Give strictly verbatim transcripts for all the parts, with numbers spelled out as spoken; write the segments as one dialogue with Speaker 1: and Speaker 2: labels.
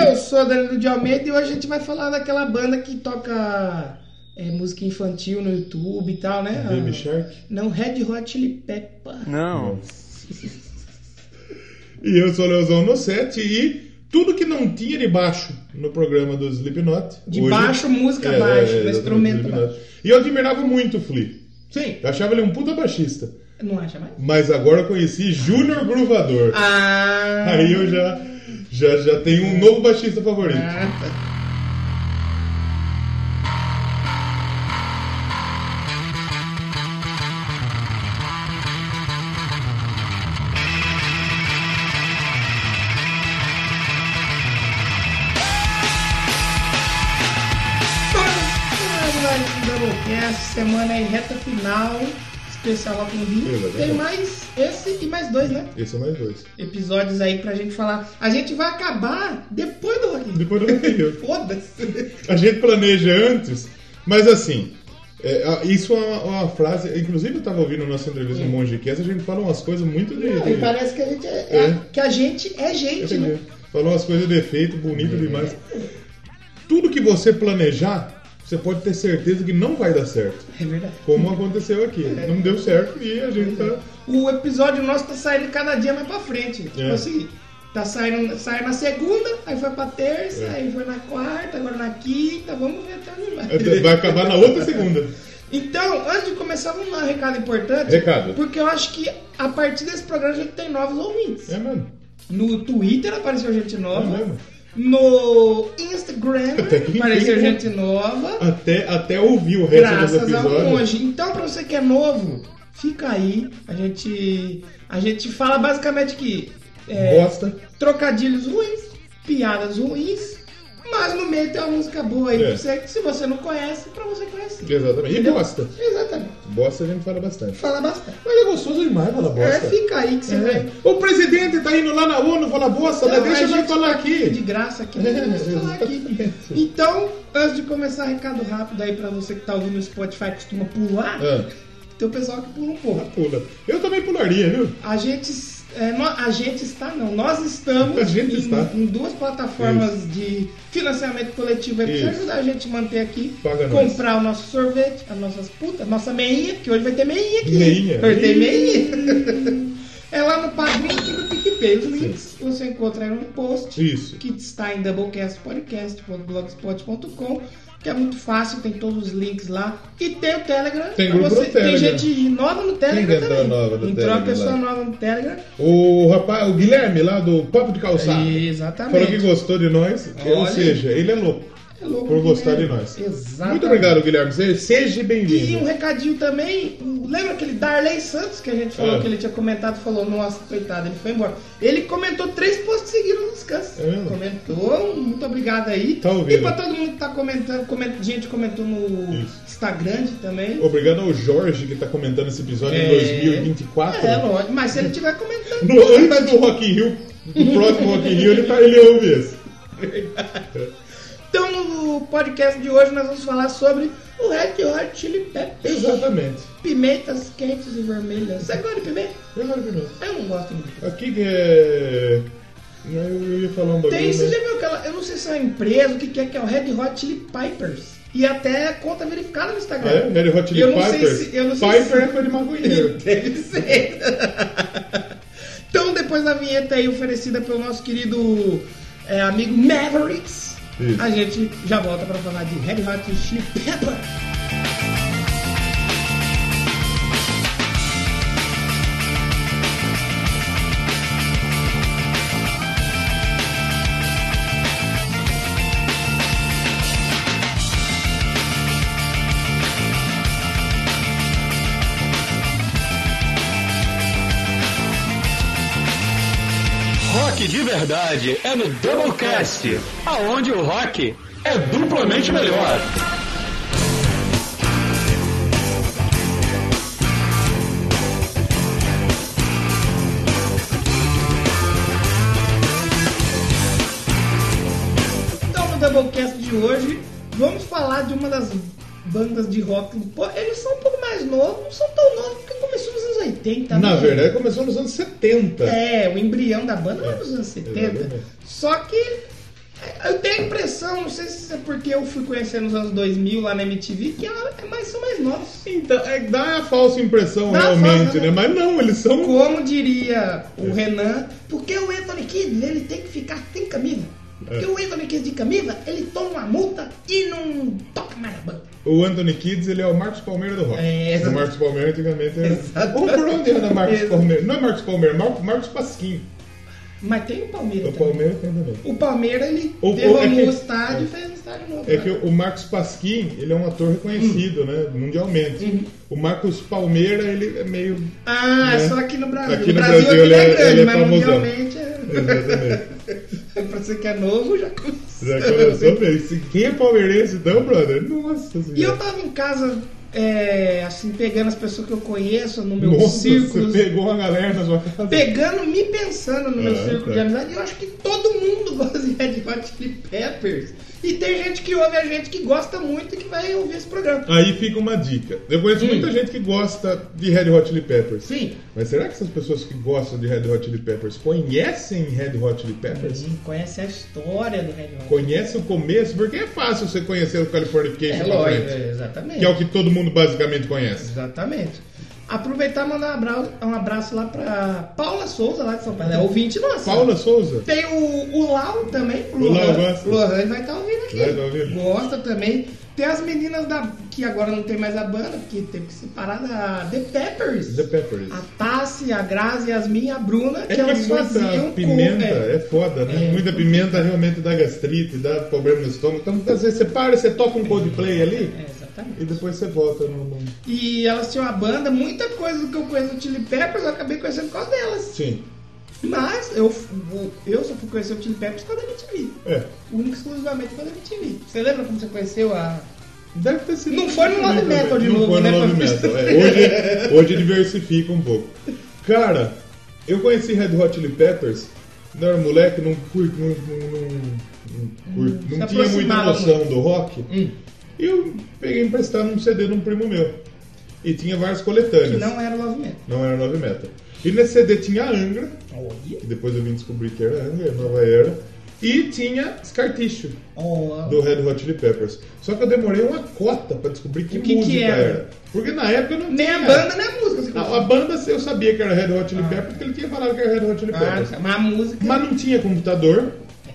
Speaker 1: Eu sou Danilo de Almeida e hoje a gente vai falar daquela banda que toca é, música infantil no YouTube e tal, né?
Speaker 2: Baby ah, Shark?
Speaker 1: Não, Red Hot Chili Pepper.
Speaker 3: Não.
Speaker 2: E eu sou o Leozão no set e tudo que não tinha de baixo no programa do Slipknot.
Speaker 1: De
Speaker 2: hoje,
Speaker 1: baixo, música
Speaker 2: é,
Speaker 1: baixo,
Speaker 2: é,
Speaker 1: no instrumento baixo.
Speaker 2: E eu admirava muito o Flea.
Speaker 1: Sim.
Speaker 2: Eu achava ele um puta baixista.
Speaker 1: Não acha mais?
Speaker 2: Mas agora eu conheci Júnior Gruvador.
Speaker 1: Ah.
Speaker 2: Aí eu já, já, já tenho um novo baixista favorito.
Speaker 1: Ah. Essa semana é reta final, especial Rock in Rio. Tem mais esse e mais dois, né?
Speaker 2: Esse é mais dois.
Speaker 1: Episódios aí pra gente falar. A gente vai acabar depois do Rock in Rio.
Speaker 2: Depois do Rock in Rio.
Speaker 1: Foda-se.
Speaker 2: A gente planeja antes, mas assim, é, isso é uma, uma frase. Inclusive eu tava ouvindo a nossa entrevista no Mongecast, a gente fala umas coisas muito de.
Speaker 1: Não,
Speaker 2: de...
Speaker 1: E parece que a gente é, é.
Speaker 2: é.
Speaker 1: que a gente é gente, né?
Speaker 2: Falou umas coisas de efeito, bonito é. demais. Tudo que você planejar, você pode ter certeza que não vai dar certo.
Speaker 1: É verdade.
Speaker 2: Como aconteceu aqui. É. Não deu certo e a gente tá...
Speaker 1: O episódio nosso tá saindo cada dia mais pra frente. Tipo é. assim, tá saindo, saiu na segunda, aí foi pra terça, é. aí foi na quarta, agora na quinta, vamos ver até onde vai.
Speaker 2: Vai acabar na outra segunda.
Speaker 1: Então, antes de começar, vamos dar um recado importante.
Speaker 2: Recado.
Speaker 1: Porque eu acho que a partir desse programa a gente tem novos ouvintes.
Speaker 2: É mesmo.
Speaker 1: No Twitter apareceu gente nova.
Speaker 2: É mesmo.
Speaker 1: No Instagram apareceu gente nova.
Speaker 2: Até, até ouvir o resto dos episódios.
Speaker 1: Graças ao Monge. Então, pra você que é novo, fica aí. A gente, a gente fala basicamente que...
Speaker 2: É, bosta.
Speaker 1: Trocadilhos ruins, piadas ruins, mas no meio tem uma música boa aí. É. Pra você, se você não conhece, pra você conhecer.
Speaker 2: Exatamente. Entendeu? E bosta.
Speaker 1: Exatamente.
Speaker 2: Bosta a gente fala bastante.
Speaker 1: Fala bastante.
Speaker 2: Mas é gostoso demais falar bosta.
Speaker 1: É, fica aí que você é. vai...
Speaker 2: O presidente tá indo lá na ONU falar bosta, né? Deixa nós falar aqui.
Speaker 1: De graça aqui, né? Deixa eu falar aqui. Então, antes de começar, recado rápido aí pra você que tá ouvindo no Spotify, costuma pular. Ah. Tem o pessoal que pula um pouco.
Speaker 2: Ah, pula. Eu também pularia, viu?
Speaker 1: A gente... É, nós, a gente está, não, nós estamos
Speaker 2: a gente
Speaker 1: em,
Speaker 2: está.
Speaker 1: em duas plataformas Isso. de financiamento coletivo aí pra ajudar a gente a manter aqui,
Speaker 2: Paga
Speaker 1: comprar
Speaker 2: nós.
Speaker 1: o nosso sorvete, as nossas putas, a nossa meinha, que hoje vai ter meinha aqui.
Speaker 2: Meinha.
Speaker 1: Hoje tem meinha. É lá no Padrim e no PicPay. Os links Sim. você encontra aí no post.
Speaker 2: Isso.
Speaker 1: Que está em doublecast podcast ponto blogspot ponto com. Que é muito fácil, tem todos os links lá. E tem o Telegram.
Speaker 2: Tem grupo
Speaker 1: você,
Speaker 2: no Telegram.
Speaker 1: Tem gente nova no Telegram
Speaker 2: tem
Speaker 1: também.
Speaker 2: Nova no
Speaker 1: Entrou
Speaker 2: Telegram,
Speaker 1: uma pessoa
Speaker 2: lá.
Speaker 1: nova no Telegram.
Speaker 2: O rapaz, o Guilherme lá do Papo de Calçado.
Speaker 1: Exatamente.
Speaker 2: Falou que gostou de nós. Olha. Ou seja, ele é louco.
Speaker 1: É louco
Speaker 2: por gostar
Speaker 1: Guilherme.
Speaker 2: de nós.
Speaker 1: Exatamente.
Speaker 2: Muito obrigado, Guilherme. Seja bem-vindo.
Speaker 1: E um recadinho também. Lembra aquele Darley Santos que a gente falou ah. que ele tinha comentado? Falou, nossa, coitado, ele foi embora. Ele comentou três posts seguidos no descanso.
Speaker 2: É
Speaker 1: comentou, muito obrigado aí.
Speaker 2: Tá ouvindo.
Speaker 1: E pra todo mundo que tá comentando, coment... gente comentou no Isso. Instagram também.
Speaker 2: Obrigado ao Jorge que tá comentando esse episódio é... em dois mil e vinte e quatro.
Speaker 1: É, lógico, mas se ele estiver comentando.
Speaker 2: No, antes do Rock in Rio, no próximo Rock in Rio, ele, tá, ele ouve esse.
Speaker 1: Verdade. Então, no podcast de hoje, nós vamos falar sobre o Red Hot Chili Peppers.
Speaker 2: Exatamente.
Speaker 1: Pimentas quentes e vermelhas. Você gosta de pimenta?
Speaker 2: Eu gosto de pimenta.
Speaker 1: Eu não gosto muito.
Speaker 2: Aqui que é... Eu ia falar um bagulho.
Speaker 1: Tem, você
Speaker 2: mas...
Speaker 1: já viu aquela... Eu não sei se é uma empresa, o que é que é o Red Hot Chili Peppers. E até conta verificada no Instagram.
Speaker 2: Ah, é? Red Hot Chili
Speaker 1: eu não
Speaker 2: Peppers?
Speaker 1: Sei se, eu não sei
Speaker 2: Piper
Speaker 1: se...
Speaker 2: é coisa de maconheiro.
Speaker 1: Deve ser. Então, depois da vinheta aí oferecida pelo nosso querido é, amigo Mavericks, Isso. a gente já volta para falar de Red Hot Chili Peppers.
Speaker 3: Rock de verdade é no Doublecast, aonde o rock é duplamente melhor.
Speaker 1: Então, no Doublecast de hoje, vamos falar de uma das bandas de rock. Eles são um pouco mais novos, não são tão novos, porque começou nos anos oitenta.
Speaker 2: Na
Speaker 1: né?
Speaker 2: verdade, começou nos anos setenta.
Speaker 1: É, o embrião da banda é, foi nos anos setenta. Exatamente. Só que Eu tenho a impressão, não sei se é porque eu fui conhecendo nos anos dois mil lá na M T V, que ela é mais, são mais novos.
Speaker 2: Então, é, dá a falsa impressão
Speaker 1: Dá
Speaker 2: realmente,
Speaker 1: falsa,
Speaker 2: né? Mas não, eles são...
Speaker 1: Como diria o é. Renan, porque o Anthony Kidd, ele tem que ficar sem camisa. Porque é. o Anthony Kidd de camisa, ele toma uma multa e não toca mais na banda.
Speaker 2: O Anthony Kidd, ele é o Marcos Palmeira do rock.
Speaker 1: É,
Speaker 2: o Marcos Palmeira antigamente era... Ou por onde anda Marcos Palmeira? Não é Marcos Palmeira, Marcos, Marcos Pasquim.
Speaker 1: Mas tem o Palmeiras
Speaker 2: O Palmeiras tem também.
Speaker 1: O Palmeiras, ele
Speaker 2: o,
Speaker 1: derrubou
Speaker 2: é que,
Speaker 1: o estádio e fez um estádio novo.
Speaker 2: É né? que o Marcos Pasquim, ele é um ator reconhecido, uhum. né? Mundialmente. Uhum. O Marcos Palmeira, ele é meio...
Speaker 1: Ah,
Speaker 2: né?
Speaker 1: só aqui no Brasil.
Speaker 2: Aqui no,
Speaker 1: no
Speaker 2: Brasil,
Speaker 1: Brasil ele é grande,
Speaker 2: ele é
Speaker 1: mas
Speaker 2: famosão.
Speaker 1: mundialmente é...
Speaker 2: Exatamente.
Speaker 1: Pra você que é novo, já começou.
Speaker 2: Já começou bem. Quem é palmeirense então, brother? Nossa senhora.
Speaker 1: E eu tava em casa... É, assim, pegando as pessoas que eu conheço no meu
Speaker 2: Nossa,
Speaker 1: círculo.
Speaker 2: Você pegou a galera na sua casa?
Speaker 1: Pegando, me pensando no meu
Speaker 2: ah,
Speaker 1: círculo
Speaker 2: tá.
Speaker 1: de amizade. E eu acho que todo mundo gosta de Red Hot Chili Peppers. E tem gente que ouve a gente que gosta muito e que vai ouvir esse programa.
Speaker 2: Aí fica uma dica. Eu conheço hum. muita gente que gosta de Red Hot Chili Peppers.
Speaker 1: Sim.
Speaker 2: Mas será que essas pessoas que gostam de Red Hot Chili Peppers conhecem Red Hot Chili Peppers?
Speaker 1: Sim, conhece a história do Red Hot.
Speaker 2: Conhece o começo? Porque é fácil você conhecer o Californication.
Speaker 1: É lógico, é, exatamente.
Speaker 2: Que é o que todo mundo basicamente conhece.
Speaker 1: Exatamente. Aproveitar e mandar um abraço, um abraço lá pra Paula Souza, lá de São Paulo. É ouvinte nossa.
Speaker 2: Paula Souza?
Speaker 1: Tem o, o Lau também. O,
Speaker 2: o
Speaker 1: Lau
Speaker 2: Lau gosta.
Speaker 1: O Lohan vai estar ouvindo aqui.
Speaker 2: Vai estar ouvindo.
Speaker 1: Gosta também. Tem as meninas da, que agora não tem mais a banda, porque teve que separar da The Peppers.
Speaker 2: The Peppers.
Speaker 1: A Tassi, a Grazi, a Yasmin e a Bruna,
Speaker 2: é
Speaker 1: que elas
Speaker 2: que muita
Speaker 1: faziam
Speaker 2: pimenta,
Speaker 1: com, é,
Speaker 2: é foda, né?
Speaker 1: É,
Speaker 2: muita pimenta realmente dá gastrite, dá problema no estômago. Então, às vezes você para, você toca um Coldplay ali
Speaker 1: é, exatamente.
Speaker 2: E depois você volta no, no...
Speaker 1: E elas tinham uma banda, muita coisa do que eu conheço do Chili Peppers eu acabei conhecendo por causa delas.
Speaker 2: Sim.
Speaker 1: Mas eu, eu só fui conhecer o Chili Peppers por causa da M T V.
Speaker 2: É.
Speaker 1: Único exclusivamente por causa da M T V. Você lembra como você conheceu a...
Speaker 2: Deve ter sido.
Speaker 1: Não foi no Love Metal de
Speaker 2: não
Speaker 1: novo,
Speaker 2: foi no
Speaker 1: né?
Speaker 2: Love Metal. É, hoje, hoje diversifica um pouco. Cara, eu conheci Red Hot Chili Peppers. Não era moleque, não, curto, não, não, não, não, não, não tinha muita noção muito. do rock. Hum. E eu peguei emprestado um C D de um primo meu. E tinha várias coletâneas.
Speaker 1: Que não era Love Metal.
Speaker 2: Não era Love Metal. E nesse C D tinha Angra.
Speaker 1: Oh, yeah.
Speaker 2: Que depois eu vim descobrir que era Angra, Nova Era. E tinha Scar Tissue,
Speaker 1: oh,
Speaker 2: do Red Hot Chili Peppers. Só que eu demorei uma cota pra descobrir que,
Speaker 1: que
Speaker 2: música
Speaker 1: que era?
Speaker 2: era. Porque na época eu não
Speaker 1: nem
Speaker 2: tinha.
Speaker 1: Nem a banda, nem a música.
Speaker 2: A, a banda eu sabia que era Red Hot Chili ah. Peppers, porque ele tinha falado que era Red Hot Chili Peppers.
Speaker 1: Ah, mas a música...
Speaker 2: Mas não tinha computador.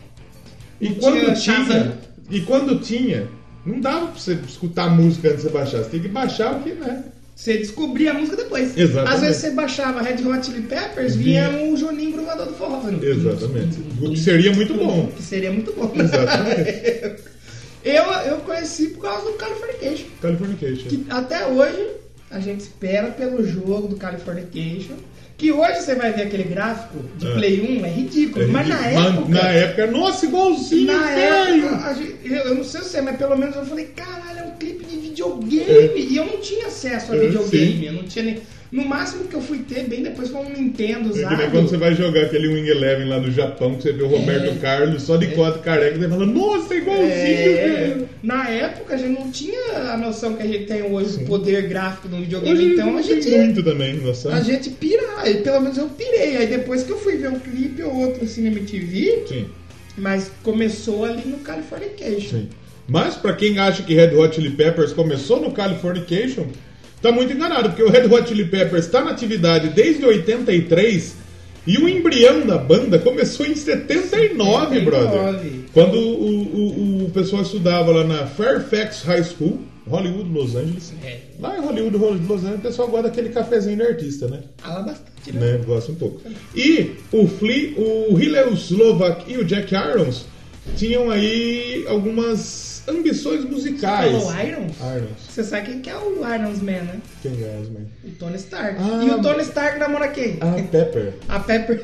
Speaker 2: E quando
Speaker 1: tinha,
Speaker 2: tinha, e quando tinha, não dava pra você escutar a música antes de você baixar. Você tem que baixar o que, né?
Speaker 1: Você descobria a música depois.
Speaker 2: Exatamente.
Speaker 1: Às vezes você baixava Red Hot Chili Peppers, vinha um Juninho Gruvador do Forró.
Speaker 2: Exatamente. O que seria muito bom.
Speaker 1: Que seria muito bom.
Speaker 2: Exatamente.
Speaker 1: eu, eu conheci por causa do Californication.
Speaker 2: Californication.
Speaker 1: Que até hoje a gente espera pelo jogo do Californication. Que hoje você vai ver aquele gráfico de é. Play um, é ridículo. É mas ridículo. na época...
Speaker 2: Na época, nossa, igualzinho,
Speaker 1: Na
Speaker 2: velho.
Speaker 1: época, gente, eu, eu não sei se é, mas pelo menos eu falei, caralho, é um clipe de videogame. É. E eu não tinha acesso a é, videogame. Sim. Eu não tinha nem... No máximo que eu fui ter, bem depois, foi um Nintendo usado.
Speaker 2: É que nem quando você vai jogar aquele Wing Eleven lá no Japão, que você vê o Roberto é. Carlos só de é. quatro careca, e você fala, nossa, é igualzinho,
Speaker 1: é.
Speaker 2: velho.
Speaker 1: Na época, a gente não tinha a noção que a gente tem hoje,
Speaker 2: Sim.
Speaker 1: o poder gráfico do videogame.
Speaker 2: Hoje
Speaker 1: então, a gente...
Speaker 2: muito também, noção.
Speaker 1: A gente pira, e pelo menos eu pirei. Aí depois que eu fui ver um clipe ou outro assim na M T V,
Speaker 2: Sim.
Speaker 1: mas começou ali no Californication.
Speaker 2: Sim. Mas pra quem acha que Red Hot Chili Peppers começou no Californication, tá muito enganado, porque o Red Hot Chili Peppers está na atividade desde oitenta e três e o embrião da banda começou em setenta e nove, brother. Quando o, o, o pessoal estudava lá na Fairfax High School, Hollywood, Los Angeles. É. Lá em Hollywood, Los Angeles, o pessoal gosta daquele cafezinho de artista, né?
Speaker 1: Ah, bastante, né?
Speaker 2: né? Gosta um pouco. E o Flea, o Hillel Slovak e o Jack Irons tinham aí algumas ambições musicais.
Speaker 1: Você falou Irons?
Speaker 2: Irons.
Speaker 1: Você sabe quem que é o Irons Man, né?
Speaker 2: Quem é Irons Man?
Speaker 1: O Tony Stark.
Speaker 2: Ah,
Speaker 1: e o Tony Stark namora quem?
Speaker 2: A Pepper.
Speaker 1: A Pepper.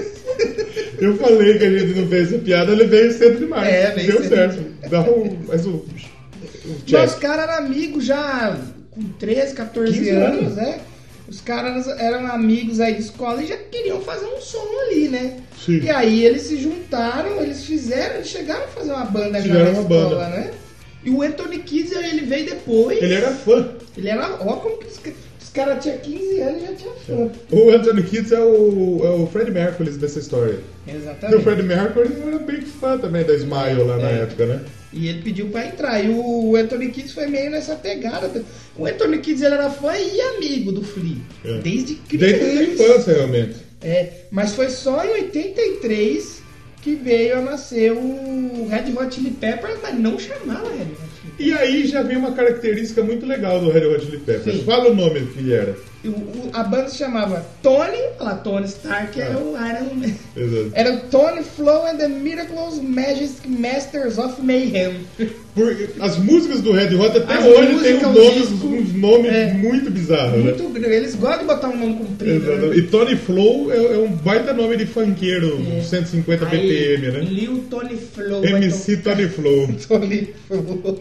Speaker 2: Eu falei que a gente não fez essa piada, ele veio cedo demais.
Speaker 1: É, veio
Speaker 2: Deu
Speaker 1: cedo.
Speaker 2: certo. Dá um, mas o, o
Speaker 1: Mas os caras eram amigos já com treze, catorze anos, né? Os caras eram amigos aí de escola e já queriam fazer um som ali, né?
Speaker 2: Sim.
Speaker 1: E aí eles se juntaram, eles fizeram, eles chegaram a fazer uma banda
Speaker 2: Fizeram
Speaker 1: já na
Speaker 2: uma
Speaker 1: escola,
Speaker 2: banda.
Speaker 1: né? E o Anthony Kidd, ele veio depois.
Speaker 2: Ele era fã.
Speaker 1: Ele era, ó como que os, os caras tinham quinze anos e já tinha fã.
Speaker 2: O Anthony Kiedis é o, é o Freddie Mercury dessa história.
Speaker 1: Exatamente.
Speaker 2: O Freddie Mercury era bem fã também da Smile lá na
Speaker 1: É.
Speaker 2: época, né?
Speaker 1: E ele pediu pra entrar. E o Anthony Kiedis foi meio nessa pegada. O Anthony Kiedis ele era fã e amigo do Flea.
Speaker 2: É.
Speaker 1: Desde criança.
Speaker 2: Desde a infância, realmente.
Speaker 1: É, mas foi só em oitenta e três que veio a nascer o Red Hot Chili Peppers, mas não chamava Red Hot Chili Peppers.
Speaker 2: E aí já vem uma característica muito legal do Red Hot Chili Peppers.
Speaker 1: Sim.
Speaker 2: Fala o nome que era.
Speaker 1: O, o, a banda se chamava Tony, olha lá, Tony Stark, que é o Iron Man.
Speaker 2: Exato.
Speaker 1: Era o Tony Flo and the Miraculous Magic Masters of Mayhem.
Speaker 2: Por, as músicas do Red Hot até
Speaker 1: As
Speaker 2: hoje tem uns
Speaker 1: músicas,
Speaker 2: nomes,
Speaker 1: disco,
Speaker 2: uns nomes
Speaker 1: é,
Speaker 2: muito bizarros, né?
Speaker 1: Muito grande. Eles gostam de botar um nome comprido.
Speaker 2: Exato.
Speaker 1: Né?
Speaker 2: E Tony Flow é, é um baita nome de funkeiro,
Speaker 1: É.
Speaker 2: cento e cinquenta B P M, né?
Speaker 1: Lil Tony Flo.
Speaker 2: M C
Speaker 1: então,
Speaker 2: Tony Flow.
Speaker 1: Tony Flo.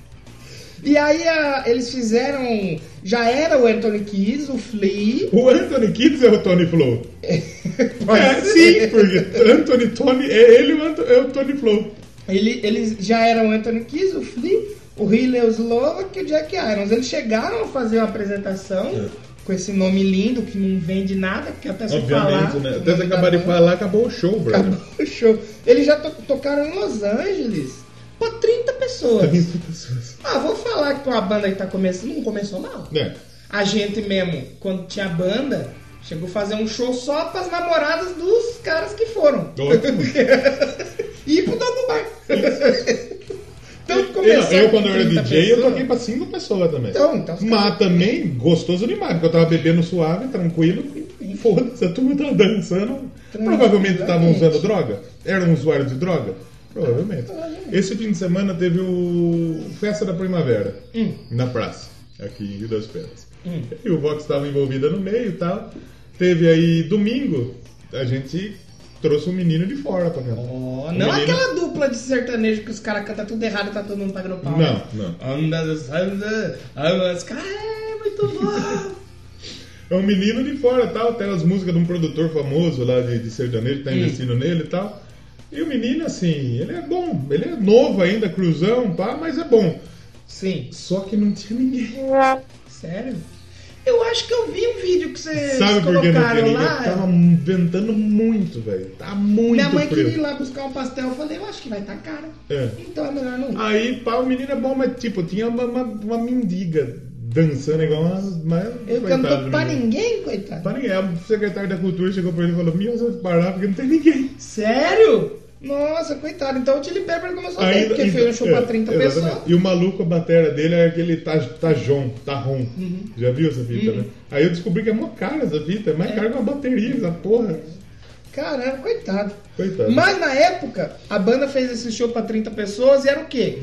Speaker 1: E aí a, eles fizeram. Já era o Anthony Kiedis, o Flea.
Speaker 2: O Anthony Kiedis é o Tony Flow.
Speaker 1: Pode
Speaker 2: É,
Speaker 1: ser.
Speaker 2: sim, porque Anthony Tony é ele, o Anto- é o Tony Flow.
Speaker 1: Ele, eles já eram o Anthony Kiedis, o Flea, o Hillel Slovak e o Jack Irons. Eles chegaram a fazer uma apresentação
Speaker 2: É.
Speaker 1: com esse nome lindo que não vende nada, porque até se
Speaker 2: Obviamente,
Speaker 1: falar.
Speaker 2: né?
Speaker 1: o
Speaker 2: Até
Speaker 1: nome
Speaker 2: você
Speaker 1: da
Speaker 2: acabar de
Speaker 1: banda,
Speaker 2: falar, acabou o show, bro.
Speaker 1: acabou o show. Eles já to- tocaram em Los Angeles pra trinta pessoas.
Speaker 2: trinta pessoas.
Speaker 1: Ah, vou falar que uma banda que tá começando, não começou mal.
Speaker 2: É.
Speaker 1: A gente mesmo, quando tinha banda, chegou a fazer um show só pras namoradas dos caras que foram.
Speaker 2: Ótimo.
Speaker 1: E ir pro Dogo Bar. Então
Speaker 2: Eu,
Speaker 1: começou
Speaker 2: eu, quando
Speaker 1: com
Speaker 2: eu era
Speaker 1: trinta
Speaker 2: D J, eu
Speaker 1: pessoas.
Speaker 2: toquei pra cinco pessoas também.
Speaker 1: Então, então, os
Speaker 2: Mas
Speaker 1: caras-
Speaker 2: também gostoso demais, porque eu tava bebendo suave, tranquilo, e foda-se, a turma tava dançando. Provavelmente estavam usando droga. Eram usuários de droga? Provavelmente. Esse fim de semana teve o Festa da Primavera,
Speaker 1: Hum.
Speaker 2: na praça, aqui em Rio das Pedras.
Speaker 1: Hum.
Speaker 2: E o Vox estava envolvida no meio e tal. Teve aí domingo, a gente trouxe um menino de fora pra cantar.
Speaker 1: Oh,
Speaker 2: Um
Speaker 1: não
Speaker 2: menino-
Speaker 1: aquela dupla de sertanejo que os caras cantam tudo errado e tá todo mundo pagando pau.
Speaker 2: Não, não.
Speaker 1: Anda, anda, anda. Os caras, é muito bom.
Speaker 2: É um menino de fora, tal, tem as músicas de um produtor famoso lá de, de sertanejo que tá
Speaker 1: Hum.
Speaker 2: investindo nele e tal. E o menino, assim, ele é bom, ele é novo ainda, cruzão, pá, mas é bom.
Speaker 1: Sim.
Speaker 2: Só que não tinha ninguém.
Speaker 1: Sério? Eu acho que eu vi um vídeo que vocês
Speaker 2: Sabe por que não tinha
Speaker 1: colocaram
Speaker 2: ninguém?
Speaker 1: lá.
Speaker 2: Tava ventando muito, velho. Tá muito
Speaker 1: Minha mãe
Speaker 2: frio.
Speaker 1: queria ir lá buscar um pastel. Eu falei, eu acho que vai estar caro.
Speaker 2: É.
Speaker 1: Então é melhor não ir.
Speaker 2: Aí, pá, o menino é bom, mas tipo, tinha uma, uma, uma mendiga dançando igual uma. Mas,
Speaker 1: Eu
Speaker 2: coitado
Speaker 1: cantou
Speaker 2: do
Speaker 1: pra
Speaker 2: menino.
Speaker 1: ninguém, coitado.
Speaker 2: Pra ninguém. O secretário da Cultura chegou pra ele e falou: Meu, você vai parar porque não tem ninguém.
Speaker 1: Sério? Nossa, coitado. Então o Chili Pepper começou bem,
Speaker 2: Ainda-
Speaker 1: porque
Speaker 2: ainda-
Speaker 1: foi um show
Speaker 2: é,
Speaker 1: pra trinta
Speaker 2: exatamente.
Speaker 1: pessoas.
Speaker 2: E o maluco, a batera dele é aquele taj- Tajon, Tajon.
Speaker 1: Uhum.
Speaker 2: Já viu essa fita, né? Aí eu descobri que é mó cara essa fita, é mais cara que uma bateria, essa porra.
Speaker 1: Caramba, coitado.
Speaker 2: Coitado.
Speaker 1: Mas na época, a banda fez esse show pra trinta pessoas e era o quê?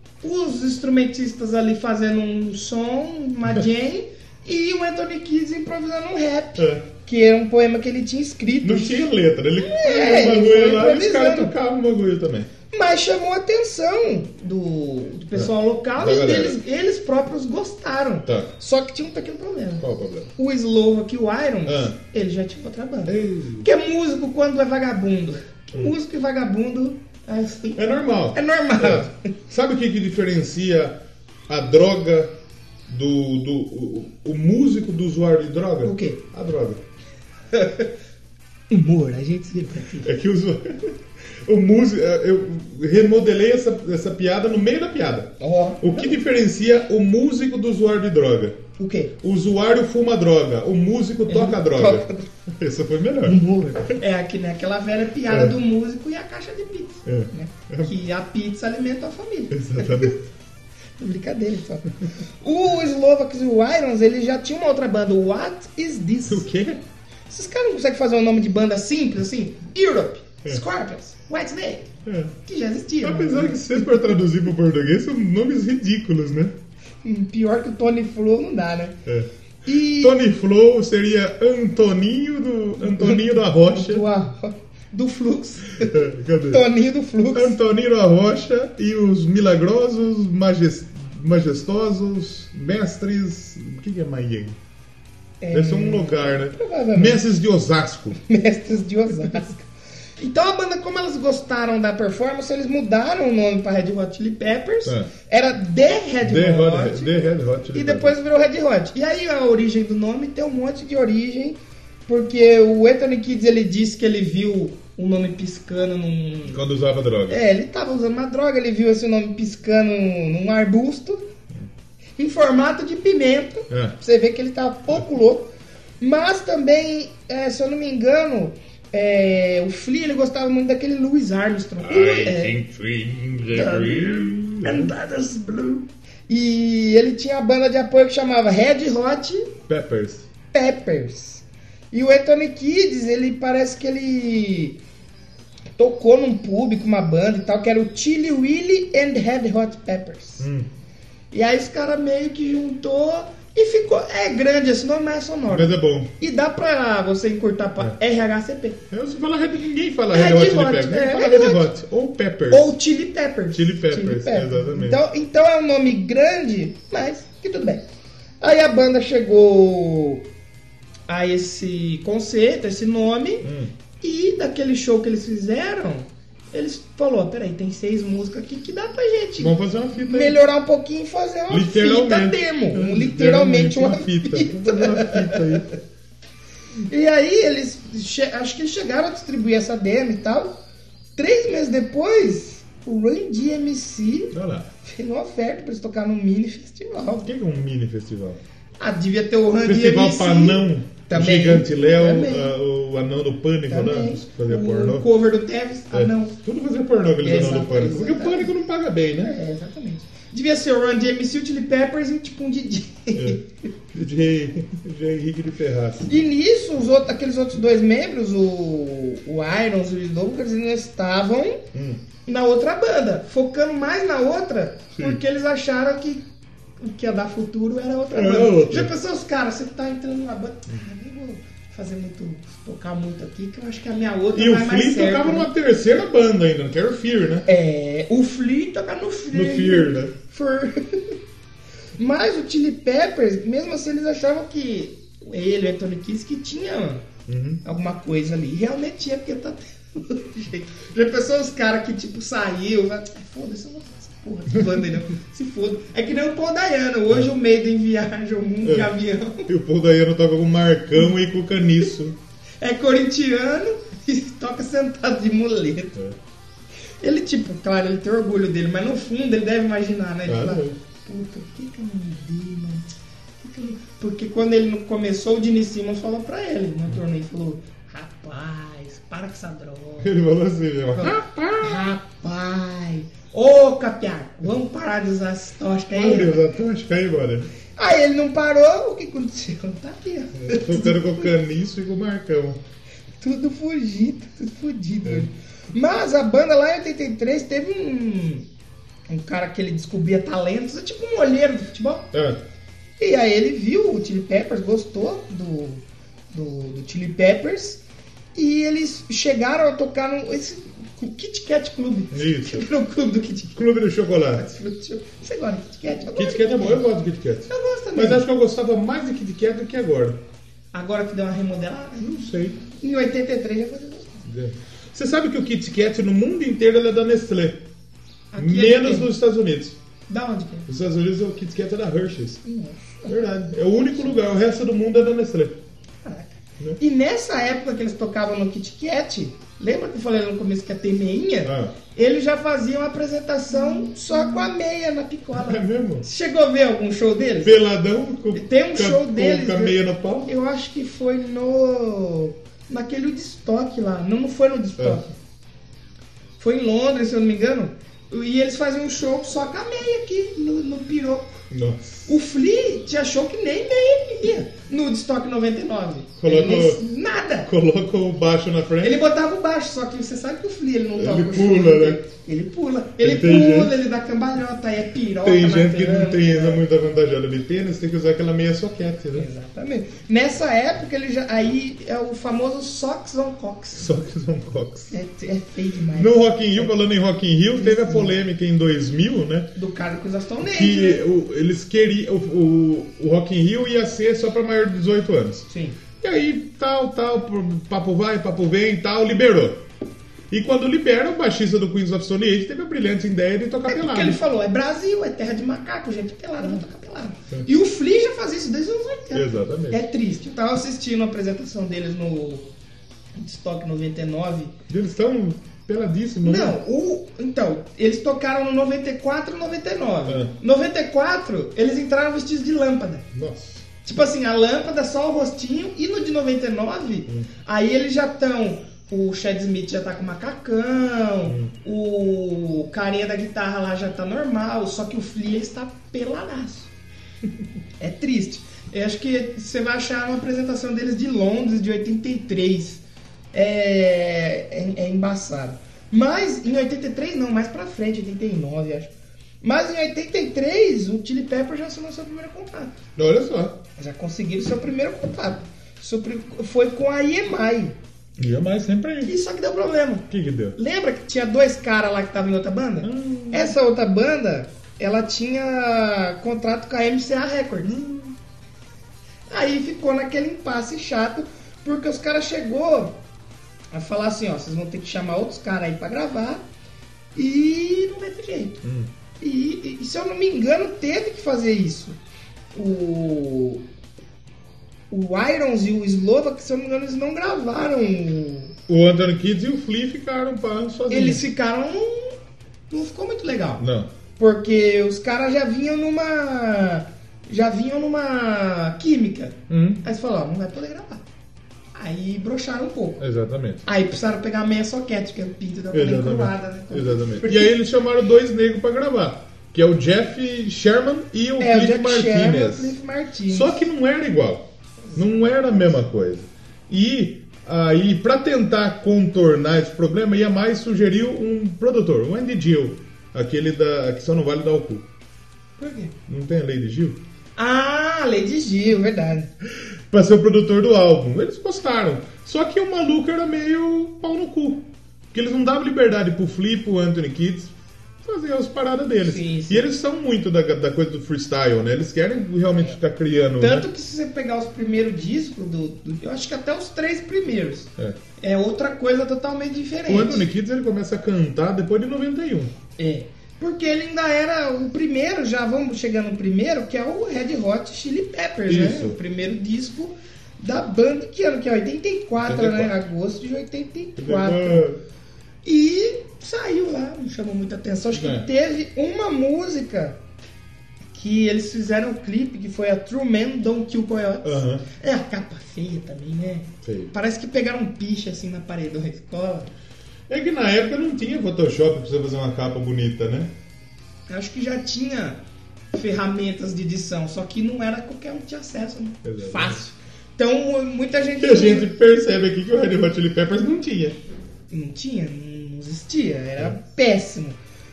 Speaker 1: Os instrumentistas ali fazendo um som, uma jam, e o Anthony Kiedis improvisando um rap.
Speaker 2: É.
Speaker 1: Que era um poema que ele tinha escrito.
Speaker 2: Não tinha letra, ele
Speaker 1: É,
Speaker 2: fez um
Speaker 1: ele
Speaker 2: bagulho
Speaker 1: foi
Speaker 2: lá e os caras
Speaker 1: improvisando.
Speaker 2: tocavam o bagulho também.
Speaker 1: Mas chamou a atenção do, do pessoal
Speaker 2: É.
Speaker 1: local
Speaker 2: Da
Speaker 1: e
Speaker 2: galera.
Speaker 1: eles, eles próprios gostaram.
Speaker 2: Tá.
Speaker 1: Só que tinha um pequeno problema.
Speaker 2: Qual o problema?
Speaker 1: O Slovak e o Irons,
Speaker 2: Ah.
Speaker 1: ele já tinha outra banda.
Speaker 2: Ei.
Speaker 1: Porque músico quando é vagabundo. Músico e vagabundo, assim,
Speaker 2: É normal.
Speaker 1: é normal.
Speaker 2: É. Sabe o que, que diferencia a droga do. do o, o músico do usuário de droga?
Speaker 1: O quê?
Speaker 2: A droga.
Speaker 1: Humor, a gente se pratica.
Speaker 2: É que o, usuário- o músico. Eu remodelei essa, essa piada no meio da piada.
Speaker 1: Ó,
Speaker 2: O que diferencia o músico do usuário de droga?
Speaker 1: o quê?
Speaker 2: O usuário fuma droga, o músico toca droga.
Speaker 1: toca-
Speaker 2: Essa foi melhor.
Speaker 1: Humor. É aqui, né, aquela velha piada
Speaker 2: É.
Speaker 1: do músico e a caixa de pizza.
Speaker 2: É.
Speaker 1: Né? Que a pizza alimenta a família.
Speaker 2: Exatamente.
Speaker 1: Brincadeira, só. O Slovak e o Irons, eles já tinham uma outra banda, o What Is This?
Speaker 2: O quê?
Speaker 1: Esses caras não conseguem fazer um nome de banda simples, assim? Europe,
Speaker 2: É.
Speaker 1: Scorpions, Whitesnake,
Speaker 2: É.
Speaker 1: que já existiam.
Speaker 2: Apesar que se for traduzir pro português, são nomes ridículos, né?
Speaker 1: Hum, Pior que o Tony Flo não dá, né?
Speaker 2: É.
Speaker 1: E...
Speaker 2: Tony Flow seria Antoninho do Antoninho da Rocha.
Speaker 1: Do, do Flux.
Speaker 2: Cadê?
Speaker 1: Toninho do Flux.
Speaker 2: Antoninho da Rocha e os milagrosos, majes- majestosos, mestres. O que que é Maien?
Speaker 1: É,
Speaker 2: Deve ser um lugar, né?
Speaker 1: provavelmente.
Speaker 2: Mestres de Osasco.
Speaker 1: Mestres de Osasco. Então a banda, como elas gostaram da performance, eles mudaram o nome pra Red Hot Chili Peppers. É. Era The Red
Speaker 2: The
Speaker 1: Hot.
Speaker 2: Hot The Red Hot Chili
Speaker 1: e depois virou Red Hot. E aí a origem do nome tem um monte de origem, porque o Anthony Kiedis, ele disse que ele viu um nome piscando num...
Speaker 2: Quando usava droga.
Speaker 1: É, ele tava usando uma droga, ele viu esse nome piscando num arbusto, em formato de pimenta. É. Pra você ver que ele tava pouco louco. Mas também, é, se eu não me engano... É, o Flea, ele gostava muito daquele Louis Armstrong.
Speaker 2: I
Speaker 1: é,
Speaker 2: think dreams are real.
Speaker 1: And that is blue. E ele tinha a banda de apoio que chamava Red Hot
Speaker 2: Peppers.
Speaker 1: Peppers. E o Anthony Kiedis, ele parece que ele tocou num pub com uma banda e tal, que era o Chili Willy and Red Hot Peppers. Hum. E aí os caras meio que juntou... E ficou, é grande esse nome, mas é sonoro.
Speaker 2: Mas é bom.
Speaker 1: E dá pra você encurtar pra é. R H C P.
Speaker 2: Eu, você fala Red, ninguém fala Red, Red Hot Chili Peppers. É, fala Red Hot. Hot. Ou Peppers.
Speaker 1: Ou Chili Peppers.
Speaker 2: Chili Peppers, Chili Peppers. Exatamente.
Speaker 1: Então, então é um nome grande, mas que tudo bem. Aí a banda chegou a esse conceito, esse nome, hum. e daquele show que eles fizeram... Eles falaram, peraí, tem seis músicas aqui que dá pra gente
Speaker 2: Vamos fazer uma fita
Speaker 1: melhorar aí. um pouquinho e fazer uma fita demo. Um, literalmente uma, uma fita. fita. Vamos fazer uma fita aí. E aí eles, acho que eles chegaram a distribuir essa demo e tal. Três meses depois, o Run D M C fez uma oferta pra eles tocar num mini festival.
Speaker 2: O que é um mini festival?
Speaker 1: Ah, devia ter o Run
Speaker 2: Festival
Speaker 1: D M C.
Speaker 2: Festival Panão.
Speaker 1: Também,
Speaker 2: Gigante Léo, uh, o anão do Pânico,
Speaker 1: também.
Speaker 2: Né? Fazia
Speaker 1: o
Speaker 2: pornô.
Speaker 1: O cover do Tevez,
Speaker 2: é.
Speaker 1: anão.
Speaker 2: Tudo fazia pornô, aqueles anão do Pânico. Porque o Pânico não paga bem, né?
Speaker 1: É, exatamente. Devia ser o Run D M C, o Chili Peppers e tipo um D J.
Speaker 2: É. D J, D J Henrique de Ferraz.
Speaker 1: E nisso, os outros, aqueles outros dois membros, o, o Irons e o Douglas, eles estavam hum. na outra banda, focando mais na outra, Sim. porque eles acharam que o que ia dar futuro era outra
Speaker 2: é
Speaker 1: banda.
Speaker 2: Outra.
Speaker 1: Já pensou os caras, você tá entrando numa banda... fazer muito, tocar muito aqui, que eu acho que a minha outra
Speaker 2: e
Speaker 1: vai
Speaker 2: o
Speaker 1: mais
Speaker 2: Flea
Speaker 1: certo. E
Speaker 2: tocava
Speaker 1: né?
Speaker 2: numa terceira banda ainda, que era o Fear, né?
Speaker 1: É, o Flea tocava no Fear.
Speaker 2: No Fear, né?
Speaker 1: For... Mas o Chili Peppers, mesmo assim, eles achavam que ele, o Anthony Kiedis, que tinha uhum. alguma coisa ali. Realmente tinha, porque tá tendo jeito. Já pensou os caras que, tipo, saiu, foda-se, eu não faço porra de banda aí não. Se foda. É que nem o Paul Dayano. Hoje é. o Maiden viaja o mundo é. de avião.
Speaker 2: E o Paul Dayano toca com o Marcão e com o Caniço.
Speaker 1: É corintiano e toca sentado de muleta. É. Ele, tipo, claro, ele tem orgulho dele, mas no fundo ele deve imaginar, né? Ele ah, fala, puta, por que que eu não me dei, mano? Por que eu... Porque quando ele começou, o Gene Simmons falou pra ele, no torneio, falou, rapaz, para com essa droga.
Speaker 2: Ele falou assim, falou,
Speaker 1: rapaz, rapaz, ô capiar, vamos parar de usar essa tóxica aí.
Speaker 2: Olha, usar tóxica aí, mano.
Speaker 1: Aí ele não parou, o que aconteceu? Tá aqui, ó.
Speaker 2: É, tocando com o Caniço e com o Marcão.
Speaker 1: Tudo fugido, tudo fudido. É. Mas a banda lá em oitenta e três teve um, um cara que ele descobria talentos, é tipo um olheiro de futebol. É. E aí ele viu o Chili Peppers, gostou do, do, do Chili Peppers, e eles chegaram a tocar no esse, Kit Kat Club.
Speaker 2: Isso.
Speaker 1: No clube do Kit Kat.
Speaker 2: Clube do chocolate.
Speaker 1: Você gosta de Kit Kat? Eu
Speaker 2: Kit Kat é bom, eu gosto de Kit Kat.
Speaker 1: Eu gosto também.
Speaker 2: Mas acho que eu gostava mais de Kit Kat do que agora.
Speaker 1: Agora que deu uma remodelada?
Speaker 2: Não sei.
Speaker 1: Em oitenta e três já foi gostado.
Speaker 2: É. Você sabe que o Kit Kat no mundo inteiro ele é da Nestlé. Aqui menos é nos Estados Unidos.
Speaker 1: Da onde que é?
Speaker 2: Nos Estados Unidos o Kit Kat é da Hershey's. Nossa. Verdade. É o único lugar, o resto do mundo é da Nestlé.
Speaker 1: Caraca. Né? E nessa época que eles tocavam no Kit Kat, lembra que eu falei no começo que ia ter meinha? Ah. Eles já faziam uma apresentação só com a meia na picola.
Speaker 2: É mesmo?
Speaker 1: Você chegou a ver algum show deles?
Speaker 2: Peladão? Com,
Speaker 1: tem um show
Speaker 2: com,
Speaker 1: deles.
Speaker 2: Com a meia no pau?
Speaker 1: Eu acho que foi no... naquele Woodstock lá. Não, não foi no Woodstock. É. Foi em Londres, se eu não me engano. E eles faziam um show só com a meia aqui, no, no piroco.
Speaker 2: Nossa.
Speaker 1: O Flea te achou que nem meia ia no Woodstock noventa e nove.
Speaker 2: Colocou,
Speaker 1: nem, nada.
Speaker 2: Colocou o baixo na frente.
Speaker 1: Ele botava o baixo, só que você sabe que o Flea ele não
Speaker 2: ele
Speaker 1: toca o
Speaker 2: pula,
Speaker 1: show.
Speaker 2: Né?
Speaker 1: Ele pula, ele, ele pula, ele dá cambalhota, aí é piroca.
Speaker 2: Tem gente que não tem essa muita vantajada de tênis, tem que usar aquela meia soquete, né?
Speaker 1: Exatamente. Nessa época, ele já, aí é o famoso Socks on Cox.
Speaker 2: Socks on Cox.
Speaker 1: É, é feio demais.
Speaker 2: No Rock in Rio, falando em Rock in Rio, teve a polêmica em dois mil, né?
Speaker 1: Do cara com os Aston Names.
Speaker 2: Que
Speaker 1: né?
Speaker 2: o, eles queriam, o, o, o Rock in Rio ia ser só pra maior de dezoito anos.
Speaker 1: Sim.
Speaker 2: E aí, tal, tal, papo vai, papo vem, tal, liberou. E quando libera, o baixista do Queens of Stone Age teve a brilhante ideia de tocar
Speaker 1: é
Speaker 2: pelado.
Speaker 1: Porque ele falou, é Brasil, é terra de macaco, gente pelada, vou tocar pelado. É. E o Flea já fazia isso desde os anos oitenta.
Speaker 2: Exatamente.
Speaker 1: É triste. Eu tava assistindo a apresentação deles no Woodstock noventa e nove.
Speaker 2: Eles estão peladíssimos,
Speaker 1: Não,
Speaker 2: né?
Speaker 1: o, então, eles tocaram no noventa e quatro e noventa e nove.
Speaker 2: É.
Speaker 1: noventa e quatro, eles entraram vestidos de lâmpada.
Speaker 2: Nossa.
Speaker 1: Tipo assim, a lâmpada, só o rostinho. E no de noventa e nove, hum. aí eles já estão... O Chad Smith já tá com macacão, hum. o carinha da guitarra lá já tá normal, só que o Flea está peladaço. É triste. Eu acho que você vai achar uma apresentação deles de Londres, de oitenta e três. É, é, é embaçado. Mas em oitenta e três não, mais pra frente, oitenta e nove acho. Mas em oitenta e três o Chili Pepper já assinou seu primeiro contrato.
Speaker 2: Olha só.
Speaker 1: Já conseguiram seu primeiro contrato. Foi com a E M I.
Speaker 2: E a mais sempre aí.
Speaker 1: E só que deu problema.
Speaker 2: O que que deu?
Speaker 1: Lembra que tinha dois caras lá que estavam em outra banda? Hum. Essa outra banda, ela tinha contrato com a M C A Records. Hum. Aí ficou naquele impasse chato, porque os caras chegou a falar assim, ó, vocês vão ter que chamar outros caras aí pra gravar e não vai ter jeito. Hum. E, e se eu não me engano, teve que fazer isso. O... O Irons e o Slovak, se eu não me engano, eles não gravaram.
Speaker 2: O Anthony Kiedis e o Flea ficaram parando sozinhos.
Speaker 1: Eles ficaram... Não ficou muito legal.
Speaker 2: Não.
Speaker 1: Porque os caras já vinham numa... Já vinham numa química. Hum. Aí você falou, ó, não vai poder gravar. Aí broxaram um pouco.
Speaker 2: Exatamente.
Speaker 1: Aí precisaram pegar a meia soquete, que é o pinto da meia encurvada, né?
Speaker 2: Exatamente. Porque... E aí eles chamaram dois negros pra gravar. Que é o Jeff Sherman e o
Speaker 1: é,
Speaker 2: Cliff Martinez.
Speaker 1: Martinez.
Speaker 2: Só que não era igual. Não era a mesma coisa. E aí, pra tentar contornar esse problema, ia mais sugeriu um produtor, o Andy Gill, aquele da, que só não vale dar o cu.
Speaker 1: Por quê?
Speaker 2: Não tem a Lady Gill?
Speaker 1: Ah, Lady Gill, verdade.
Speaker 2: Pra ser o produtor do álbum. Eles gostaram. Só que o maluco era meio pau no cu. Porque eles não davam liberdade pro Flea, pro Anthony Kiedis fazer as paradas deles. Sim, sim. E eles são muito da, da coisa do freestyle, né? Eles querem realmente ficar criando.
Speaker 1: Tanto
Speaker 2: né?
Speaker 1: que se você pegar os primeiros discos, do, do, eu acho que até os três primeiros,
Speaker 2: é.
Speaker 1: é outra coisa totalmente diferente.
Speaker 2: O Anthony Kiedis ele começa a cantar depois de noventa e um.
Speaker 1: É. Porque ele ainda era o primeiro, já vamos chegar no primeiro, que é o Red Hot Chili Peppers,
Speaker 2: Isso.
Speaker 1: né? O primeiro disco da banda, que ano que é? oitenta e quatro, oitenta e quatro. Né? Agosto de oitenta e quatro. E saiu lá, não chamou muita atenção. Acho é. que teve uma música que eles fizeram um clipe, que foi a True Men Don't Kill Coyotes.
Speaker 2: Uhum.
Speaker 1: É a capa feia também, né?
Speaker 2: Feio.
Speaker 1: Parece que pegaram um piche assim na parede da escola.
Speaker 2: É que na época não tinha Photoshop pra você fazer uma capa bonita, né?
Speaker 1: Acho que já tinha ferramentas de edição, só que não era qualquer um que tinha acesso, né?
Speaker 2: Exatamente.
Speaker 1: Fácil. Então, muita gente...
Speaker 2: E a gente percebe aqui que o Red Hot Chili Peppers não tinha.
Speaker 1: Não tinha, não existia, era é. péssimo.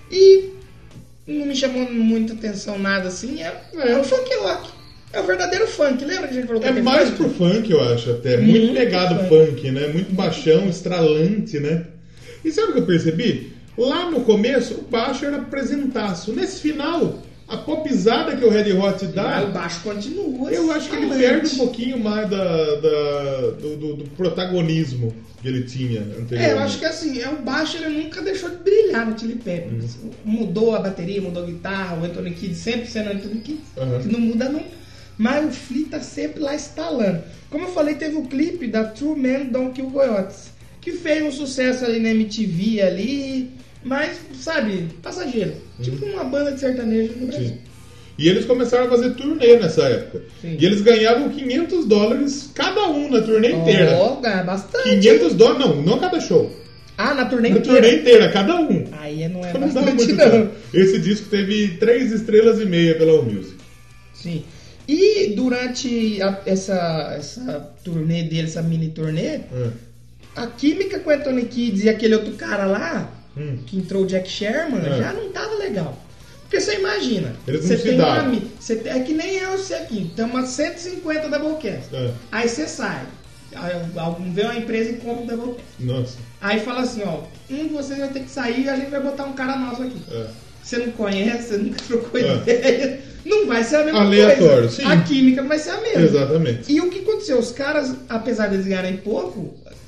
Speaker 1: E não me chamou muita atenção nada assim, é, é o funk rock. É o verdadeiro funk, lembra que a gente falou que
Speaker 2: é mais funk? Pro funk, eu acho, até. Muito, muito pegado funk. funk, né? Muito baixão, estralante, né? E sabe o que eu percebi? Lá no começo, o baixo era presentaço. Nesse final, a popizada que o Red Hot dá...
Speaker 1: Mas o baixo continua.
Speaker 2: Eu acho que ele perde um pouquinho mais da, da, do, do, do protagonismo que ele tinha anteriormente.
Speaker 1: É, eu acho que assim, é, o baixo ele nunca deixou de brilhar no Chili Peppers. Uhum. Mudou a bateria, mudou a guitarra, o Anthony Kiedis sempre sendo Anthony Kiedis, uhum. que não muda nunca. Mas o Flea tá sempre lá estalando. Como eu falei, teve o clipe da True Men Don't Kill Coyotes, que fez um sucesso ali na M T V ali, mas, sabe, passageiro. Uhum. Tipo uma banda de sertanejo no Brasil. Sim.
Speaker 2: E eles começaram a fazer turnê nessa época. Sim. E eles ganhavam quinhentos dólares cada um na turnê inteira.
Speaker 1: Oh, ganha bastante.
Speaker 2: quinhentos dólares, não, não cada show.
Speaker 1: Ah, na turnê
Speaker 2: na
Speaker 1: inteira?
Speaker 2: Na turnê inteira, cada um.
Speaker 1: Aí não é
Speaker 2: não
Speaker 1: bastante, não. não.
Speaker 2: Esse disco teve três estrelas e meia pela AllMusic.
Speaker 1: Sim. E durante a, essa, essa turnê dele, essa mini turnê, hum. a química com o Anthony Kiedis e aquele outro cara lá, hum. que entrou o Jack Sherman, hum. já não tava legal. Porque você imagina,
Speaker 2: Eles
Speaker 1: você
Speaker 2: não
Speaker 1: tem
Speaker 2: se
Speaker 1: uma, você tem, é que nem eu sei aqui, tem umas cento e cinquenta Doublecast. É. Aí você sai, aí vem uma empresa e compra o Doublecast.
Speaker 2: Nossa.
Speaker 1: Aí fala assim, ó, um de vocês vai ter que sair e a gente vai botar um cara nosso aqui. É. Você não conhece, você nunca trocou é. ideia, não vai ser a mesma
Speaker 2: Aleatório,
Speaker 1: coisa.
Speaker 2: Sim.
Speaker 1: A química não vai ser a mesma.
Speaker 2: Exatamente.
Speaker 1: E o que aconteceu? Os caras, apesar de eles ganharem pouco,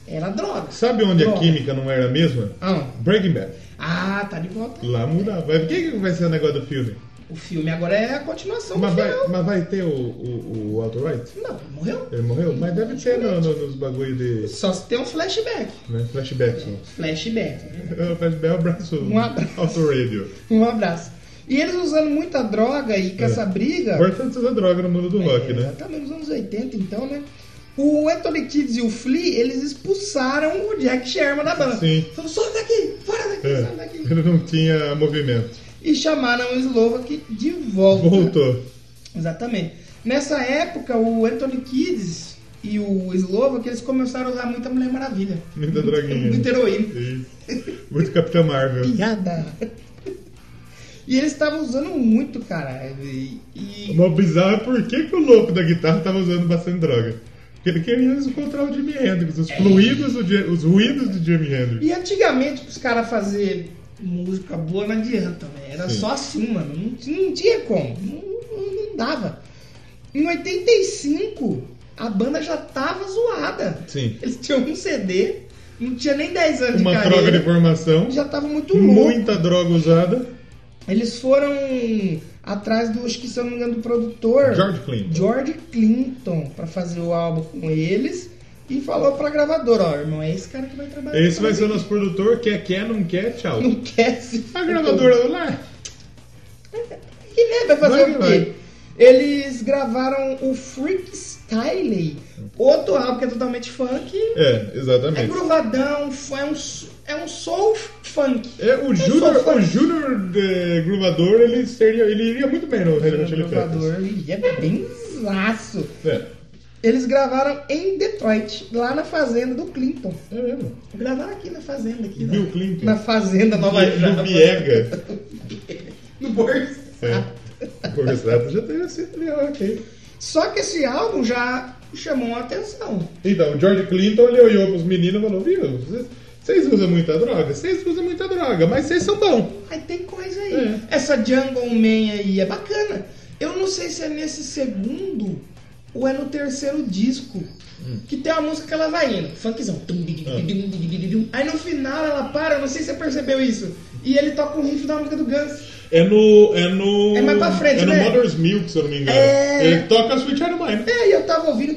Speaker 1: Era droga.
Speaker 2: Sabe onde
Speaker 1: droga.
Speaker 2: a química não era a mesma?
Speaker 1: Ah.
Speaker 2: Breaking Bad.
Speaker 1: Ah, tá de volta.
Speaker 2: Lá mudava. Mas o que, que vai ser o negócio do filme?
Speaker 1: O filme agora é a continuação
Speaker 2: Mas
Speaker 1: do
Speaker 2: vai,
Speaker 1: final.
Speaker 2: mas vai ter o, o, o Walter White?
Speaker 1: Não, morreu.
Speaker 2: Ele morreu? Mas deve ter no, no, nos bagulho de...
Speaker 1: Só se tem um flashback.
Speaker 2: Né? Flashback. Né?
Speaker 1: Flashback.
Speaker 2: O flashback é um abraço.
Speaker 1: Um abraço.
Speaker 2: Auto Radio.
Speaker 1: Um abraço. E eles usando muita droga e com
Speaker 2: É.
Speaker 1: essa briga...
Speaker 2: Importante usar droga no mundo do rock,
Speaker 1: é,
Speaker 2: né?
Speaker 1: Exatamente, nos anos oitenta, então, né? O Anthony Kiedis e o Flea, eles expulsaram o Jack Sherman da banda.
Speaker 2: Sim.
Speaker 1: Falaram, sobe daqui, fora daqui,
Speaker 2: É.
Speaker 1: sobe daqui.
Speaker 2: Ele não tinha movimento.
Speaker 1: E chamaram o Slovak de volta.
Speaker 2: Voltou.
Speaker 1: Exatamente. Nessa época, o Anthony Kiedis e o Slovak, eles começaram a usar muita Mulher Maravilha.
Speaker 2: Muita droguinha.
Speaker 1: Muita heroína.
Speaker 2: Isso. Muito Capitã Marvel.
Speaker 1: Piada. E eles estavam usando muito, cara. E, e-
Speaker 2: O mal bizarro é por que, que o louco da guitarra estava usando bastante droga. Porque ele queria encontrar o Jimi Hendrix, os fluidos, do, Ja- os ruídos do Jimi Hendrix.
Speaker 1: E antigamente, para os caras fazerem música boa, não adianta, velho. Era
Speaker 2: Sim.
Speaker 1: só assim, mano. Não, não tinha como. Não, não- não dava. Em oitenta e cinco, a banda já tava zoada.
Speaker 2: Sim.
Speaker 1: Eles tinham um C D, não tinha nem dez anos
Speaker 2: Uma
Speaker 1: de carreira.
Speaker 2: troca de formação,
Speaker 1: Já tava muito louco.
Speaker 2: muita droga usada.
Speaker 1: Eles foram atrás do, acho que se eu não me engano, do produtor
Speaker 2: George Clinton.
Speaker 1: George Clinton pra fazer o álbum com eles e falou pra gravadora, ó, irmão, é esse cara que vai trabalhar.
Speaker 2: Esse
Speaker 1: com
Speaker 2: vai
Speaker 1: a
Speaker 2: ser o
Speaker 1: gente.
Speaker 2: nosso produtor, quer, quer, não quer, tchau.
Speaker 1: Não quer se...
Speaker 2: A gravadora lá.
Speaker 1: E né, vai fazer
Speaker 2: Vai que
Speaker 1: o quê?
Speaker 2: vai.
Speaker 1: Eles gravaram o Freak Style, outro álbum que é totalmente funk.
Speaker 2: É,
Speaker 1: É
Speaker 2: exatamente.
Speaker 1: gruvadão, é um, é um soul funk.
Speaker 2: É, o
Speaker 1: Um
Speaker 2: Júnior,
Speaker 1: soul
Speaker 2: o
Speaker 1: funk.
Speaker 2: Júnior de Gruvador, ele, seria, ele iria muito bem no Red Hot Chili Peppers.
Speaker 1: Gravador, e é bem zaço.
Speaker 2: É,
Speaker 1: Eles gravaram em Detroit, lá na fazenda do Clinton.
Speaker 2: é mesmo.
Speaker 1: Gravaram aqui na fazenda, aqui
Speaker 2: Bill
Speaker 1: na,
Speaker 2: Clinton.
Speaker 1: na fazenda Nova
Speaker 2: No
Speaker 1: Java.
Speaker 2: Viega.
Speaker 1: No Borges.
Speaker 2: É. O Borsato já teria sido legal aqui.
Speaker 1: Só que esse álbum já chamou a atenção.
Speaker 2: Então, o George Clinton, ele olhou pros meninos e falou, viu, vocês, vocês usam muita droga? Vocês usam muita droga, mas vocês são bons.
Speaker 1: Aí tem coisa aí.
Speaker 2: É.
Speaker 1: Essa Jungle Man aí é bacana. Eu não sei se é nesse segundo ou é no terceiro disco.
Speaker 2: Hum.
Speaker 1: Que tem uma música que ela vai indo. Funkzão.
Speaker 2: Ah.
Speaker 1: Aí no final ela para, eu não sei se você percebeu isso. E ele toca o riff da música do Guns.
Speaker 2: É no... É no...
Speaker 1: É mais pra frente,
Speaker 2: É no
Speaker 1: né?
Speaker 2: Mother's Milk, se eu não me engano.
Speaker 1: É.
Speaker 2: Ele toca Sweet Child O' Mine.
Speaker 1: É, e eu tava ouvindo.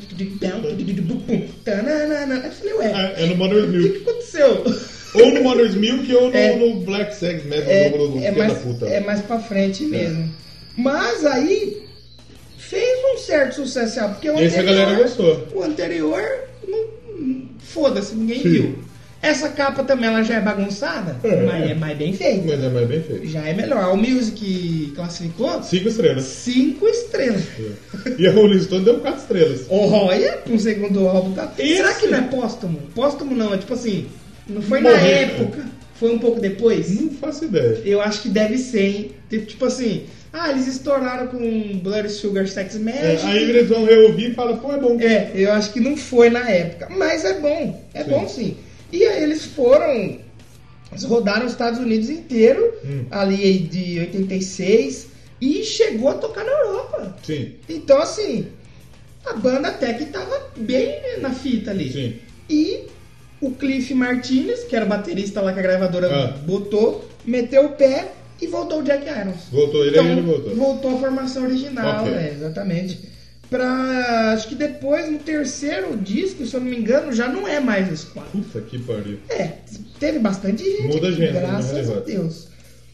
Speaker 1: Tananana. Aí eu falei, ué,
Speaker 2: É, é no Mother's
Speaker 1: o que,
Speaker 2: Milk.
Speaker 1: que aconteceu?
Speaker 2: Ou no Mother's Milk ou no,
Speaker 1: É.
Speaker 2: no Black Sex Metal
Speaker 1: É,
Speaker 2: do, do
Speaker 1: é,
Speaker 2: filho
Speaker 1: mais,
Speaker 2: da puta.
Speaker 1: é mais pra frente mesmo. Mas aí fez um certo sucesso, sabe? Porque o
Speaker 2: Esse a
Speaker 1: anterior,
Speaker 2: galera gostou.
Speaker 1: o anterior, não, foda-se, ninguém
Speaker 2: Sim.
Speaker 1: viu. Essa capa também ela já é bagunçada,
Speaker 2: É.
Speaker 1: mas é mais bem feita.
Speaker 2: Mas é mais bem feito.
Speaker 1: Já é melhor. O Music classificou
Speaker 2: Cinco estrelas.
Speaker 1: cinco estrelas.
Speaker 2: E a Rolling Stone deu quatro estrelas.
Speaker 1: Olha, um segundo álbum. Tá...
Speaker 2: Esse-
Speaker 1: Será que não é póstumo? Póstumo não, é tipo assim, não foi na
Speaker 2: Morreu.
Speaker 1: época, foi um pouco depois?
Speaker 2: Não faço ideia.
Speaker 1: Eu acho que deve ser, hein? Tipo, tipo assim, ah, eles estouraram com Blood Sugar Sex
Speaker 2: É,
Speaker 1: Magic.
Speaker 2: aí eles vão reouvir e falam, pô, é bom.
Speaker 1: É, eu acho que não foi na época, mas é bom, é
Speaker 2: Sim.
Speaker 1: bom sim. E aí eles foram, eles rodaram os Estados Unidos inteiro,
Speaker 2: Hum.
Speaker 1: ali de oitenta e seis, e chegou a tocar na Europa.
Speaker 2: Sim,
Speaker 1: Então, assim, a banda até que tava bem na fita ali.
Speaker 2: sim.
Speaker 1: E o Cliff Martinez, que era o baterista lá que a gravadora
Speaker 2: Ah.
Speaker 1: botou, meteu o pé e voltou o Jack Irons.
Speaker 2: Voltou, ele
Speaker 1: Então,
Speaker 2: aí ele voltou.
Speaker 1: voltou a formação original,
Speaker 2: Ok.
Speaker 1: né? Exatamente. Pra. Acho que depois, no terceiro disco, se eu não me engano, já não é mais os quatro.
Speaker 2: Puta que pariu.
Speaker 1: É, teve bastante gente.
Speaker 2: Muda
Speaker 1: aqui,
Speaker 2: gente, né,
Speaker 1: graças
Speaker 2: na
Speaker 1: a
Speaker 2: realidade.
Speaker 1: Deus.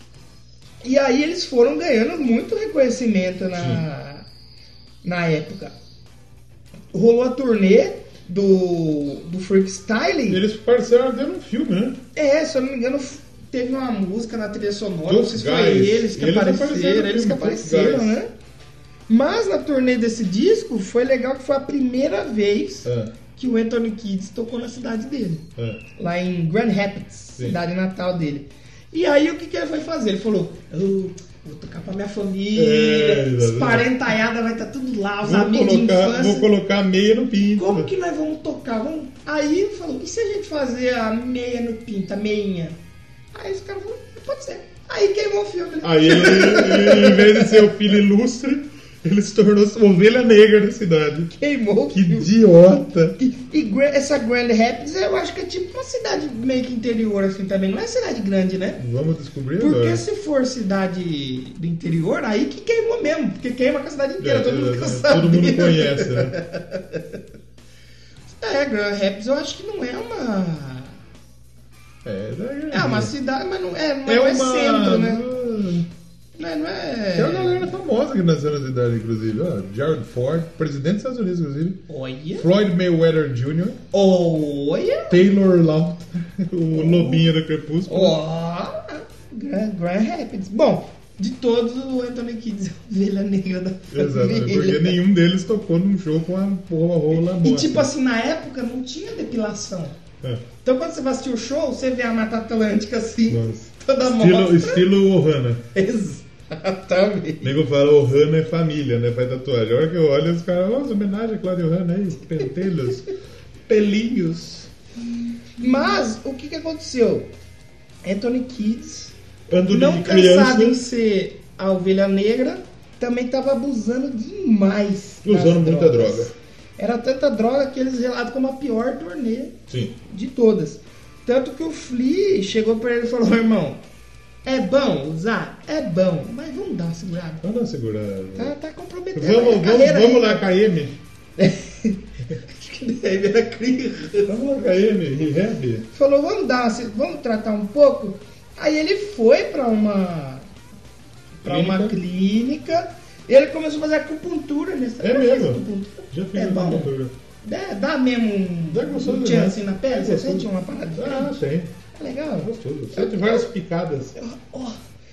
Speaker 1: E aí eles foram ganhando muito reconhecimento na, na época. Rolou a turnê do, do Freestyle.
Speaker 2: Eles participaram dentro de um filme, né?
Speaker 1: É, se eu não me engano, teve uma música na trilha sonora, não sei
Speaker 2: Dos
Speaker 1: se foi
Speaker 2: guys.
Speaker 1: eles que
Speaker 2: Eles
Speaker 1: apareceram,
Speaker 2: apareceram no
Speaker 1: eles que
Speaker 2: filme, dos
Speaker 1: apareceram,
Speaker 2: guys.
Speaker 1: né? Mas na turnê desse disco, foi legal que foi a primeira vez
Speaker 2: É,
Speaker 1: que o Anthony Kiedis tocou na cidade dele.
Speaker 2: é.
Speaker 1: Lá em Grand Rapids,
Speaker 2: Sim.
Speaker 1: cidade natal dele. E aí o que, que ele foi fazer? Ele falou, eu vou tocar pra minha família,
Speaker 2: É,
Speaker 1: os
Speaker 2: exatamente.
Speaker 1: parentaiadas vai estar tudo lá, os
Speaker 2: Vou
Speaker 1: amigos de
Speaker 2: colocar,
Speaker 1: infância.
Speaker 2: vou colocar meia no pinto.
Speaker 1: Como que nós vamos tocar? Vamos... Aí ele falou, e se a gente fazer a meia no pinto, a meinha? Aí os caras falaram, pode ser. Aí queimou o filme. Né?
Speaker 2: Aí ele, ele, em vez de ser o filho ilustre, Ele se tornou ovelha negra da cidade.
Speaker 1: Queimou.
Speaker 2: Que idiota.
Speaker 1: E, e Gra- essa Grand Rapids, eu acho que é tipo uma cidade meio que interior, assim, também. Não é cidade grande, né?
Speaker 2: Vamos descobrir
Speaker 1: Porque
Speaker 2: agora.
Speaker 1: se for cidade do interior, aí que queimou mesmo. Porque queima com a cidade inteira,
Speaker 2: É,
Speaker 1: todo mundo
Speaker 2: é,
Speaker 1: fica
Speaker 2: é,
Speaker 1: sabendo.
Speaker 2: todo mundo conhece, né?
Speaker 1: É, Grand Rapids eu acho que não é uma...
Speaker 2: É, daí
Speaker 1: É uma cidade, mas não é, não
Speaker 2: É
Speaker 1: é,
Speaker 2: uma...
Speaker 1: centro, né? Não é... Não é...
Speaker 2: Tem uma galera famosa que nasceu na cidade, inclusive. Ó, Gerald Ford, presidente dos Estados Unidos, inclusive.
Speaker 1: Olha...
Speaker 2: Floyd Mayweather Júnior
Speaker 1: Olha...
Speaker 2: Taylor Lautner, o lobinho do Crepúsculo.
Speaker 1: Ó... Grand, Grand Rapids. Bom, de todos, o Anthony Kidd é a ovelha negra da família.
Speaker 2: Exatamente, porque nenhum deles tocou num show com a porra rola
Speaker 1: E tipo assim, na época não tinha depilação.
Speaker 2: É.
Speaker 1: Então quando você vai assistir o show, você vê a Mata Atlântica assim,
Speaker 2: Nossa.
Speaker 1: toda
Speaker 2: Estilo,
Speaker 1: mostra.
Speaker 2: estilo Ohana.
Speaker 1: Exatamente.
Speaker 2: O nego fala Ohana é família, né? Faz tatuagem. A hora que eu olho, os caras, nossa, homenagem a Cláudio Ohana aí, pentelhos, pelinhos.
Speaker 1: Mas, o que que aconteceu? Anthony Kidd,
Speaker 2: Ando
Speaker 1: não
Speaker 2: de
Speaker 1: cansado em
Speaker 2: criança,
Speaker 1: ser a ovelha negra, também estava abusando demais. das
Speaker 2: usando muita
Speaker 1: drogas.
Speaker 2: droga.
Speaker 1: Era tanta droga que eles relatam como a pior turnê
Speaker 2: Sim.
Speaker 1: de todas. Tanto que o Flea chegou pra ele e falou: irmão, é bom usar? É bom, mas vamos dar uma segurada.
Speaker 2: Vamos dar uma segurada.
Speaker 1: Tá, tá comprometendo.
Speaker 2: Vamos,
Speaker 1: a
Speaker 2: vamos,
Speaker 1: carreira
Speaker 2: vamos
Speaker 1: aí.
Speaker 2: lá, K M.
Speaker 1: Acho que deve era criança.
Speaker 2: Vamos lá, K M, rehab.
Speaker 1: Falou: vamos dar uma, se- vamos tratar um pouco. Aí ele foi pra uma pra uma clínica. Ele começou a fazer acupuntura nessa.
Speaker 2: É
Speaker 1: Já
Speaker 2: mesmo?
Speaker 1: fez acupuntura?
Speaker 2: Já fiz
Speaker 1: É
Speaker 2: uma
Speaker 1: bom.
Speaker 2: cultura.
Speaker 1: Dá, dá mesmo um,
Speaker 2: Dá gostoso,
Speaker 1: um tchan
Speaker 2: né?
Speaker 1: assim na pele?
Speaker 2: É
Speaker 1: Você
Speaker 2: gostoso.
Speaker 1: sente uma parada
Speaker 2: Ah,
Speaker 1: diferente?
Speaker 2: tem.
Speaker 1: É legal.
Speaker 2: Gostoso. Sente várias picadas.
Speaker 1: Ó.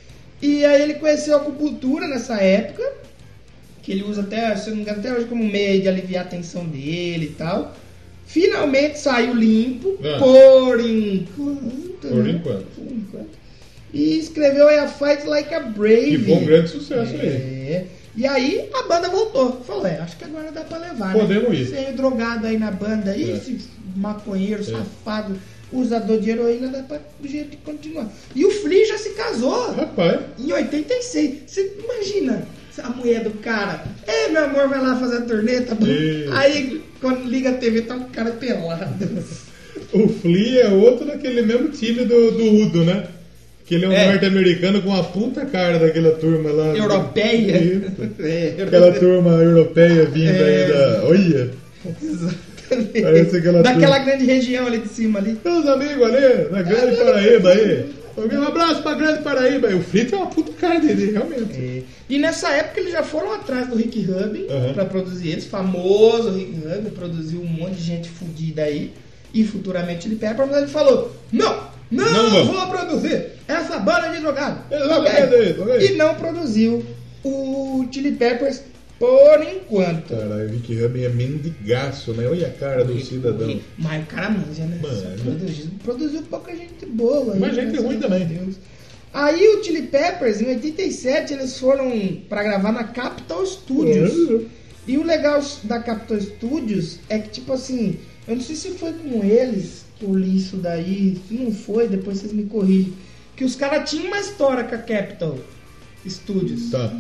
Speaker 1: E aí ele conheceu a acupuntura nessa época, que ele usa até, se eu não me engano, até hoje como meio de aliviar a tensão dele e tal. Finalmente saiu limpo,
Speaker 2: Ah.
Speaker 1: por enquanto.
Speaker 2: Por
Speaker 1: né?
Speaker 2: enquanto.
Speaker 1: Por enquanto. E escreveu aí a Fight Like a Brave.
Speaker 2: Que foi um grande sucesso aí.
Speaker 1: É. E aí a banda voltou. Falou: é, acho que agora dá pra levar,
Speaker 2: Podemos
Speaker 1: né?
Speaker 2: ir.
Speaker 1: Você é drogado aí na banda aí,
Speaker 2: É.
Speaker 1: esse maconheiro, safado, usador de heroína, dá pra do jeito de continuar. E o Flea já se casou
Speaker 2: Rapaz,
Speaker 1: em oitenta e seis. Você imagina a mulher do cara: é, meu amor, vai lá fazer a turnê, tá bom?
Speaker 2: Isso.
Speaker 1: Aí quando liga a T V, tá um cara pelado.
Speaker 2: o Flea é outro daquele mesmo time do, do Udo, né? Que ele é um
Speaker 1: É.
Speaker 2: norte-americano com a puta cara daquela turma lá.
Speaker 1: Europeia.
Speaker 2: Isso.
Speaker 1: É,
Speaker 2: Aquela turma europeia vindo
Speaker 1: É.
Speaker 2: aí da. Olha!
Speaker 1: Exatamente.
Speaker 2: Parece aquela
Speaker 1: Daquela
Speaker 2: turma.
Speaker 1: grande região ali de cima ali.
Speaker 2: Meus amigos ali, na Grande Paraíba aí. Um abraço pra Grande Paraíba. O Flea tem uma puta cara dele, realmente.
Speaker 1: É. E nessa época eles já foram atrás do Rick Rubin
Speaker 2: Uhum.
Speaker 1: pra produzir eles. Famoso Rick Rubin, produziu um monte de gente fodida aí. E futuramente ele pega, mas ele falou: Não, não,
Speaker 2: Não vamos.
Speaker 1: vou produzir essa banda de drogado.
Speaker 2: Exatamente,
Speaker 1: É.
Speaker 2: exatamente.
Speaker 1: E não produziu o Chili Peppers por enquanto.
Speaker 2: Caralho, o Rick Rubin é mendigaço, né? Olha a cara do cidadão.
Speaker 1: Mas o cara manja, né?
Speaker 2: Manja.
Speaker 1: Só Produziu, produziu pouca gente boa.
Speaker 2: Mas
Speaker 1: né?
Speaker 2: gente
Speaker 1: Graças
Speaker 2: ruim
Speaker 1: a
Speaker 2: também.
Speaker 1: Deus. Aí o Chili Peppers, em oitenta e sete, eles foram pra gravar na Capitol Studios.
Speaker 2: Uhum.
Speaker 1: E o legal da Capitol Studios é que, tipo assim, eu não sei se foi com eles que eu li isso daí. Se não foi, depois vocês me corrigem. Que os caras tinham uma história com a Capitol Studios.
Speaker 2: Tá.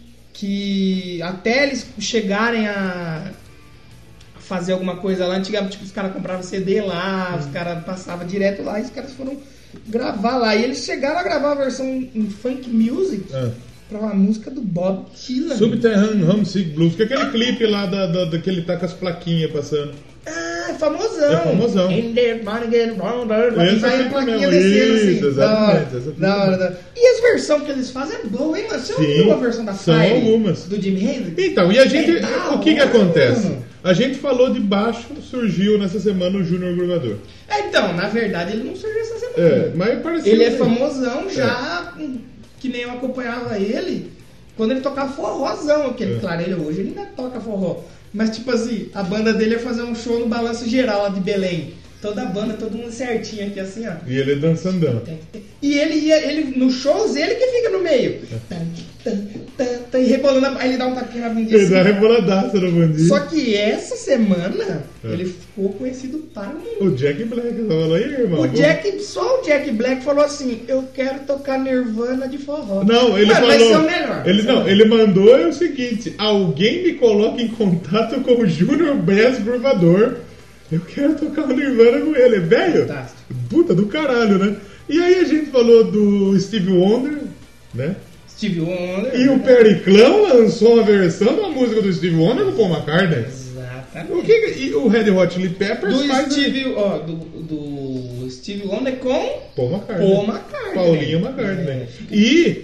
Speaker 1: Que até eles chegarem a fazer alguma coisa lá, antigamente, tipo, os caras compravam C D lá, os caras passavam direto lá e os caras foram gravar lá. E eles chegaram a gravar a versão em funk music
Speaker 2: Ah.
Speaker 1: pra uma música do Bob Dylan.
Speaker 2: Subterranean Homesick Blues, que é aquele clipe lá da, da, da que ele tá com as plaquinhas passando.
Speaker 1: Ah, famosão.
Speaker 2: É famosão.
Speaker 1: In there, money get round,
Speaker 2: Esse
Speaker 1: e vai
Speaker 2: clipe
Speaker 1: a plaquinha
Speaker 2: mesmo.
Speaker 1: descendo assim.
Speaker 2: Isso,
Speaker 1: Da hora,
Speaker 2: exatamente, essa clipe
Speaker 1: da hora,
Speaker 2: mesmo.
Speaker 1: da hora. E as versões que eles fazem é boa, hein, mano? Você
Speaker 2: Sim,
Speaker 1: ouviu a versão da
Speaker 2: são
Speaker 1: Fire
Speaker 2: algumas.
Speaker 1: do Jimi Hendrix?
Speaker 2: Então, e a gente.
Speaker 1: É da
Speaker 2: o que que
Speaker 1: hora,
Speaker 2: acontece?
Speaker 1: mano.
Speaker 2: A gente falou de baixo, surgiu nessa semana o Júnior Gruvador.
Speaker 1: É, então, na verdade, ele não surgiu essa semana.
Speaker 2: É, mas parecia.
Speaker 1: Ele é famosão já, que nem eu acompanhava ele, quando ele tocava forrozão. Porque,
Speaker 2: É.
Speaker 1: claro, ele hoje ele ainda toca forró. Mas, tipo assim, a banda dele ia fazer um show no Balanço Geral lá de Belém. Toda a banda, todo mundo certinho aqui, assim, ó.
Speaker 2: E ele dançandão.
Speaker 1: E ele ia, ele, nos shows, ele que fica no meio. e rebolando, aí ele dá um tapinha na bundinha.
Speaker 2: Ele dá reboladaça na bundinha.
Speaker 1: Só que essa semana, é. ele ficou conhecido para o mundo.
Speaker 2: O Jack Black falou aí, irmão.
Speaker 1: O Jack, só o Jack Black falou assim, eu quero tocar Nirvana de forró.
Speaker 2: Não, ele
Speaker 1: Mas
Speaker 2: falou...
Speaker 1: vai ser o melhor.
Speaker 2: Ele, não, ele mandou é o seguinte, alguém me coloca em contato com o Junior Bass Gruvador. Eu quero tocar o Nirvana com ele. Velho, puta do caralho, né? E aí a gente falou do Stevie Wonder, né?
Speaker 1: Stevie Wonder.
Speaker 2: E o Periclão lançou uma versão da música do Stevie Wonder com o Paul McCartney.
Speaker 1: Exatamente.
Speaker 2: O que, e o Red Hot Chili Peppers
Speaker 1: do
Speaker 2: faz...
Speaker 1: Stevie, ó, do, do Stevie Wonder com
Speaker 2: Paul McCartney.
Speaker 1: Paul McCartney.
Speaker 2: Paulinho McCartney. É. E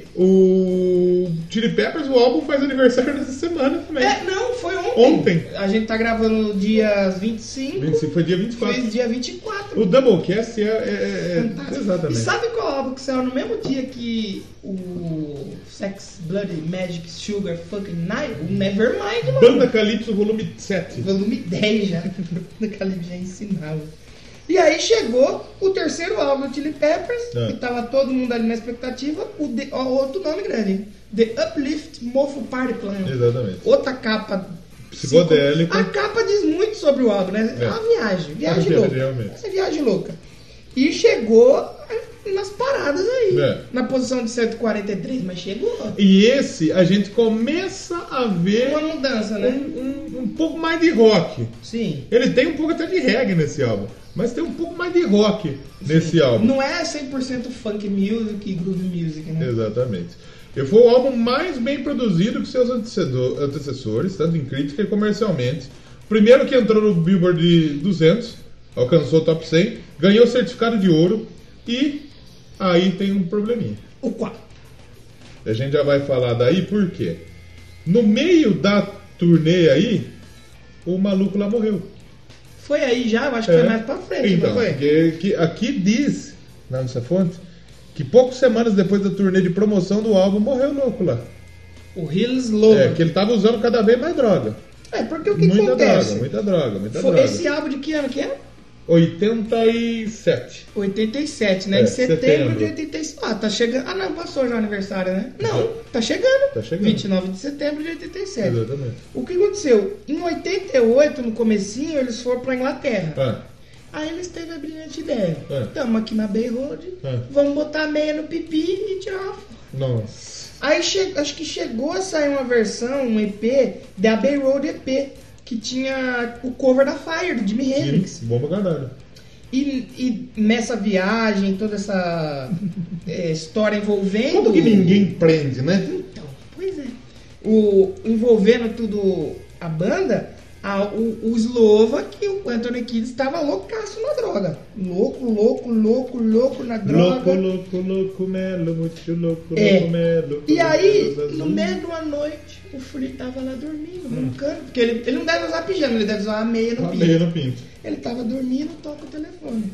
Speaker 2: o Chili Peppers, o álbum faz aniversário nessa semana também.
Speaker 1: É, não, foi ontem.
Speaker 2: Ontem.
Speaker 1: A gente tá gravando dia vinte e cinco.
Speaker 2: vinte e cinco foi dia vinte e quatro.
Speaker 1: Foi dia vinte e quatro.
Speaker 2: O Doublecast é... é, é exatamente.
Speaker 1: E sabe qual álbum que saiu no mesmo dia que o Sex, Blood, Magic, Sugar, Fucking Night? O Nevermind, mano.
Speaker 2: Banda Calypso, volume sete.
Speaker 1: Volume dez já. Banda Calypso já ensinava. E aí chegou o terceiro álbum do Chili Peppers, é. que tava todo mundo ali na expectativa, o de, ó, outro nome grande, The Uplift Mofo Party Plan.
Speaker 2: Exatamente.
Speaker 1: Outra capa
Speaker 2: psicodélica.
Speaker 1: A capa diz muito sobre o álbum, né? É, é uma viagem, viagem é, louca. Realmente. É viagem louca. E chegou nas paradas aí. É. Na posição de cento e quarenta e três, mas chegou.
Speaker 2: E esse, a gente começa a ver...
Speaker 1: uma mudança, né?
Speaker 2: Um, um, um pouco mais de rock.
Speaker 1: Sim.
Speaker 2: Ele tem um pouco até de reggae nesse álbum. Mas tem um pouco mais de rock Sim. nesse álbum.
Speaker 1: Não é cem por cento funk music e groove music, né?
Speaker 2: Exatamente. E foi o álbum mais bem produzido que seus antecessores, tanto em crítica e comercialmente. Primeiro que entrou no Billboard de duzentos, alcançou o top cem, ganhou certificado de ouro e aí tem um probleminha.
Speaker 1: O qual?
Speaker 2: A gente já vai falar daí por quê? No meio da turnê aí, o maluco lá morreu.
Speaker 1: Foi aí já, eu acho que é. foi mais pra frente,
Speaker 2: então,
Speaker 1: não foi?
Speaker 2: Que, que aqui diz, na nossa fonte, que poucas semanas depois da turnê de promoção do álbum, morreu o louco lá.
Speaker 1: O Hills Lover.
Speaker 2: É, que ele tava usando cada vez mais droga.
Speaker 1: É, porque o que
Speaker 2: muita
Speaker 1: acontece?
Speaker 2: Droga, muita droga, muita
Speaker 1: foi
Speaker 2: droga.
Speaker 1: Esse álbum de que ano que é?
Speaker 2: oitenta e sete.
Speaker 1: oitenta e sete, né?
Speaker 2: É,
Speaker 1: em setembro,
Speaker 2: setembro
Speaker 1: de oitenta e sete. Ah, tá chegando. Ah, não, passou já o aniversário, né? Não, tá chegando.
Speaker 2: Tá chegando.
Speaker 1: vinte e nove de setembro de oitenta e sete.
Speaker 2: Exatamente.
Speaker 1: O que aconteceu? Em oitenta e oito, no comecinho, eles foram pra Inglaterra.
Speaker 2: Ah.
Speaker 1: Aí eles teve a brilhante ideia.
Speaker 2: Ah.
Speaker 1: Tamo aqui na Bay Road,
Speaker 2: ah.
Speaker 1: vamos botar a meia no pipi e tirar uma foto.
Speaker 2: Nossa.
Speaker 1: Aí che... acho que chegou a sair uma versão, um E P, da Bay Road E P, que tinha o cover da Fire, do Jimi Hendrix.
Speaker 2: Sim, bom pra caralho.
Speaker 1: E, e nessa viagem, toda essa é, história envolvendo...
Speaker 2: Como que ninguém prende, né?
Speaker 1: Então, pois é. O, envolvendo tudo a banda, a, o, o Slova, que o Anthony Kiedis estava loucaço na droga. Louco, louco, louco, louco na droga.
Speaker 2: Louco, louco, louco, melo, muito louco,
Speaker 1: é.
Speaker 2: louco, melo.
Speaker 1: E aí, no meio de uma noite, o Flea tava lá dormindo, hum. roncando. Porque ele, ele não deve usar pijama, ele deve usar a meia no
Speaker 2: a
Speaker 1: pinto.
Speaker 2: meia no pinto.
Speaker 1: Ele tava dormindo, toca o telefone.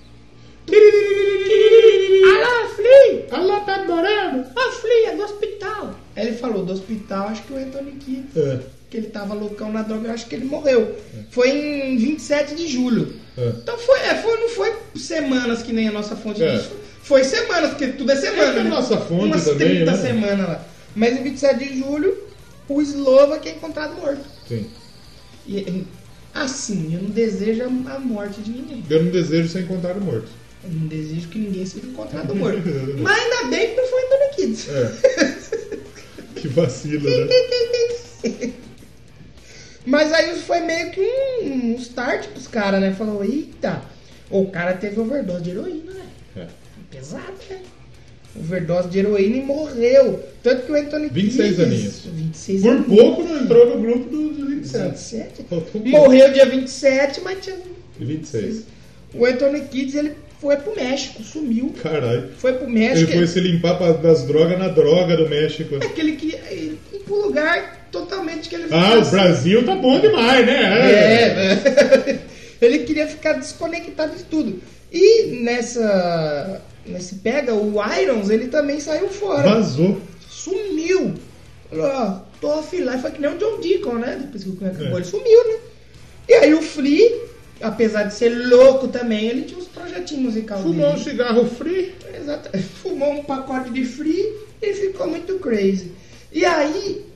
Speaker 1: Alô, Flea!
Speaker 2: Alô, tá adorando?
Speaker 1: Ô, Flea, é do hospital. Aí ele falou, do hospital, acho que o Anthony Kiedis.
Speaker 2: É.
Speaker 1: Que ele tava loucão na droga, eu acho que ele morreu. É. Foi em vinte e sete de julho. É. Então foi, é, foi, não foi semanas que nem a nossa fonte
Speaker 2: é.
Speaker 1: disso. Foi semanas, porque tudo é semana.
Speaker 2: É
Speaker 1: né?
Speaker 2: a nossa fonte
Speaker 1: Umas
Speaker 2: também,
Speaker 1: trinta
Speaker 2: né?
Speaker 1: semanas lá. Mas em vinte e sete de julho, o Slova que é encontrado morto.
Speaker 2: Sim.
Speaker 1: E, assim, eu não desejo a morte de ninguém.
Speaker 2: Eu não desejo ser encontrado morto.
Speaker 1: Eu não desejo que ninguém seja encontrado morto. Mas ainda bem que não foi Anthony Kiedis.
Speaker 2: É. Que vacilo, né?
Speaker 1: Mas aí foi meio que um, um start pros caras, né? Falou, eita, o cara teve overdose de heroína, né? É. Pesado, né? Overdose de heroína e morreu. Tanto que o Anthony
Speaker 2: vinte e seis aninhos.
Speaker 1: vinte e seis
Speaker 2: Por
Speaker 1: aninhos.
Speaker 2: pouco não entrou no grupo dos vinte e sete.
Speaker 1: vinte e sete? Morreu dia vinte e sete, mas tinha...
Speaker 2: vinte e seis.
Speaker 1: O Anthony Kiedis, ele foi pro México, sumiu.
Speaker 2: Caralho.
Speaker 1: Foi pro México.
Speaker 2: Ele foi se limpar pra, das drogas na droga do México.
Speaker 1: É que ele queria ir pro lugar totalmente que ele...
Speaker 2: Ah, o Brasil tá bom demais, né?
Speaker 1: É, é. Ele queria ficar desconectado de tudo. E nessa... Nesse pega, o Irons, ele também saiu fora.
Speaker 2: Vazou.
Speaker 1: Sumiu. Falou, ó, tô offline. Foi que nem o John Deacon, né? Depois que o acabou, é. ele sumiu, né? E aí o Flea, apesar de ser louco também, ele tinha uns projetinhos musicais.
Speaker 2: Fumou dele. um cigarro free.
Speaker 1: Exato. Fumou um pacote de free e ficou muito crazy. E aí,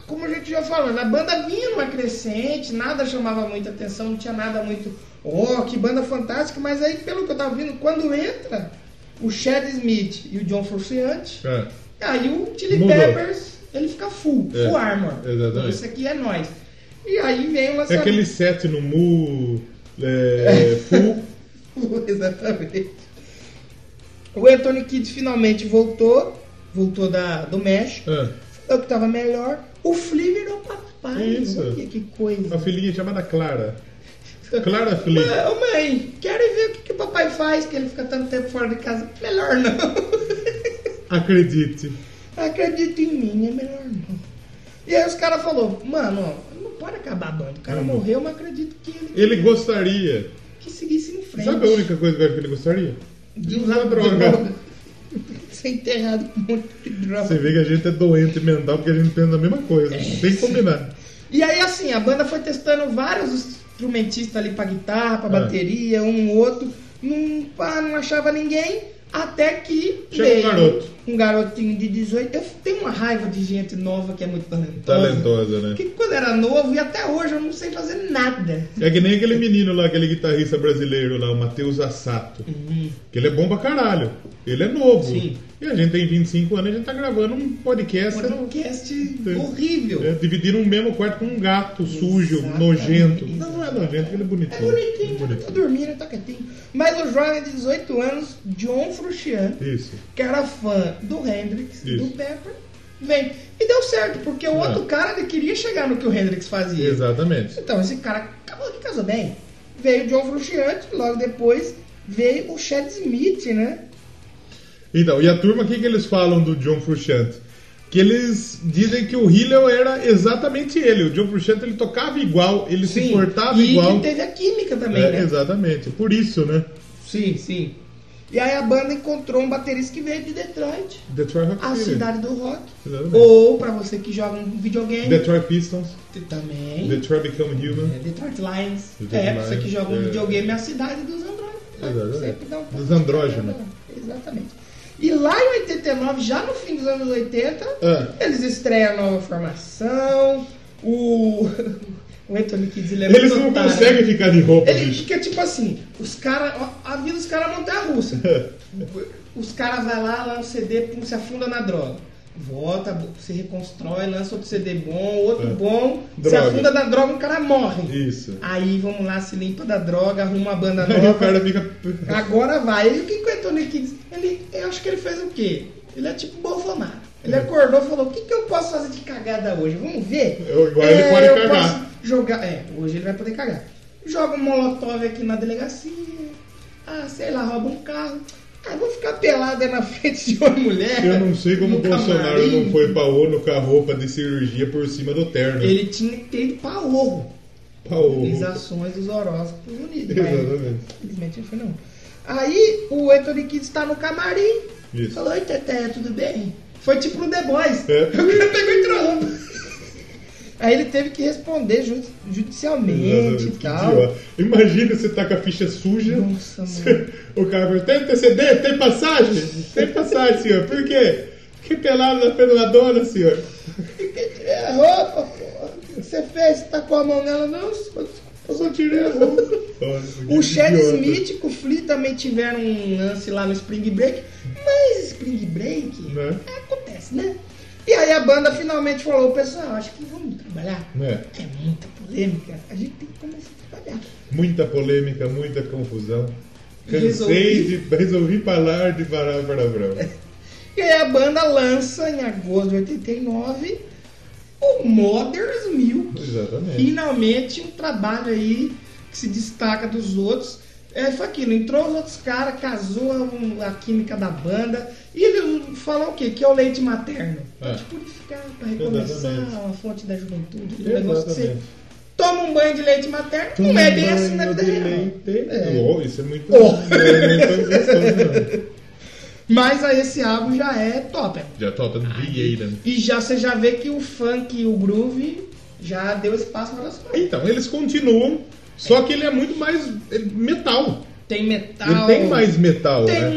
Speaker 1: como a gente já falou, a banda vinha numa crescente, nada chamava muita atenção, não tinha nada muito, oh, que banda fantástica, mas aí, pelo que eu tava vendo, quando entra o Chad Smith e o John Frusciante, é. aí o Chili Mudou. Peppers, ele fica full, é. full armor. Exatamente. Isso aqui é nós. E aí vem o lançamento.
Speaker 2: É aquele set no Mu, é, full.
Speaker 1: Exatamente. O Anthony Kidd finalmente voltou, voltou da, do México, é. falou que tava melhor. O Flea virou papai.
Speaker 2: Isso.
Speaker 1: Olha que coisa.
Speaker 2: Uma filhinha chamada Clara. Clara Flea.
Speaker 1: Ô mãe, quero ver o que, que o papai faz, que ele fica tanto tempo fora de casa. Melhor não.
Speaker 2: Acredite.
Speaker 1: Acredite em mim, é melhor não. E aí os caras falaram, mano, ó, não pode acabar a banda. O cara não. morreu, mas acredito que ele...
Speaker 2: Ele gostaria.
Speaker 1: Que seguisse em frente.
Speaker 2: Sabe a única coisa que eu acho que ele gostaria?
Speaker 1: De usar droga. droga. Ser enterrado com um monte de droga.
Speaker 2: Você vê que a gente é doente mental porque a gente pensa a mesma coisa. É. Tem que combinar.
Speaker 1: E aí assim, a banda foi testando vários instrumentistas ali pra guitarra, pra ah. bateria, um outro. Não, pá, não achava ninguém. Até que
Speaker 2: chega um garoto.
Speaker 1: Um garotinho de dezoito. Eu tenho uma raiva de gente nova que é muito talentosa.
Speaker 2: Talentosa, né?
Speaker 1: Porque quando era novo e até hoje eu não sei fazer nada.
Speaker 2: É que nem aquele menino lá, aquele guitarrista brasileiro lá, o Matheus Assato. Uhum. Que ele é bom pra caralho. Ele é novo. Sim. E a gente tem vinte e cinco anos e a gente tá gravando um podcast.
Speaker 1: Um podcast é, horrível.
Speaker 2: É, dividindo um mesmo quarto com um gato sujo, exatamente. Nojento. Não, não é nojento, ele é bonitinho.
Speaker 1: É bonitinho, é bonitinho. Tá dormindo, tá quietinho. Mas o jovem de dezoito anos, John Frusciante, Isso. que era fã do Hendrix, Isso. do Pepper, vem. E deu certo, porque o é. outro cara ele queria chegar no que o Hendrix fazia.
Speaker 2: Exatamente.
Speaker 1: Então esse cara acabou que casou bem. Veio o John Frusciante, logo depois veio o Chad Smith, né?
Speaker 2: Então, e a turma, o que, que eles falam do John Frusciante? Que eles dizem que o Hillel era exatamente ele. O John Frusciante, ele tocava igual, ele sim, se portava
Speaker 1: e
Speaker 2: igual.
Speaker 1: E teve a química também,
Speaker 2: é,
Speaker 1: né?
Speaker 2: Exatamente, por isso, né?
Speaker 1: Sim, sim. E aí a banda encontrou um baterista que veio de Detroit.
Speaker 2: Detroit Rock
Speaker 1: A
Speaker 2: City.
Speaker 1: cidade do rock.
Speaker 2: Exatamente.
Speaker 1: Ou, pra você que joga um videogame...
Speaker 2: Detroit Pistons.
Speaker 1: Também.
Speaker 2: Detroit Become Human.
Speaker 1: É, Detroit Lions.
Speaker 2: Detroit
Speaker 1: é,
Speaker 2: Lions.
Speaker 1: Você que joga um
Speaker 2: é.
Speaker 1: videogame é a cidade dos andrógenos.
Speaker 2: Exatamente.
Speaker 1: Um
Speaker 2: dos andrógenos.
Speaker 1: Exatamente. E lá em oitenta e nove, já no fim dos anos oitenta, ah. eles estreiam a nova formação, o... o Anthony Kidd, ele é
Speaker 2: Eles não otário. Conseguem ficar de roupa,
Speaker 1: Ele
Speaker 2: bicho.
Speaker 1: fica tipo assim, os caras... A vida dos caras é montanha-russa. Os caras vão lá, lançam C D, pum, se afunda na droga. Volta, se reconstrói, lança outro C D bom, outro é. bom, droga. Se afunda na droga, o cara morre.
Speaker 2: Isso.
Speaker 1: Aí vamos lá, se limpa da droga, arruma uma banda nova.
Speaker 2: Aí o cara fica...
Speaker 1: Agora vai. E o que o Anthony Kidd... Ele, eu acho que ele fez o quê? Ele é tipo Bolsonaro. Ele é. acordou e falou, o que, que eu posso fazer de cagada hoje? Vamos ver?
Speaker 2: Eu, igual é, ele pode
Speaker 1: eu
Speaker 2: cagar.
Speaker 1: Posso jogar... É, hoje ele vai poder cagar. Joga um molotov aqui na delegacia. Ah, sei lá, rouba um carro. Ah, vou ficar pelado aí na frente de uma mulher.
Speaker 2: Eu não sei como o Bolsonaro camarim. Não foi pra ONU com a roupa de cirurgia por cima do terno.
Speaker 1: Ele tinha que ter ido pra ONU.
Speaker 2: Pra ONU.
Speaker 1: Organizações dos horóscopos unidos.
Speaker 2: Exatamente.
Speaker 1: Infelizmente não foi não. Aí o Anthony Kidd está no camarim.
Speaker 2: Isso.
Speaker 1: Falou, oi Teté, tudo bem? Foi tipo no The Boys.
Speaker 2: É.
Speaker 1: O cara pegou e entrou. Aí ele teve que responder judicialmente e tal.
Speaker 2: Idiota. Imagina você tá com a ficha suja.
Speaker 1: Nossa,
Speaker 2: você,
Speaker 1: mano.
Speaker 2: O cara vai, tem antecedente? Tem passagem? Tem passagem, senhor. Por quê? Fiquei pelado na frente da dona, senhor.
Speaker 1: Fiquei tirei a roupa, porra. Você fez? Você tá com a mão nela? Não, eu só tirei a roupa. Nossa, o Chad Smith e o Flea também tiveram um lance lá no Spring Break. Mas Spring Break
Speaker 2: né?
Speaker 1: acontece, né? E aí a banda finalmente falou, pessoal, acho que vamos trabalhar.
Speaker 2: É.
Speaker 1: é muita polêmica, a gente tem que começar a trabalhar.
Speaker 2: Muita polêmica, muita confusão. Cansei
Speaker 1: resolvi...
Speaker 2: de resolvi falar de parar palavrão.
Speaker 1: E aí a banda lança em agosto de oitenta e nove o Mother's Milk.
Speaker 2: Exatamente.
Speaker 1: Finalmente um trabalho aí que se destaca dos outros. É, foi aquilo, entrou os outros caras, casou a, a química da banda. E ele falou o quê? Que é o leite materno. Pra é. te purificar, pra recomeçar, uma fonte da juventude. Um negócio que você toma um banho de leite materno, toma não é bem assim na vida real.
Speaker 2: É. Oh, isso é muito... Oh. É muito gostoso,
Speaker 1: mas aí esse álbum já é top.
Speaker 2: Já é top, Aiden.
Speaker 1: E já, você já vê que o funk e o groove já deu espaço para as coisas.
Speaker 2: Então, eles continuam, só que ele é muito mais metal.
Speaker 1: Tem metal.
Speaker 2: Ele tem mais metal,
Speaker 1: tem
Speaker 2: né?
Speaker 1: Um,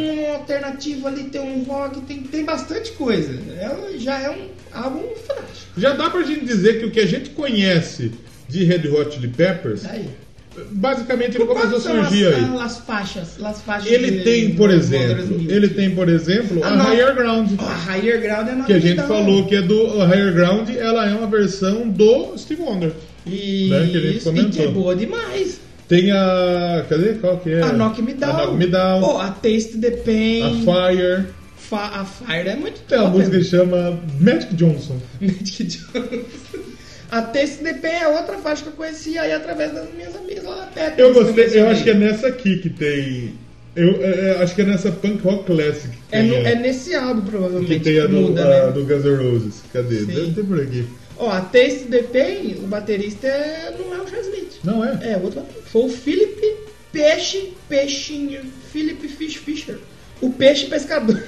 Speaker 1: alternativo ali, tem um rock, tem, tem bastante coisa. É, já é um álbum fantástico.
Speaker 2: Já dá pra gente dizer que o que a gente conhece de Red Hot Chili Peppers,
Speaker 1: Aí.
Speaker 2: basicamente ele começou a surgir
Speaker 1: as,
Speaker 2: aí.
Speaker 1: As faixas, as faixas
Speaker 2: Ele
Speaker 1: de,
Speaker 2: tem, por
Speaker 1: de
Speaker 2: exemplo, ele tem, por exemplo,
Speaker 1: a,
Speaker 2: a Higher Ground.
Speaker 1: A Higher Ground é
Speaker 2: Que a gente falou que é do a Higher Ground, ela é uma versão do Steve Wonder.
Speaker 1: E,
Speaker 2: né, que a gente comentou.
Speaker 1: e que é boa demais.
Speaker 2: Tem a... Cadê? Qual que é?
Speaker 1: A Knock Me Down.
Speaker 2: A Knock Me Down.
Speaker 1: Oh, a Taste the Pain.
Speaker 2: A Fire.
Speaker 1: Fa- a Fire é muito
Speaker 2: Tem
Speaker 1: top.
Speaker 2: uma música que chama Magic Johnson.
Speaker 1: Magic Johnson. A Taste the Pain é outra faixa que eu conheci aí através das minhas amigas lá perto.
Speaker 2: Eu gostei, eu acho que é nessa aqui que tem... Eu, é, acho que é nessa Punk Rock Classic que
Speaker 1: é,
Speaker 2: tem,
Speaker 1: no,
Speaker 2: a,
Speaker 1: é nesse álbum, provavelmente.
Speaker 2: que tem a do,
Speaker 1: muda,
Speaker 2: a,
Speaker 1: né?
Speaker 2: do Guns N' Roses. Cadê?
Speaker 1: Sim.
Speaker 2: Deve ter por aqui.
Speaker 1: Ó, a Taste the Pain, o baterista é, não é o Chad Smith.
Speaker 2: Não é?
Speaker 1: É, outro baterista. Foi o Philip Peixe Peixinho. Philip Fish Fisher. O peixe pescador.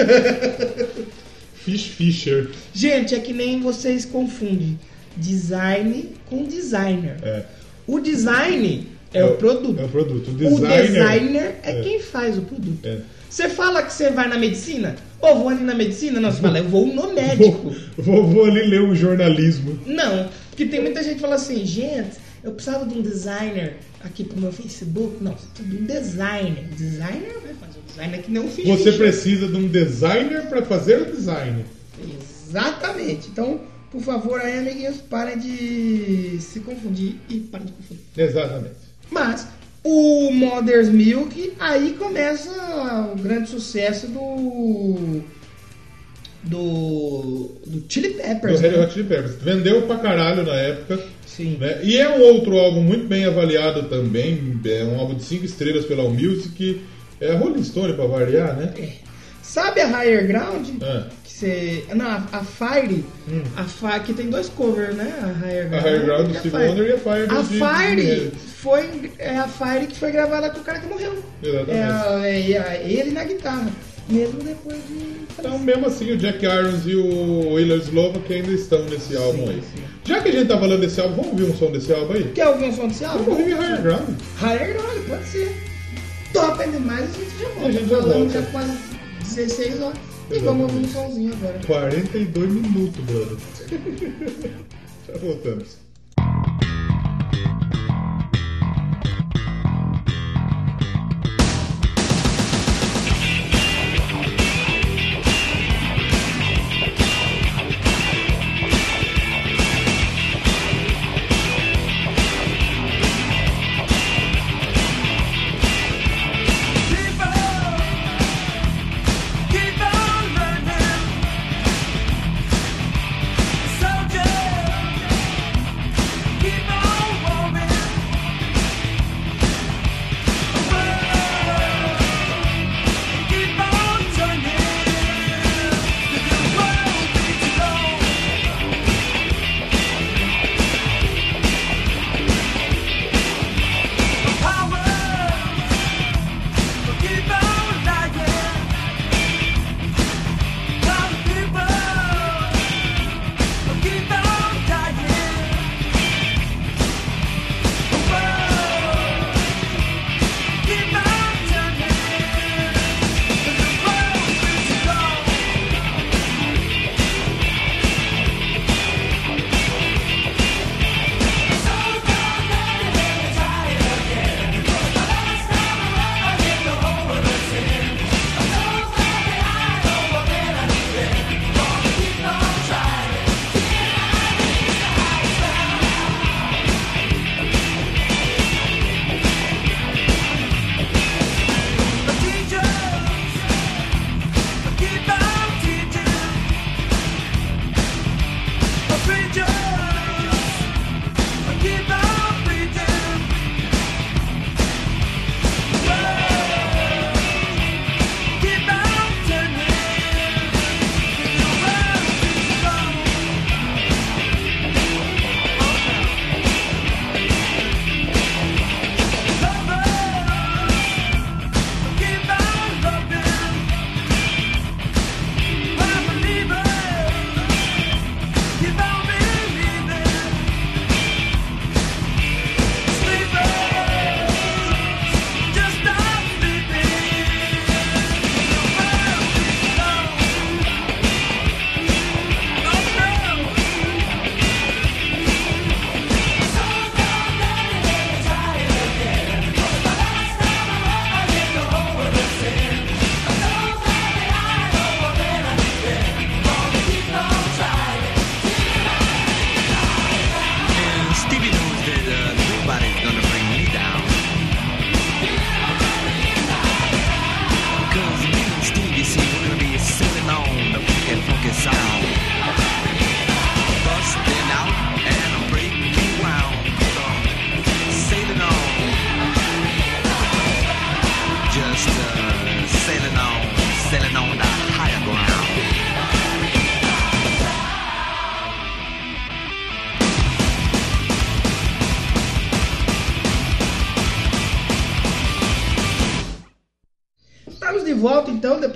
Speaker 2: Fish Fisher.
Speaker 1: Gente, é que nem vocês confundem design com designer.
Speaker 2: É.
Speaker 1: O design é, é o produto.
Speaker 2: É o produto. O
Speaker 1: O
Speaker 2: designer,
Speaker 1: designer é,
Speaker 2: é.
Speaker 1: quem faz o produto.
Speaker 2: É.
Speaker 1: Você fala que você vai na medicina? Ou vou ali na medicina? Não, você fala, eu vou no médico.
Speaker 2: Vou, vou, vou ali ler um jornalismo.
Speaker 1: Não, porque tem muita gente que fala assim, gente, eu precisava de um designer aqui pro meu Facebook. Não, você precisa de um designer. Designer vai fazer o design, é que nem um fish
Speaker 2: Você
Speaker 1: fish.
Speaker 2: precisa de um designer para fazer o design.
Speaker 1: Exatamente. Então, por favor, aí, amiguinhos, parem de se confundir e parem de confundir.
Speaker 2: Exatamente.
Speaker 1: Mas o Mother's Milk, aí começa o grande sucesso do do do Chili Peppers.
Speaker 2: Do Red
Speaker 1: né?
Speaker 2: Hot Chili Peppers. Vendeu pra caralho na época.
Speaker 1: Sim.
Speaker 2: Né? E é um outro álbum muito bem avaliado também. É um álbum de cinco estrelas pela Allmusic. É a Rolling Stone pra variar, né?
Speaker 1: É. Sabe a Higher Ground?
Speaker 2: É.
Speaker 1: Que você... Não, a, a Fire.
Speaker 2: Hum.
Speaker 1: A Fire, que tem dois covers, né? A Higher
Speaker 2: A
Speaker 1: Ground,
Speaker 2: Higher Ground do
Speaker 1: e a
Speaker 2: Steve
Speaker 1: Fire.
Speaker 2: Wonder e a Fire do
Speaker 1: A
Speaker 2: Jim-
Speaker 1: Fire
Speaker 2: Jim-
Speaker 1: foi é a Fire que foi gravada com o cara que morreu.
Speaker 2: Exatamente.
Speaker 1: É, a- é, é ele na guitarra. Mesmo depois de...
Speaker 2: Então, mesmo assim, o Jack Irons e o Wheeler Slova que ainda estão nesse álbum aí.
Speaker 1: sim.
Speaker 2: Já que a gente tá falando desse álbum, vamos ouvir um som desse álbum aí?
Speaker 1: Quer ouvir um som desse álbum?
Speaker 2: Vamos ouvir Higher Ground.
Speaker 1: Higher Ground, pode ser. Top é demais, a gente já volta.
Speaker 2: A gente já
Speaker 1: Falamos
Speaker 2: volta.
Speaker 1: já quase dezesseis horas. E
Speaker 2: Exatamente.
Speaker 1: vamos ouvir um somzinho agora.
Speaker 2: quarenta e dois minutos, brother. Já voltamos.
Speaker 4: Soldier,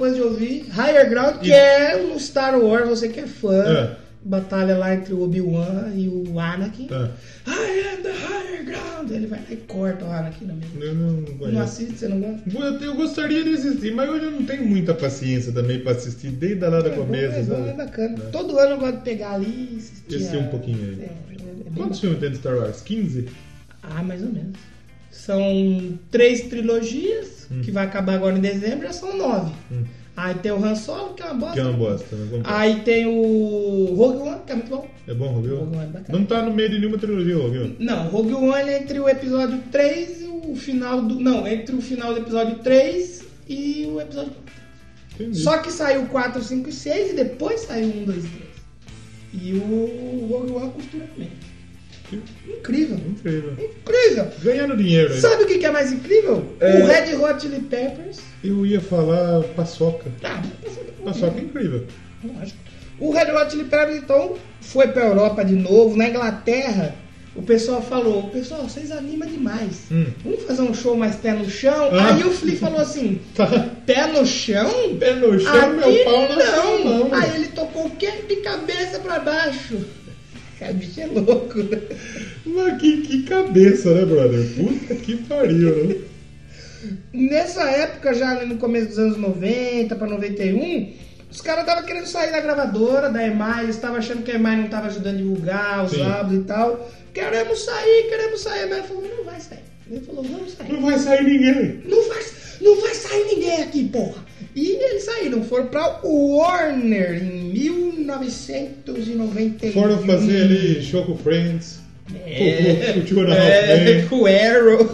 Speaker 1: depois de ouvir Higher Ground, que e... é no Star Wars, você que é fã. É. Batalha lá entre o Obi-Wan e o Anakin. É. I am the Higher Ground. Ele vai lá e corta o Anakin no meio.
Speaker 2: Eu não, não,
Speaker 1: não assiste, você não gosta?
Speaker 2: Eu, eu gostaria de assistir, mas hoje eu não tenho muita paciência também pra assistir desde lá da
Speaker 1: é,
Speaker 2: começo.
Speaker 1: É, bom, é bacana. É. Todo ano eu gosto de pegar ali e assistir.
Speaker 2: Assistir um pouquinho aí.
Speaker 1: É, é
Speaker 2: Quantos filmes tem de Star Wars? quinze?
Speaker 1: Ah, mais ou menos. São três trilogias, hum. que vai acabar agora em dezembro, já são nove. Hum. Aí tem o Han Solo, que é uma bosta.
Speaker 2: Que é uma bosta, né?
Speaker 1: Aí tem o Rogue One, que é muito bom.
Speaker 2: É bom, Rogue One?
Speaker 1: Rogue One é bacana.
Speaker 2: Não tá no meio de nenhuma trilogia, Rogue One.
Speaker 1: Não, Rogue One é entre o episódio três e o final do... Não, entre o final do episódio três e o episódio quatro. Só que saiu quatro, cinco e seis e depois saiu um, dois e três. E o Rogue One costura também. Incrível.
Speaker 2: Incrível.
Speaker 1: Incrível.
Speaker 2: Ganhando dinheiro aí.
Speaker 1: Sabe o que é mais incrível? É... O Red Hot Chili Peppers.
Speaker 2: Eu ia falar paçoca.
Speaker 1: Ah, paçoca,
Speaker 2: paçoca é incrível.
Speaker 1: Lógico. O Red Hot Chili Peppers, então, foi pra Europa de novo. Na Inglaterra, o pessoal falou, pessoal, vocês animam demais. Hum. Vamos fazer um show mais pé no chão? Ah. Aí o Flea falou assim, pé no chão?
Speaker 2: Pé no chão,
Speaker 1: aqui
Speaker 2: meu pau na
Speaker 1: não.
Speaker 2: Chão, não.
Speaker 1: Aí ele tocou o quê? De cabeça pra baixo. Cara, bicho é louco, né?
Speaker 2: Mas que, que cabeça, né, brother? Puta que pariu, né?
Speaker 1: Nessa época, já no começo dos anos noventa para noventa e um, os caras estavam querendo sair da gravadora, da E M I, eles estavam achando que a E M I não estava ajudando a divulgar os Sim. álbuns e tal. Queremos sair, queremos sair. A E M I falou, não vai sair. Ele falou, vamos sair.
Speaker 2: Não vai sair ninguém.
Speaker 1: Não vai, não vai sair ninguém aqui, porra. E eles saíram, foram pra Warner em mil novecentos e noventa e um.
Speaker 2: Foram fazer ali show com Friends,
Speaker 1: é,
Speaker 2: com o Two and a Half Men,
Speaker 1: com o Arrow,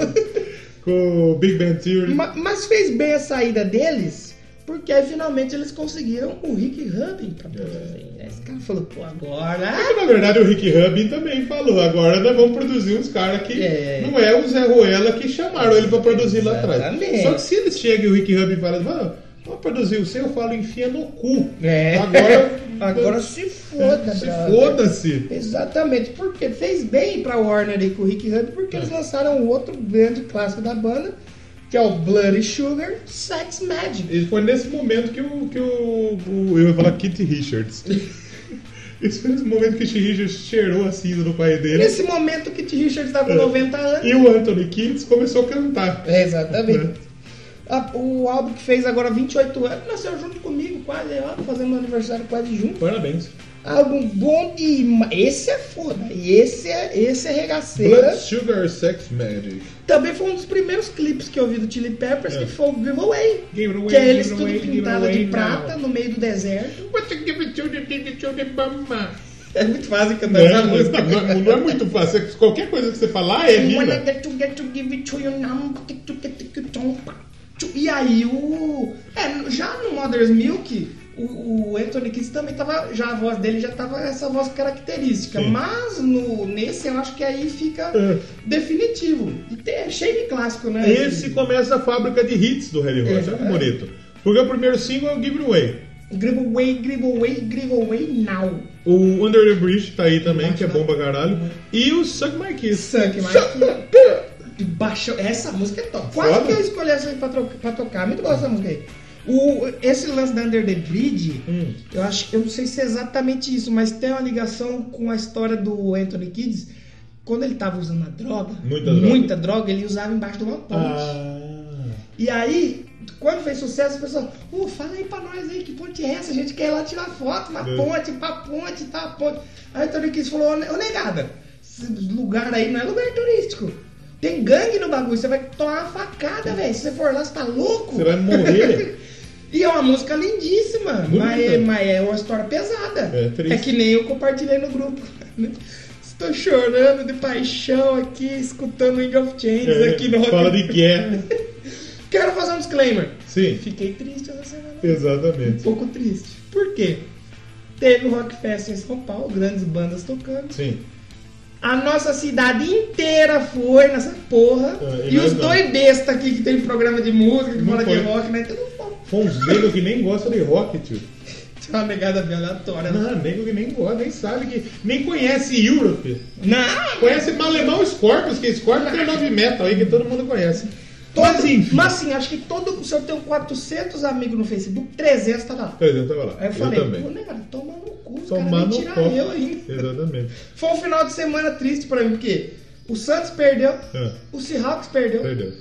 Speaker 2: com o Big Bang Theory.
Speaker 1: Mas, mas fez bem a saída deles, porque aí finalmente eles conseguiram o Rick Rubin pra produzir. É. Esse cara falou, pô, agora...
Speaker 2: É que, na verdade, o Rick Rubin também falou, agora nós vamos produzir uns caras que é. não é o Zé Ruela que chamaram ele pra produzir lá atrás. Só que se eles chegam e o Rick Rubin fala, vamos, vamos produzir o seu, eu falo, enfia no cu.
Speaker 1: É.
Speaker 2: Agora,
Speaker 1: agora se foda,
Speaker 2: Se foda-se.
Speaker 1: Exatamente, porque fez bem pra Warner e com o Rick Rubin, porque é. eles lançaram outro grande clássico da banda, que é o Bloody Sugar Sex Magic.
Speaker 2: E foi nesse momento que o, que o, o eu ia falar Keith Richards. Esse foi nesse momento que o Keith Richards cheirou a cinza no pai dele.
Speaker 1: Nesse momento que o Keith Richards estava com é. noventa anos.
Speaker 2: E o Anthony Kiedis começou a cantar.
Speaker 1: É, exatamente. É. A, o álbum que fez agora vinte e oito anos, nasceu junto comigo, quase, ó, fazendo meu aniversário quase junto.
Speaker 2: Parabéns.
Speaker 1: Álbum bom e... Esse é foda. E esse é, esse é regaceira.
Speaker 2: Blood Sugar Sex Magic.
Speaker 1: Também foi um dos primeiros clipes que eu vi do Chili Peppers, é. que foi o Giveaway.
Speaker 2: Give
Speaker 1: que é eles tudo away, pintado de prata now. No meio do deserto.
Speaker 2: What you give it to the, give it to the mama.
Speaker 1: É muito fácil cantar essa
Speaker 2: é, música. Não, não, não é muito fácil. Qualquer coisa que você falar é rima. E aí o... É, já no Mother's Milk... O, o Anthony Kiedis também tava, já a voz dele já tava essa voz característica. Sim. Mas no, nesse eu acho que aí fica é. definitivo. E tem, é cheio de clássico, né? Esse começa a fábrica de hits do Red Hot, olha que bonito. Porque o primeiro single é o Give It Away.
Speaker 1: Give Away, Give Away, Give Away Now.
Speaker 2: O Under the Bridge tá aí também, Baixo que é bom pra caralho. Uhum. E o Suck My Kiss.
Speaker 1: Suck My Kiss. Baixo, essa música é top. Quase Foda. Que eu escolhi essa aí pra, trocar, pra tocar. Muito boa essa música aí. O, esse lance da Under the Bridge, hum. eu acho, eu não sei se é exatamente isso, mas tem uma ligação com a história do Anthony Kiedis. Quando ele tava usando a droga,
Speaker 2: muita,
Speaker 1: muita
Speaker 2: droga.
Speaker 1: droga, ele usava embaixo de uma ponte.
Speaker 2: Ah.
Speaker 1: E aí, quando fez sucesso, o pessoal, oh, fala aí pra nós aí, que ponte é essa? A gente quer ir lá tirar foto na é. ponte, pra ponte, tá, ponte. Aí o Anthony Kiedis falou, ô negada, esse lugar aí não é lugar turístico. Tem gangue no bagulho, você vai tomar uma facada, velho. Se você for lá, você tá louco?
Speaker 2: Você vai morrer.
Speaker 1: E é uma música lindíssima, mas é, mas é uma história pesada.
Speaker 2: É, triste.
Speaker 1: É que nem eu compartilhei no grupo. Estou chorando de paixão aqui, escutando Wind of Change
Speaker 2: é,
Speaker 1: aqui no Rock.
Speaker 2: Fala de guerra.
Speaker 1: Quero fazer um disclaimer.
Speaker 2: Sim.
Speaker 1: Fiquei triste essa semana.
Speaker 2: Exatamente.
Speaker 1: Um pouco triste. Por quê? Teve o Rock Fest em São Paulo, grandes bandas tocando.
Speaker 2: Sim.
Speaker 1: A nossa cidade inteira foi nessa porra. É, e, e os dois bestas aqui que tem programa de música, que fala de rock, né? Então não foi.
Speaker 2: Foi uns negros que nem gostam de rock, tio.
Speaker 1: Tinha uma negada bem aleatória.
Speaker 2: Não, né? Nego que nem gosta, nem sabe, que nem conhece Europe.
Speaker 1: Não!
Speaker 2: Conhece Malemão Scorpions, que Scorpions tem heavy metal aí que todo mundo conhece.
Speaker 1: Todo,
Speaker 2: Mas enfim.
Speaker 1: Mas assim, acho que todo. Se eu tenho quatrocentos amigos no Facebook, trezentos tava lá.
Speaker 2: trezentos tava lá.
Speaker 1: Aí eu
Speaker 2: eu
Speaker 1: falei,
Speaker 2: também.
Speaker 1: pô, né, cara, toma no cu, os
Speaker 2: Tomar
Speaker 1: caras
Speaker 2: no
Speaker 1: vêm tirar
Speaker 2: copo.
Speaker 1: eu ainda.
Speaker 2: Exatamente.
Speaker 1: Foi um final de semana triste pra mim, porque o Santos perdeu,
Speaker 2: Ah.
Speaker 1: o Seahawks perdeu,
Speaker 2: Perdeu.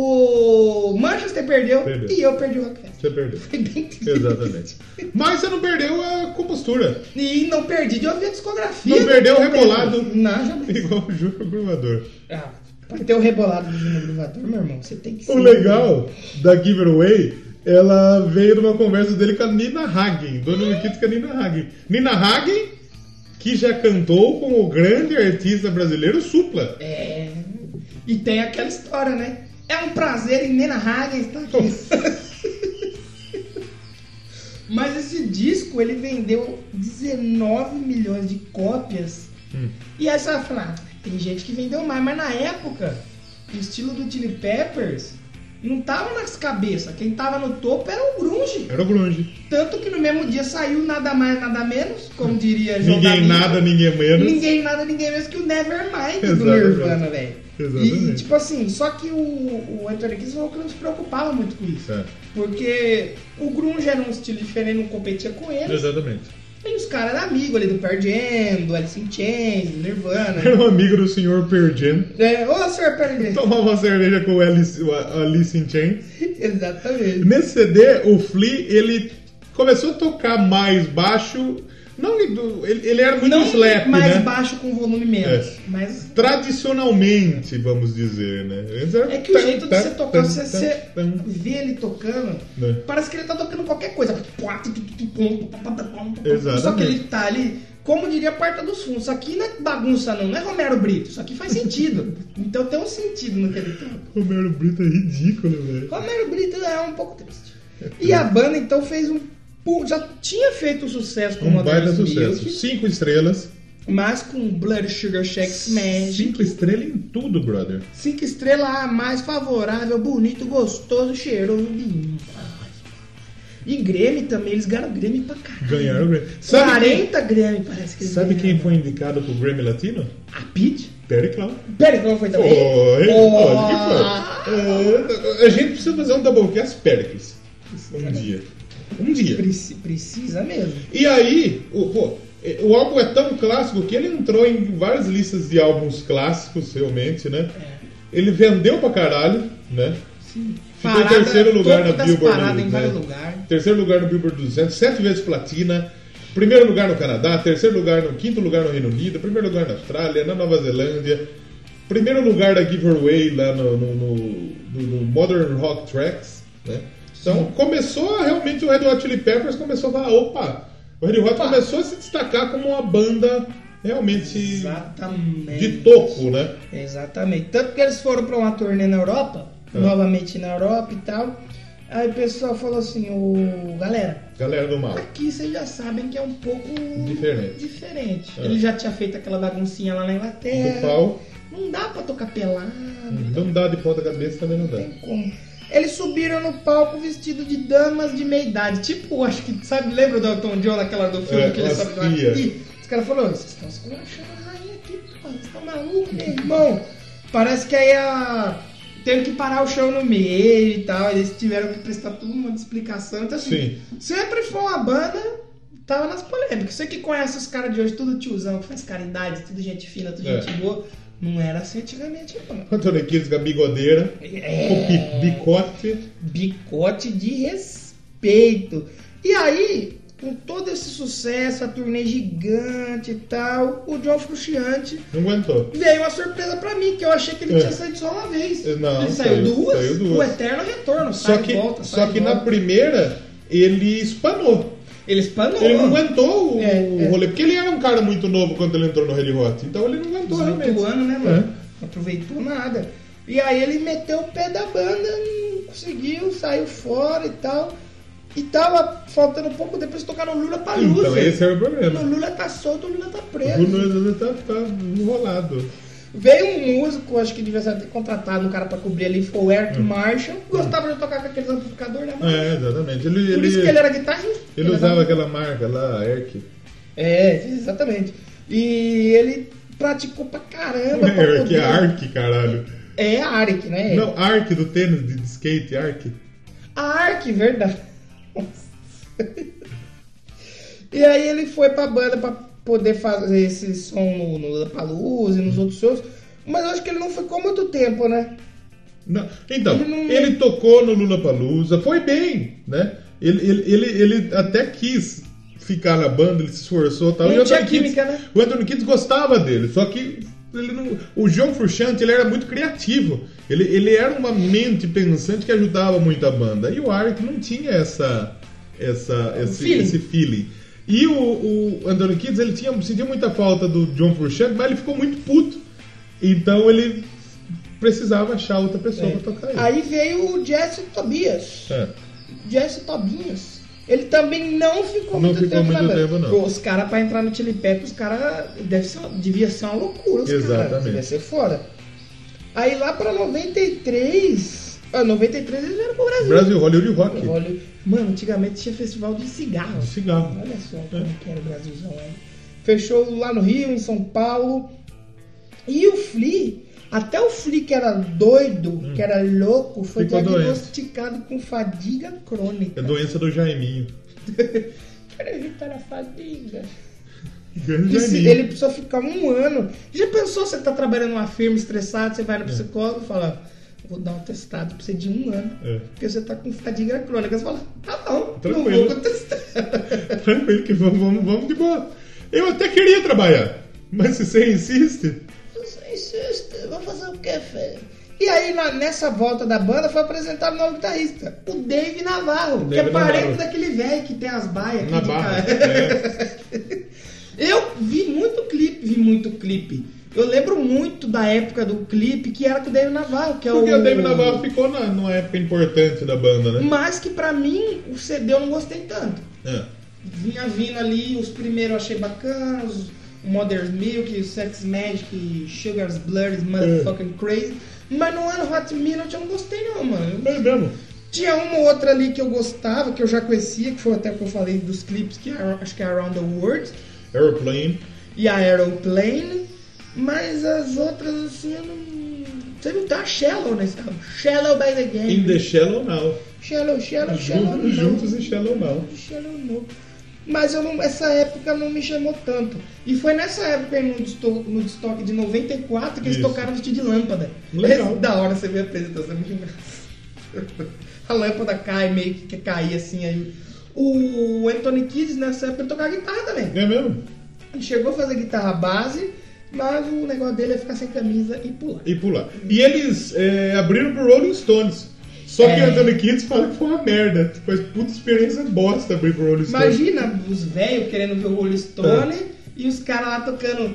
Speaker 1: o Manchester perdeu,
Speaker 2: Perdeu.
Speaker 1: e eu perdi o Rockfest.
Speaker 2: Você perdeu.
Speaker 1: Foi bem triste.
Speaker 2: Exatamente. Mas você não perdeu a compostura.
Speaker 1: E não perdi de ouvir a discografia.
Speaker 2: Não perdeu o
Speaker 1: do
Speaker 2: rebolado.
Speaker 1: Não, jamais.
Speaker 2: Igual o Júlio Gruvador.
Speaker 1: Ah, pra ter o rebolado do Júnior Gruvador, meu irmão, você tem que ser.
Speaker 2: O legal da Giveaway, ela veio numa conversa dele com a Nina Hagen, Dona Nikita com a Nina Hagen. Nina Hagen, que já cantou com o grande artista brasileiro Supla.
Speaker 1: É. E tem aquela história, né? É um prazer em Nina Hagen estar aqui. Mas esse disco, ele vendeu dezenove milhões de cópias.
Speaker 2: Hum.
Speaker 1: E aí você vai falar, tem gente que vendeu mais, mas na época, o estilo do Chili Peppers não tava nas cabeças. Quem tava no topo era o grunge.
Speaker 2: Era o grunge.
Speaker 1: Tanto que no mesmo dia saiu Nada Mais, Nada Menos, como diria João
Speaker 2: Ninguém
Speaker 1: Davi.
Speaker 2: nada, ninguém menos.
Speaker 1: Ninguém nada, ninguém menos que o Nevermind do
Speaker 2: Exatamente.
Speaker 1: Nirvana, velho.
Speaker 2: Exatamente.
Speaker 1: E tipo assim, só que o, o Anthony Kiedis falou que não se preocupava muito com isso.
Speaker 2: É.
Speaker 1: Porque o grunge era um estilo diferente, não competia com eles.
Speaker 2: Exatamente.
Speaker 1: E os caras eram amigos ali do Pearl Jam, do Alice in Chains, do Nirvana.
Speaker 2: Era um amigo do senhor Pearl Jam.
Speaker 1: É, ô, senhor Pearl Jam.
Speaker 2: Tomava uma cerveja com o Alice, o Alice in Chains.
Speaker 1: Exatamente.
Speaker 2: Nesse C D, o Flea, ele começou a tocar mais baixo. Não, ele, ele era muito
Speaker 1: Não
Speaker 2: slap,
Speaker 1: mais
Speaker 2: né?
Speaker 1: baixo com volume menos,
Speaker 2: É.
Speaker 1: mas...
Speaker 2: Tradicionalmente, vamos dizer, né?
Speaker 1: É que o jeito de você tocar, você, você vê ele tocando,
Speaker 2: É.
Speaker 1: parece que ele tá tocando qualquer coisa.
Speaker 2: Exatamente.
Speaker 1: Só que ele tá ali, como diria a Porta dos Fundos. Isso aqui não é bagunça não, não é Romero Brito. Isso aqui faz sentido. Então tem um sentido no que ele toca.
Speaker 2: Romero Brito é ridículo, velho.
Speaker 1: Romero Brito é um pouco triste. E a banda então fez um... Já tinha feito sucesso com
Speaker 2: Um baita
Speaker 1: Modern
Speaker 2: sucesso.
Speaker 1: Music,
Speaker 2: Cinco estrelas.
Speaker 1: mas com Blood Sugar Shack Smash.
Speaker 2: Cinco estrelas em tudo, brother.
Speaker 1: Cinco estrelas a mais favorável, bonito, gostoso, cheiroso. E Grammy também, eles ganharam Grammy pra caralho.
Speaker 2: Ganharam o Grammy. Sabe
Speaker 1: quarenta Grammy, parece que eles
Speaker 2: Sabe quem
Speaker 1: ganharam.
Speaker 2: foi indicado pro Grammy Latino?
Speaker 1: A Pete?
Speaker 2: Terry Clown.
Speaker 1: Perry Clown foi também?
Speaker 2: Foi,
Speaker 1: Oh.
Speaker 2: lógico que foi. É, a gente precisa fazer um Doublecast Pericles. Um dia. Um dia.
Speaker 1: Preci- precisa mesmo.
Speaker 2: E aí, o, pô, o álbum é tão clássico que ele entrou em várias listas de álbuns clássicos, realmente, né?
Speaker 1: É.
Speaker 2: Ele vendeu pra caralho, né?
Speaker 1: Sim.
Speaker 2: Ficou em terceiro lugar
Speaker 1: topo
Speaker 2: na
Speaker 1: das
Speaker 2: Billboard,
Speaker 1: paradas em
Speaker 2: né?
Speaker 1: vários lugares.
Speaker 2: Terceiro lugar no Billboard duzentos, sete vezes platina. Primeiro lugar no Canadá, terceiro lugar no quinto lugar no Reino Unido, primeiro lugar na Austrália, na Nova Zelândia, primeiro lugar da Giveaway lá no, no, no, no, no Modern Rock Tracks, né? Então começou a, realmente o Red Hot Chili Peppers começou a falar, opa, o Red Hot
Speaker 1: Opa.
Speaker 2: começou a se destacar como uma banda realmente
Speaker 1: Exatamente.
Speaker 2: de topo, né?
Speaker 1: Exatamente. Tanto que eles foram pra uma turnê na Europa,
Speaker 2: É.
Speaker 1: novamente na Europa e tal. Aí o pessoal falou assim, ô galera,
Speaker 2: Galera do mal.
Speaker 1: aqui vocês já sabem que é um pouco
Speaker 2: Diferente.
Speaker 1: diferente.
Speaker 2: É.
Speaker 1: Ele já tinha feito aquela baguncinha lá na Inglaterra.
Speaker 2: Do pau,
Speaker 1: Não dá pra tocar pelado.
Speaker 2: não dá de ponta cabeça, também não dá.
Speaker 1: Não tem como. Eles subiram no palco vestido de damas de meia idade. Tipo, acho que, sabe, lembra do Elton John naquela do filme
Speaker 2: É,
Speaker 1: que ele
Speaker 2: umas
Speaker 1: sobe no
Speaker 2: tia.
Speaker 1: aqui? Os caras falaram, vocês estão se achando a rainha aqui, pô, vocês estão malucos, meu irmão. Parece que aí a... teve que parar o show no meio e tal. Eles tiveram que prestar toda uma explicação. Então, assim,
Speaker 2: Sim.
Speaker 1: sempre foi uma banda, tava nas polêmicas. Você que conhece os caras de hoje, tudo tiozão, que faz caridade, tudo gente fina, tudo
Speaker 2: É.
Speaker 1: gente boa. Não era assim antigamente, não.
Speaker 2: Antônio Kids com a bigodeira,
Speaker 1: É.
Speaker 2: com bi- bicote.
Speaker 1: Bicote de respeito. E aí, com todo esse sucesso, a turnê gigante e tal, o John Frusciante
Speaker 2: Não aguentou.
Speaker 1: veio uma surpresa pra mim, que eu achei que ele
Speaker 2: É.
Speaker 1: tinha saído só uma vez.
Speaker 2: Não,
Speaker 1: ele saiu,
Speaker 2: saiu-
Speaker 1: duas,
Speaker 2: saiu duas.
Speaker 1: o eterno retorno,
Speaker 2: Só
Speaker 1: sai
Speaker 2: que,
Speaker 1: e volta,
Speaker 2: só
Speaker 1: sai
Speaker 2: que
Speaker 1: e
Speaker 2: na
Speaker 1: volta.
Speaker 2: primeira ele espanou.
Speaker 1: Ele espanou.
Speaker 2: Ele não aguentou o,
Speaker 1: É,
Speaker 2: o
Speaker 1: é.
Speaker 2: rolê, porque ele era um cara muito novo quando ele entrou no Red Hot. Então ele não aguentou realmente.
Speaker 1: dezoito anos, né, mano? Não aproveitou nada. E aí ele meteu o pé da banda, não conseguiu, saiu fora e tal. E tava faltando pouco depois de tocar no Lula pra luz.
Speaker 2: Então esse é o
Speaker 1: O
Speaker 2: problema.
Speaker 1: Lula tá solto, o Lula tá
Speaker 2: O
Speaker 1: preso.
Speaker 2: Bruno tá, tá enrolado.
Speaker 1: Veio um músico, acho que devia ter contratado um cara pra cobrir ali, foi o Eric Marshall. Gostava de tocar com aqueles amplificadores na mão.
Speaker 2: Hum. É, exatamente. Ele,
Speaker 1: Por isso que ele era guitarrista.
Speaker 2: ele usava aquela marca lá, Erk.
Speaker 1: É, exatamente. E ele praticou pra caramba. pra
Speaker 2: Erk é
Speaker 1: poder-
Speaker 2: Ark, caralho.
Speaker 1: É a Ark, né?
Speaker 2: Não, Ark do tênis de skate, Ark.
Speaker 1: A Ark, verdade. E aí ele foi pra banda pra poder fazer esse som no, no Lollapalooza e nos outros shows. Mas eu acho que ele não ficou muito tempo, né?
Speaker 2: Não. Então, ele, não...
Speaker 1: ele
Speaker 2: tocou no Lollapalooza, foi bem, né? Ele, ele, ele, ele até quis ficar na banda, ele se esforçou e tal.
Speaker 1: Não
Speaker 2: e o
Speaker 1: tinha
Speaker 2: Anthony
Speaker 1: química,
Speaker 2: Kiedis,
Speaker 1: né?
Speaker 2: O Anthony Kiedis gostava dele, só que ele não, o John Frusciante, ele era muito criativo. Ele, ele era uma mente pensante que ajudava muito a banda. E o Ark não tinha essa, essa, esse,
Speaker 1: feeling.
Speaker 2: esse feeling. E o, o Anthony Kiedis, ele tinha, sentia muita falta do John Frusciante, mas ele ficou muito puto. Então ele precisava achar outra pessoa
Speaker 1: É.
Speaker 2: pra tocar ele.
Speaker 1: Aí veio o Jesse Tobias.
Speaker 2: É.
Speaker 1: Jesse Tobias. Ele também não ficou
Speaker 2: Não
Speaker 1: muito
Speaker 2: ficou
Speaker 1: tempo
Speaker 2: muito
Speaker 1: na banda.
Speaker 2: tempo, não.
Speaker 1: Pô, os caras, pra entrar no Chili Peppers, os caras deve ser, devia ser uma loucura, os caras.
Speaker 2: Exatamente.
Speaker 1: Devia ser foda. Aí lá pra noventa e três... Ah, noventa e três eles vieram pro Brasil.
Speaker 2: Brasil, Hollywood Rock.
Speaker 1: Olha, mano, antigamente tinha festival de cigarro.
Speaker 2: De cigarro.
Speaker 1: Olha só como que era o Brasilzão, né? Fechou lá no Rio, em São Paulo. E o Flea, até o Flea que era doido, hum. que era louco, foi
Speaker 2: Ficou
Speaker 1: diagnosticado doente. com fadiga crônica.
Speaker 2: É doença do Jaiminho.
Speaker 1: Quero evitar a fadiga.
Speaker 2: Jaiminho.
Speaker 1: Ele precisou ficar um ano. Já pensou, você tá trabalhando numa firma estressado, você vai no psicólogo e fala... Vou dar um testado pra você de um ano. É. Porque você tá com fadiga crônica. Você fala, ah não,
Speaker 2: Tranquilo.
Speaker 1: não vou contestar.
Speaker 2: Tranquilo, que vamos, vamos, vamos de boa. Eu até queria trabalhar, mas se você insiste...
Speaker 1: Você insiste, vou fazer o quê, filho? E aí, na, nessa volta da banda, foi apresentado o novo guitarrista, o Dave Navarro,
Speaker 2: Dave
Speaker 1: que é parente
Speaker 2: Navarro.
Speaker 1: daquele velho que tem as baias aqui
Speaker 2: Na
Speaker 1: de
Speaker 2: barra.
Speaker 1: cara. É. Eu vi muito clipe, vi muito clipe. Eu lembro muito da época do clipe que era com o Dave Navarro, que é
Speaker 2: Porque
Speaker 1: o...
Speaker 2: o Dave Navarro ficou na, numa época importante da banda, né?
Speaker 1: Mas que pra mim, o C D eu não gostei tanto.
Speaker 2: É.
Speaker 1: Vinha vindo ali, os primeiros eu achei bacanas, o Mother's Milk, o Sex Magic, Sugar's Blood, Motherfucking é. Crazy. Mas no ano Hot Minute eu não gostei não, mano.
Speaker 2: É mesmo?
Speaker 1: Tinha uma ou outra ali que eu gostava, que eu já conhecia, que foi até o que eu falei dos clipes, que é, acho que é Around the World.
Speaker 2: Aeroplane.
Speaker 1: E a Aeroplane. Mas as outras, assim, eu não... Você não tá Shallow nesse álbum. Shallow by the Game.
Speaker 2: In the Shallow Now.
Speaker 1: Shallow, Shallow, Shallow.
Speaker 2: Juntos, juntos em Shallow Now.
Speaker 1: Shallow Now. Mas eu não, essa época não me chamou tanto. E foi nessa época, no destoque, no destoque de noventa e quatro, que eles
Speaker 2: Isso.
Speaker 1: tocaram vestido de lâmpada.
Speaker 2: Legal.
Speaker 1: É da hora você ver a apresentação, é muito engraçado. A lâmpada cai, meio que cair assim aí. O Anthony Kiedis, nessa época, ele tocava guitarra também.
Speaker 2: É mesmo?
Speaker 1: Ele chegou a fazer guitarra base, mas o negócio dele é ficar sem camisa e pular.
Speaker 2: E pular. E eles é, abriram pro Rolling Stones. Só
Speaker 1: É.
Speaker 2: que o Anthony Kiedis fala que foi uma merda. Foi puta experiência bosta abrir pro Rolling Stones.
Speaker 1: Imagina os velhos querendo ver o Rolling Stone é. e os caras lá tocando.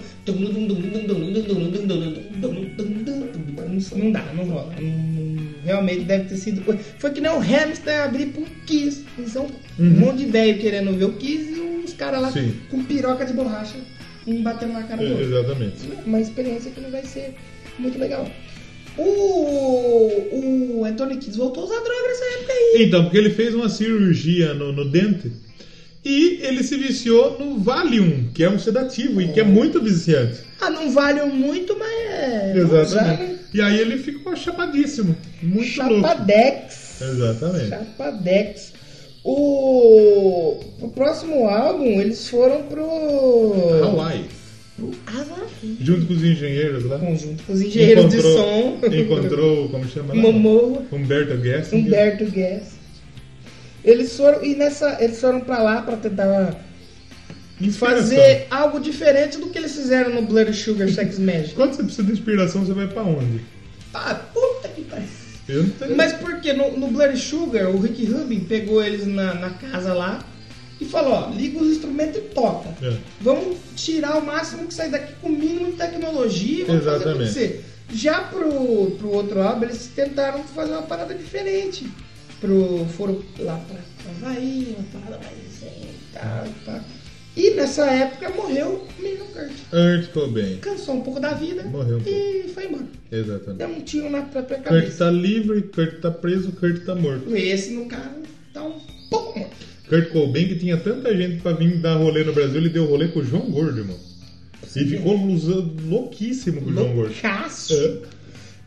Speaker 1: Não dá, não rola. Não, realmente deve ter sido coisa. Foi que nem o Hamster abrir pro Kiss. São uhum. um monte de velho querendo ver o Kiss e os caras lá Sim. com piroca de borracha, um batendo na cara do outro.
Speaker 2: Exatamente.
Speaker 1: Uma experiência que não vai ser muito legal. O, o Anthony Kiedis voltou a usar droga nessa época aí.
Speaker 2: Então, porque ele fez uma cirurgia no, no dente e ele se viciou no Valium, que é um sedativo oh. e que é muito viciante.
Speaker 1: Ah, não vale muito, mas é...
Speaker 2: Exatamente. E aí ele ficou chapadíssimo. Muito louco.
Speaker 1: Chapadex.
Speaker 2: Exatamente.
Speaker 1: Chapadex. O... o próximo álbum, eles foram pro...
Speaker 2: Hawaii.
Speaker 1: Pro Hawaii.
Speaker 2: Junto com os engenheiros lá.
Speaker 1: Junto com os engenheiros
Speaker 2: encontrou,
Speaker 1: de som.
Speaker 2: Encontrou, como chama lá?
Speaker 1: Momorro.
Speaker 2: Humberto Guest.
Speaker 1: Humberto Guest. Eles foram, e nessa, eles foram pra lá pra tentar
Speaker 2: inspiração.
Speaker 1: Fazer algo diferente do que eles fizeram no Blood Sugar Sex Magic.
Speaker 2: Quando você precisa de inspiração, você vai pra onde?
Speaker 1: Ah, puta que pariu.
Speaker 2: Eu não tenho.
Speaker 1: Mas porque no, no Blood Sugar, o Rick Rubin pegou eles na, na casa lá e falou, ó, liga os instrumentos e toca. É. Vamos tirar o máximo que sair daqui com o mínimo de tecnologia e vamos
Speaker 2: Exatamente.
Speaker 1: fazer acontecer. Já pro, pro outro álbum, eles tentaram fazer uma parada diferente. Pro, foram lá pra Havaí, uma parada mais assim, tal, tal. E nessa época morreu o menino Kurt.
Speaker 2: Kurt Cobain.
Speaker 1: Cansou um pouco da vida
Speaker 2: morreu um
Speaker 1: e
Speaker 2: pouco.
Speaker 1: foi embora.
Speaker 2: Exatamente.
Speaker 1: Deu um tiro na própria cabeça.
Speaker 2: Kurt tá livre, Kurt tá preso, Kurt tá morto.
Speaker 1: Esse, no caso, tá um pouco morto.
Speaker 2: Kurt Cobain, que tinha tanta gente pra vir dar rolê no Brasil, ele deu rolê com o João Gordo, irmão. Sim, e ficou usando louquíssimo com o João Gordo.
Speaker 1: Loucaço.
Speaker 2: É.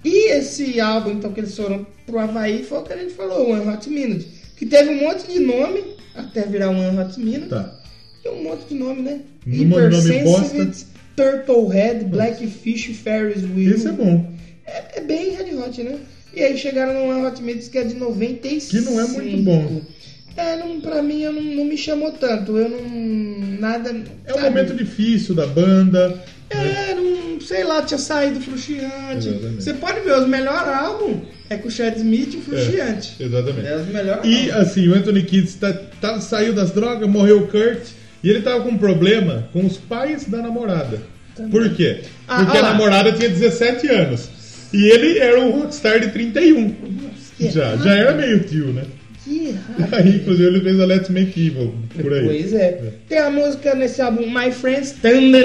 Speaker 1: E esse álbum, então, que eles foram pro Havaí, foi o que a gente falou, One Hot Minute. Que teve um monte de nome, até virar One Hot Minute.
Speaker 2: Tá.
Speaker 1: E um monte de nome, né?
Speaker 2: Um nome bosta.
Speaker 1: Turtlehead, Blackfish, Ferris Wheel.
Speaker 2: Esse é bom.
Speaker 1: É, é bem Red Hot, né? E aí chegaram no One Hot Minute que é de noventa e cinco.
Speaker 2: Que não é muito bom.
Speaker 1: É, não, pra mim eu não, não me chamou tanto. Eu não. Nada.
Speaker 2: É um momento difícil da banda.
Speaker 1: É,
Speaker 2: né?
Speaker 1: não, sei lá, tinha saído Frustiante.
Speaker 2: Exatamente.
Speaker 1: Você pode ver, os melhores álbuns é com o Chad Smith e o Frustiante.
Speaker 2: É, exatamente.
Speaker 1: É os melhores
Speaker 2: E
Speaker 1: álbuns.
Speaker 2: assim, o Anthony Kiedis tá, tá, saiu das drogas, morreu o Kurt. E ele tava com um problema com os pais da namorada.
Speaker 1: Também.
Speaker 2: Por quê?
Speaker 1: Ah,
Speaker 2: Porque
Speaker 1: ah
Speaker 2: a
Speaker 1: lá.
Speaker 2: namorada tinha dezessete anos. E ele era um rockstar de trinta e um.
Speaker 1: que
Speaker 2: Já,
Speaker 1: errado.
Speaker 2: já era meio tio, né?
Speaker 1: Que errado.
Speaker 2: Aí, inclusive, ele fez a Let's Make Evil, por aí.
Speaker 1: Pois é. Tem a música nesse álbum My Friends.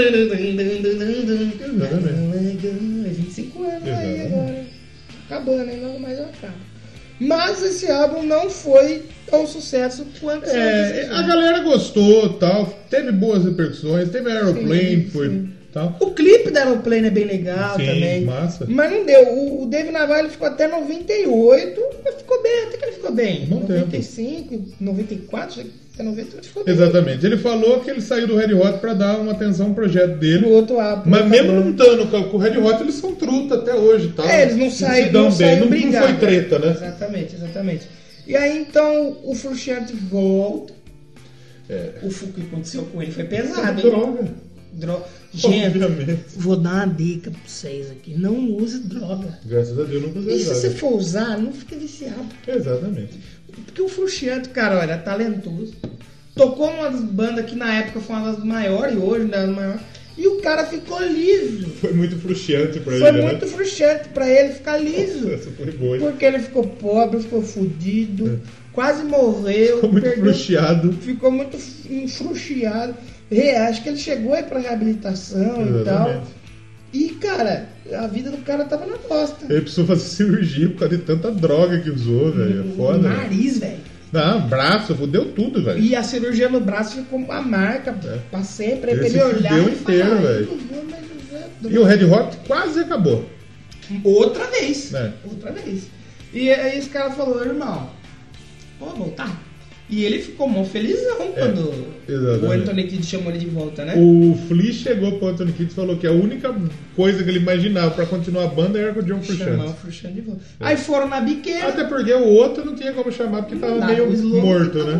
Speaker 1: vinte e cinco anos aí
Speaker 2: Exatamente.
Speaker 1: agora. Acabando, hein? Logo mais eu acabo. Mas esse álbum não foi tão sucesso quanto
Speaker 2: É,
Speaker 1: esse
Speaker 2: a galera gostou, tal, teve boas repercussões, teve Aeroplane,
Speaker 1: Sim,
Speaker 2: foi
Speaker 1: sim.
Speaker 2: tal.
Speaker 1: O clipe da Aeroplane é bem legal
Speaker 2: Sim,
Speaker 1: também.
Speaker 2: massa.
Speaker 1: Mas não deu. O, o Dave Navarro ficou até noventa e oito, mas ficou bem, até que ele ficou bem.
Speaker 2: Bom
Speaker 1: noventa e cinco, noventa e quatro, até noventa e oito ficou bem.
Speaker 2: Exatamente. Ele falou que ele saiu do Red Hot pra dar uma atenção ao projeto
Speaker 1: O
Speaker 2: dele.
Speaker 1: outro álbum.
Speaker 2: Mas
Speaker 1: tá
Speaker 2: mesmo
Speaker 1: bom.
Speaker 2: não estando com com o Red Hot, eles são truta até hoje, tá?
Speaker 1: É, eles não saíram,
Speaker 2: se dão
Speaker 1: não
Speaker 2: bem.
Speaker 1: saíram
Speaker 2: Não, não
Speaker 1: brigados.
Speaker 2: foi treta, né?
Speaker 1: Exatamente, exatamente. E aí então o Frusciante volta.
Speaker 2: É.
Speaker 1: O fu- que aconteceu com ele foi pesado, hein?
Speaker 2: Droga.
Speaker 1: Dro... Gente,
Speaker 2: Obviamente.
Speaker 1: vou dar uma dica pra vocês aqui. Não use droga.
Speaker 2: Graças a Deus não usei
Speaker 1: E se
Speaker 2: droga.
Speaker 1: você for usar, não fica viciado.
Speaker 2: Exatamente.
Speaker 1: Porque o Frusciante, cara, olha, é talentoso. Tocou numa das bandas que na época foi uma das maiores, e hoje uma das maiores. E o cara ficou liso.
Speaker 2: Foi muito frustrante pra
Speaker 1: Foi
Speaker 2: ele,
Speaker 1: muito
Speaker 2: né?
Speaker 1: frustrante pra ele ficar liso.
Speaker 2: Essa foi boa.
Speaker 1: Porque ele ficou pobre, ficou fudido, quase morreu.
Speaker 2: Ficou muito
Speaker 1: perdeu-
Speaker 2: frustrado.
Speaker 1: Ficou muito frustrado. É, acho que ele chegou aí pra reabilitação e tal.
Speaker 2: Exatamente.
Speaker 1: E, cara, a vida do cara tava na bosta.
Speaker 2: Ele precisou fazer cirurgia por causa de tanta droga que usou, velho. É
Speaker 1: O
Speaker 2: foda. velho.
Speaker 1: nariz, velho.
Speaker 2: Não, braço, fudeu tudo, velho.
Speaker 1: E a cirurgia no braço ficou uma marca
Speaker 2: É.
Speaker 1: pra sempre.
Speaker 2: Ele
Speaker 1: Pra
Speaker 2: se
Speaker 1: ele olhar
Speaker 2: fudeu
Speaker 1: e
Speaker 2: inteiro,
Speaker 1: falar,
Speaker 2: velho.
Speaker 1: "Eu vou, mas eu vou".
Speaker 2: E o Red Hot quase acabou.
Speaker 1: Outra vez.
Speaker 2: É.
Speaker 1: Outra vez. E aí esse cara falou, irmão, pode voltar? E ele ficou mó felizão quando
Speaker 2: exatamente.
Speaker 1: o Anthony Kidd chamou ele de volta, né?
Speaker 2: O Flea chegou pro Anthony Kidd e falou que a única coisa que ele imaginava pra continuar a banda era com o John
Speaker 1: Chamar o
Speaker 2: Frusciante.
Speaker 1: Frusciante de volta. Aí foram na biqueira.
Speaker 2: Até porque o outro não tinha como chamar porque tava
Speaker 1: Não,
Speaker 2: meio
Speaker 1: o Slow
Speaker 2: morto,
Speaker 1: não.
Speaker 2: né?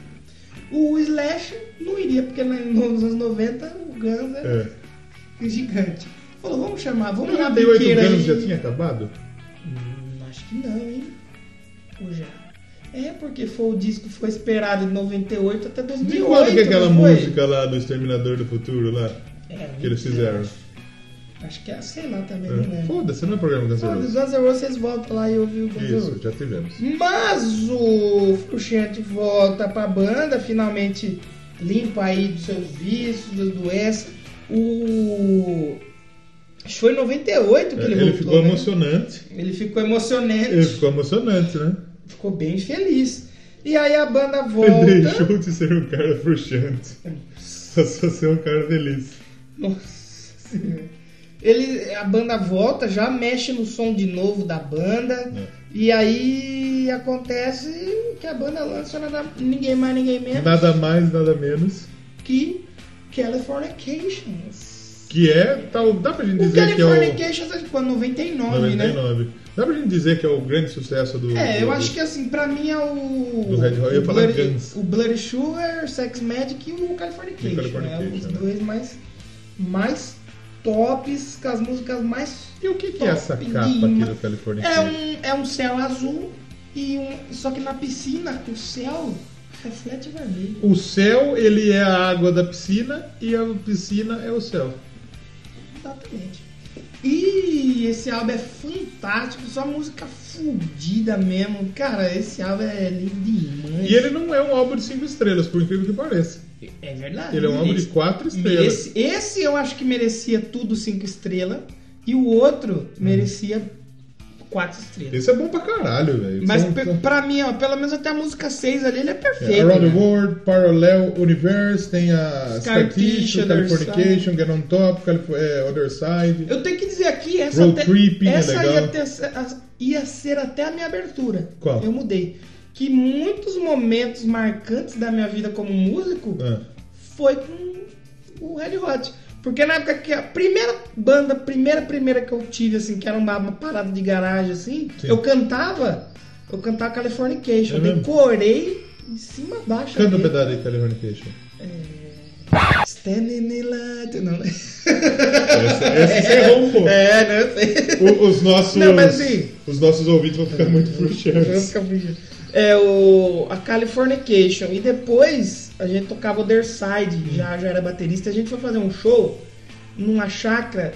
Speaker 1: O Slash não iria, porque na- nos anos noventa o Guns era
Speaker 2: É.
Speaker 1: gigante. Falou, vamos chamar, vamos na
Speaker 2: noventa e oito
Speaker 1: biqueira
Speaker 2: Guns
Speaker 1: aí.
Speaker 2: já tinha acabado?
Speaker 1: Hum, acho que não, hein? Ou já? É, porque foi o disco que foi esperado de noventa e oito até dois mil e
Speaker 2: De
Speaker 1: oito.
Speaker 2: quando que é aquela
Speaker 1: não foi?
Speaker 2: música lá do Exterminador do Futuro lá?
Speaker 1: É,
Speaker 2: Que eles fizeram?
Speaker 1: Acho que é, sei lá também,
Speaker 2: É.
Speaker 1: não lembro.
Speaker 2: Foda-se, não é programa Guns N'
Speaker 1: Foda,
Speaker 2: Roses.
Speaker 1: Guns N' Roses, vocês voltam lá e ouvem o Guns N'
Speaker 2: Isso,
Speaker 1: Roses.
Speaker 2: já tivemos.
Speaker 1: Mas o Frusciante volta pra banda, finalmente limpa aí dos seus vícios, das doenças. O... Acho que foi em noventa e oito que
Speaker 2: É,
Speaker 1: ele,
Speaker 2: ele
Speaker 1: voltou,
Speaker 2: ficou
Speaker 1: né?
Speaker 2: emocionante.
Speaker 1: Ele ficou emocionante.
Speaker 2: Ele ficou emocionante, né?
Speaker 1: Ficou bem feliz. E aí a banda
Speaker 2: Ele
Speaker 1: volta...
Speaker 2: deixou de ser um cara frustrante. Passou a ser um cara feliz.
Speaker 1: Nossa Senhora. Ele, a banda volta, já mexe no som de novo da banda.
Speaker 2: É.
Speaker 1: E aí acontece que a banda lança nada, ninguém mais, ninguém menos
Speaker 2: Nada mais, nada menos.
Speaker 1: que Californications.
Speaker 2: Que é, tal, dá pra gente
Speaker 1: O
Speaker 2: dizer que é o
Speaker 1: Californications é de quando? noventa e nove,
Speaker 2: noventa e
Speaker 1: né?
Speaker 2: nove. Dá pra gente dizer que é o grande sucesso do...
Speaker 1: É, eu
Speaker 2: do-
Speaker 1: acho que assim, pra mim é o.
Speaker 2: Do Red Hot, eu ia
Speaker 1: o
Speaker 2: falar
Speaker 1: Bloody,
Speaker 2: Guns.
Speaker 1: o Bloody Sugar, Sex Magic e o Californication.
Speaker 2: E o Californication,
Speaker 1: né? Os
Speaker 2: né?
Speaker 1: dois mais, mais tops, com as músicas mais.
Speaker 2: E o que, que é essa
Speaker 1: top
Speaker 2: capa
Speaker 1: de-
Speaker 2: aqui do California?
Speaker 1: É um, é um céu azul e um. Só que na piscina o céu reflete vermelho.
Speaker 2: O céu, ele é a água da piscina e a piscina é o céu.
Speaker 1: Exatamente. E esse álbum é fantástico, só música fudida mesmo. Cara, esse álbum é lindo demais.
Speaker 2: E ele não é um álbum de cinco estrelas, por incrível que pareça.
Speaker 1: É verdade.
Speaker 2: Ele é um álbum de
Speaker 1: Esse-
Speaker 2: quatro estrelas.
Speaker 1: Esse, esse eu acho que merecia tudo cinco estrelas. E o outro merecia quatro estrelas.
Speaker 2: Esse é bom pra caralho, velho.
Speaker 1: Mas
Speaker 2: São,
Speaker 1: pe-
Speaker 2: são...
Speaker 1: pra mim, ó, pelo menos até a música seis ali, ele é perfeito.
Speaker 2: É, Around
Speaker 1: né?
Speaker 2: the World, Parallel Universe, tem a
Speaker 1: Scar
Speaker 2: Scar Tissue,
Speaker 1: Tissue,
Speaker 2: Californication, Get On Top, Calif- é, Other Side.
Speaker 1: Eu tenho que dizer aqui, essa,
Speaker 2: Road
Speaker 1: até,
Speaker 2: Tripping é
Speaker 1: essa
Speaker 2: legal.
Speaker 1: ia, ter, a- ia ser até a minha abertura.
Speaker 2: Qual?
Speaker 1: Eu mudei. Que muitos momentos marcantes da minha vida como músico
Speaker 2: Ah.
Speaker 1: foi com o Red Hot. Porque na época que a primeira banda, primeira, primeira que eu tive, assim, que era uma, uma parada de garagem, assim,
Speaker 2: Sim.
Speaker 1: eu cantava, eu cantava Californication,
Speaker 2: É
Speaker 1: eu
Speaker 2: mesmo?
Speaker 1: decorei de cima a baixo.
Speaker 2: Canta um
Speaker 1: ali.
Speaker 2: pedaço aí, Californication.
Speaker 1: Standing in light, não, né?
Speaker 2: Essa, essa você errou, pô.
Speaker 1: É, não sei.
Speaker 2: O- Os nossos,
Speaker 1: Não, mas assim-
Speaker 2: os nossos ouvintes vão ficar muito
Speaker 1: Eu vou
Speaker 2: frustrados.
Speaker 1: ficar fingindo. É o a Californication e depois a gente tocava o Other Side, já já era baterista, a gente foi fazer um show numa chácara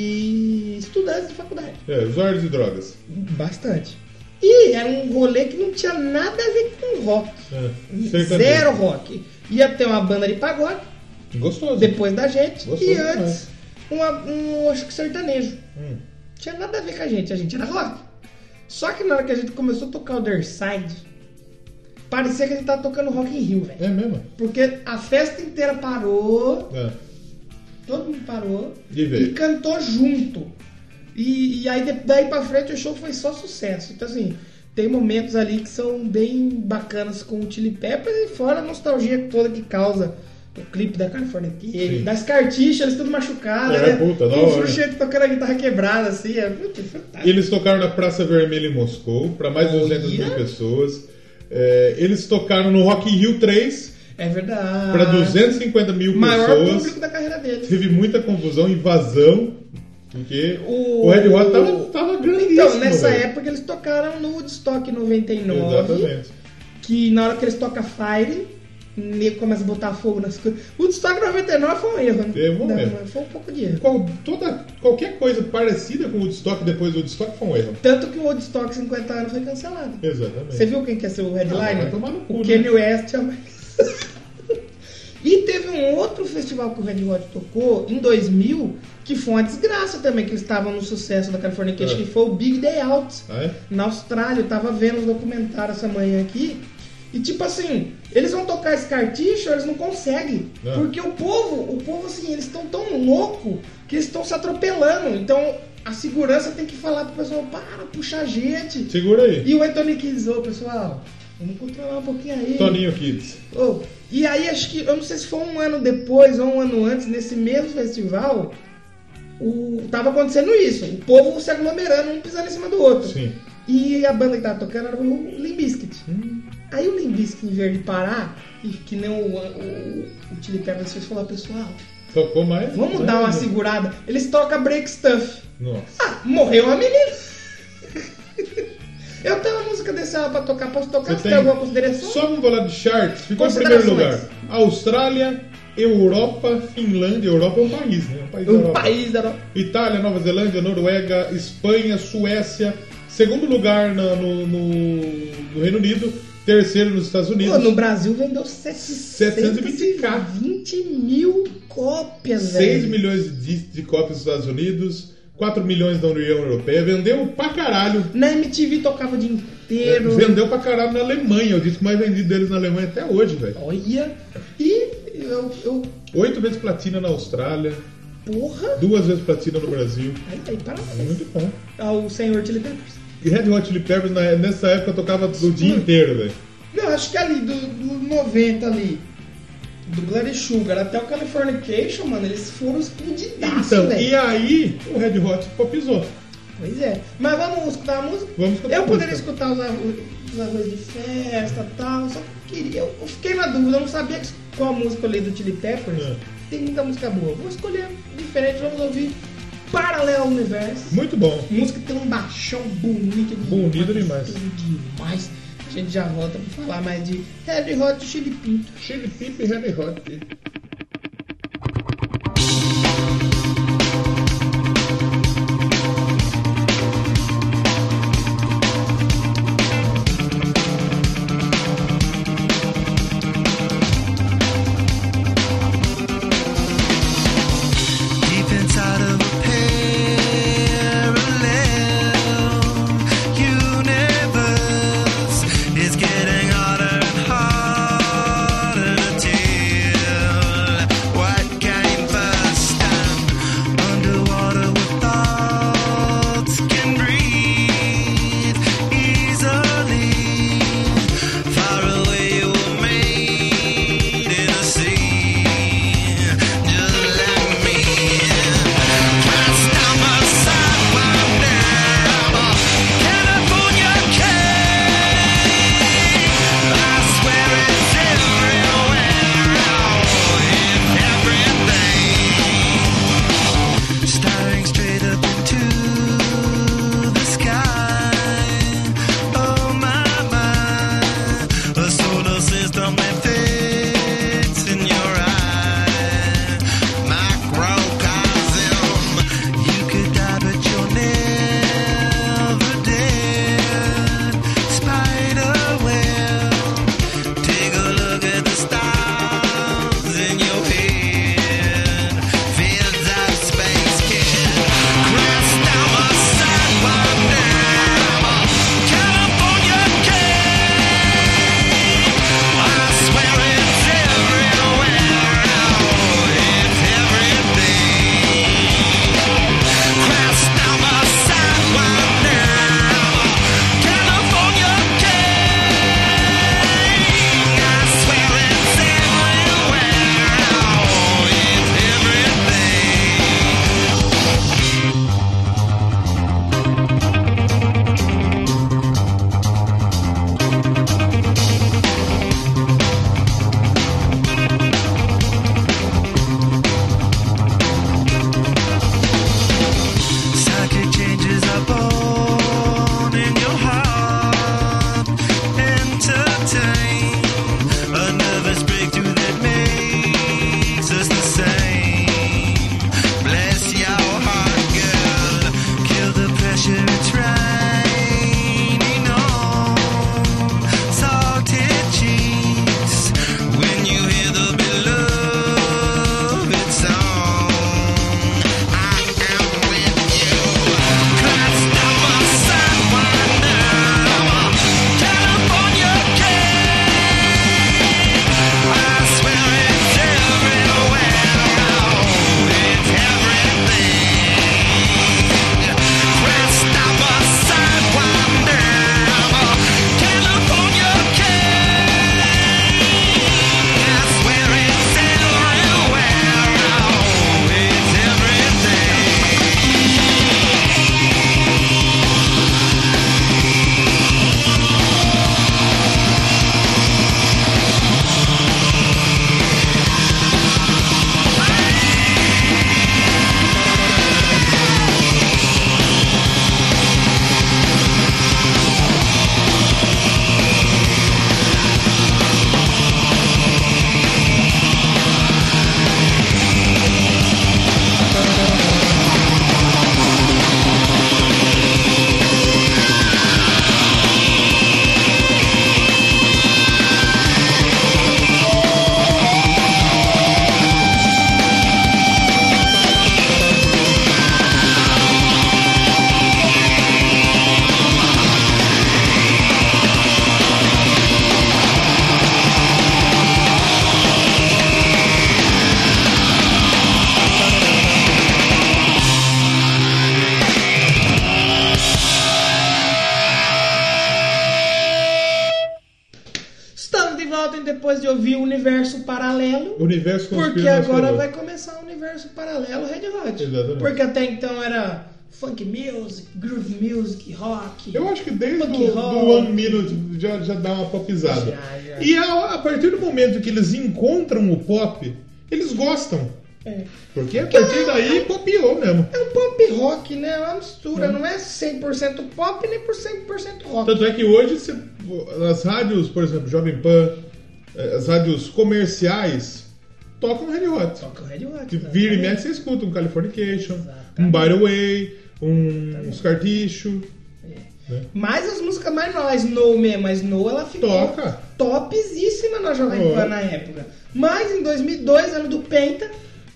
Speaker 1: de estudantes de faculdade.
Speaker 2: É, usuários de drogas.
Speaker 1: Bastante. E era um rolê que não tinha nada a ver com rock.
Speaker 2: É, sertanejo.
Speaker 1: Zero rock. Ia ter uma banda de pagode
Speaker 2: Gostoso.
Speaker 1: depois da gente
Speaker 2: Gostoso
Speaker 1: e
Speaker 2: demais.
Speaker 1: antes uma, um acho que sertanejo.
Speaker 2: Hum.
Speaker 1: Tinha nada a ver com a gente, a gente era rock. Só que na hora que a gente começou a tocar o Other Side, parecia que a gente tava tocando Rock in Rio, velho.
Speaker 2: É mesmo?
Speaker 1: Porque a festa inteira parou,
Speaker 2: É.
Speaker 1: todo mundo parou
Speaker 2: E veio.
Speaker 1: e cantou junto. E, e aí de- daí pra frente o show foi só sucesso. Então assim, tem momentos ali que são bem bacanas com o Chili Peppers e fora a nostalgia toda que causa o clipe da Californication,
Speaker 2: Sim.
Speaker 1: das cartichas, tudo machucado,
Speaker 2: É,
Speaker 1: né?
Speaker 2: puta, da
Speaker 1: o
Speaker 2: hora.
Speaker 1: Fruchete tocando a guitarra quebrada, assim, é muito fantástico.
Speaker 2: Eles tocaram na Praça Vermelha em Moscou, para mais de duzentas mil
Speaker 1: Olha.
Speaker 2: pessoas. É, eles tocaram no Rock in Rio três,
Speaker 1: É verdade.
Speaker 2: para duzentas e cinquenta mil
Speaker 1: Maior
Speaker 2: pessoas.
Speaker 1: público da carreira deles.
Speaker 2: Teve muita confusão, invasão, porque
Speaker 1: O-
Speaker 2: o, Red Hot tava, tava grandíssimo.
Speaker 1: Então, nessa
Speaker 2: velho.
Speaker 1: época eles tocaram no Woodstock noventa e nove.
Speaker 2: Exatamente.
Speaker 1: Que na hora que eles tocam Fire, o nego começa a botar fogo nas coisas. O Woodstock noventa e nove foi um erro, né?
Speaker 2: Teve um
Speaker 1: Não,
Speaker 2: erro.
Speaker 1: Foi um pouco de erro.
Speaker 2: Qual- toda, qualquer coisa parecida com o Woodstock depois do Woodstock foi um erro.
Speaker 1: Tanto que o Woodstock cinquenta anos foi cancelado.
Speaker 2: Exatamente.
Speaker 1: Você viu quem quer ser o
Speaker 2: Ah,
Speaker 1: headliner?
Speaker 2: vai tomar no cu,
Speaker 1: o
Speaker 2: né?
Speaker 1: Kanye West. é mais- E teve um outro festival que o Red Hot tocou em dois mil, que foi uma desgraça também, que eles estavam no sucesso da Californication,
Speaker 2: É.
Speaker 1: que foi o Big Day Out.
Speaker 2: Ah, é?
Speaker 1: Na Austrália, eu tava vendo os documentários essa manhã aqui. E tipo assim, eles vão tocar Scar Tissue, eles não conseguem.
Speaker 2: Não.
Speaker 1: Porque o povo, o povo assim, eles estão tão louco que eles estão se atropelando. Então a segurança tem que falar pro pessoal, para, puxa a gente.
Speaker 2: Segura aí.
Speaker 1: E o Anthony Kids, ô pessoal, vamos controlar um pouquinho aí.
Speaker 2: Toninho Kids.
Speaker 1: Ô, e aí acho que, eu não sei se foi um ano depois ou um ano antes, nesse mesmo festival, o, tava acontecendo isso. O povo se aglomerando, um pisando em cima do outro.
Speaker 2: Sim.
Speaker 1: E a banda que tava tocando era o Limp Bizkit.
Speaker 2: Hum.
Speaker 1: Aí o Limp Bizkit, em vez de parar, e que nem o, o, o Chili Peppers fez, falou, pessoal,
Speaker 2: Tocou mais?
Speaker 1: vamos
Speaker 2: mais
Speaker 1: dar uma
Speaker 2: ainda.
Speaker 1: segurada. Eles tocam Break Stuff.
Speaker 2: Nossa.
Speaker 1: Ah, morreu a menina. Eu tenho uma música desse álbum pra tocar, posso tocar?
Speaker 2: Você
Speaker 1: Você
Speaker 2: tem-
Speaker 1: tem alguma consideração?
Speaker 2: Só vamos falar de charts. Ficou em primeiro lugar.
Speaker 1: Considerações.
Speaker 2: Austrália, Europa, Finlândia. Europa é um país, né? Um país da
Speaker 1: Um
Speaker 2: Europa.
Speaker 1: país da Europa.
Speaker 2: Itália, Nova Zelândia, Noruega, Espanha, Suécia. Segundo lugar na- no, no- no Reino Unido. Terceiro nos Estados Unidos.
Speaker 1: Pô, no Brasil vendeu
Speaker 2: setecentos e vinte k.
Speaker 1: setecentos e vinte mil cópias,
Speaker 2: seis
Speaker 1: velho.
Speaker 2: milhões de, de cópias nos Estados Unidos. quatro milhões na União Europeia. Vendeu pra caralho.
Speaker 1: Na M T V tocava o dia inteiro.
Speaker 2: Vendeu pra caralho na Alemanha. O disco mais vendido deles na Alemanha até hoje, velho.
Speaker 1: Olha. E eu, eu.
Speaker 2: Oito vezes platina na Austrália.
Speaker 1: Porra.
Speaker 2: Duas vezes platina no Brasil.
Speaker 1: Aí, aí, parabéns.
Speaker 2: Muito bom.
Speaker 1: Ao senhor Chili Peppers.
Speaker 2: E Red Hot Chili Peppers na- nessa época tocava o dia inteiro, velho.
Speaker 1: Não, acho que ali, do, do noventa ali, do Bloody Sugar até o Californication, mano, eles foram explodidaços,
Speaker 2: Então,
Speaker 1: velho.
Speaker 2: e aí o Red Hot popizou.
Speaker 1: Pois é. Mas vamos escutar a música?
Speaker 2: Vamos escutar
Speaker 1: Eu
Speaker 2: a
Speaker 1: poderia
Speaker 2: música.
Speaker 1: escutar os arroz, os arroz de festa e tal, só que eu queria. Eu, eu fiquei na dúvida, eu não sabia que- qual música eu li do Chili Peppers.
Speaker 2: É.
Speaker 1: Tem muita música boa. Vou escolher diferente, vamos ouvir Parallel Universe.
Speaker 2: Muito bom.
Speaker 1: Música que tem um baixão bonito demais.
Speaker 2: Bonito demais.
Speaker 1: demais. A gente já volta pra falar mais de Red Hot Chili Pinto.
Speaker 2: Chili Pip e Red Hot.
Speaker 4: Deep inside of a parallel
Speaker 1: depois de ouvir o Universo Paralelo.
Speaker 2: Universo
Speaker 1: Porque agora vai começar o Universo Paralelo Red Hot.
Speaker 2: Exatamente.
Speaker 1: Porque até então era funk music, groove music, rock.
Speaker 2: Eu acho que desde
Speaker 1: do,
Speaker 2: do One Minute já, já dá uma popizada.
Speaker 1: Já, já.
Speaker 2: E a, a partir do momento que eles encontram o pop, eles gostam.
Speaker 1: É.
Speaker 2: Porque a partir daí popiou mesmo.
Speaker 1: É um pop rock, né? É uma mistura, não é cem por cento pop nem por cem por cento rock.
Speaker 2: Tanto é que hoje, se, as rádios, por exemplo, Jovem Pan, as rádios comerciais, tocam Red Hot.
Speaker 1: Tocam Red Hot.
Speaker 2: De vira e mexe, você escuta um Californication,
Speaker 1: Exatamente.
Speaker 2: um By The Way, um Scar Tissue.
Speaker 1: É.
Speaker 2: Né?
Speaker 1: Mas as músicas mais novas, a Snow mesmo, a Snow, ela ficou
Speaker 2: Toca.
Speaker 1: topzíssima na Jovem
Speaker 2: Oh.
Speaker 1: Pan na época. Mas em dois mil e dois, ano do Penta,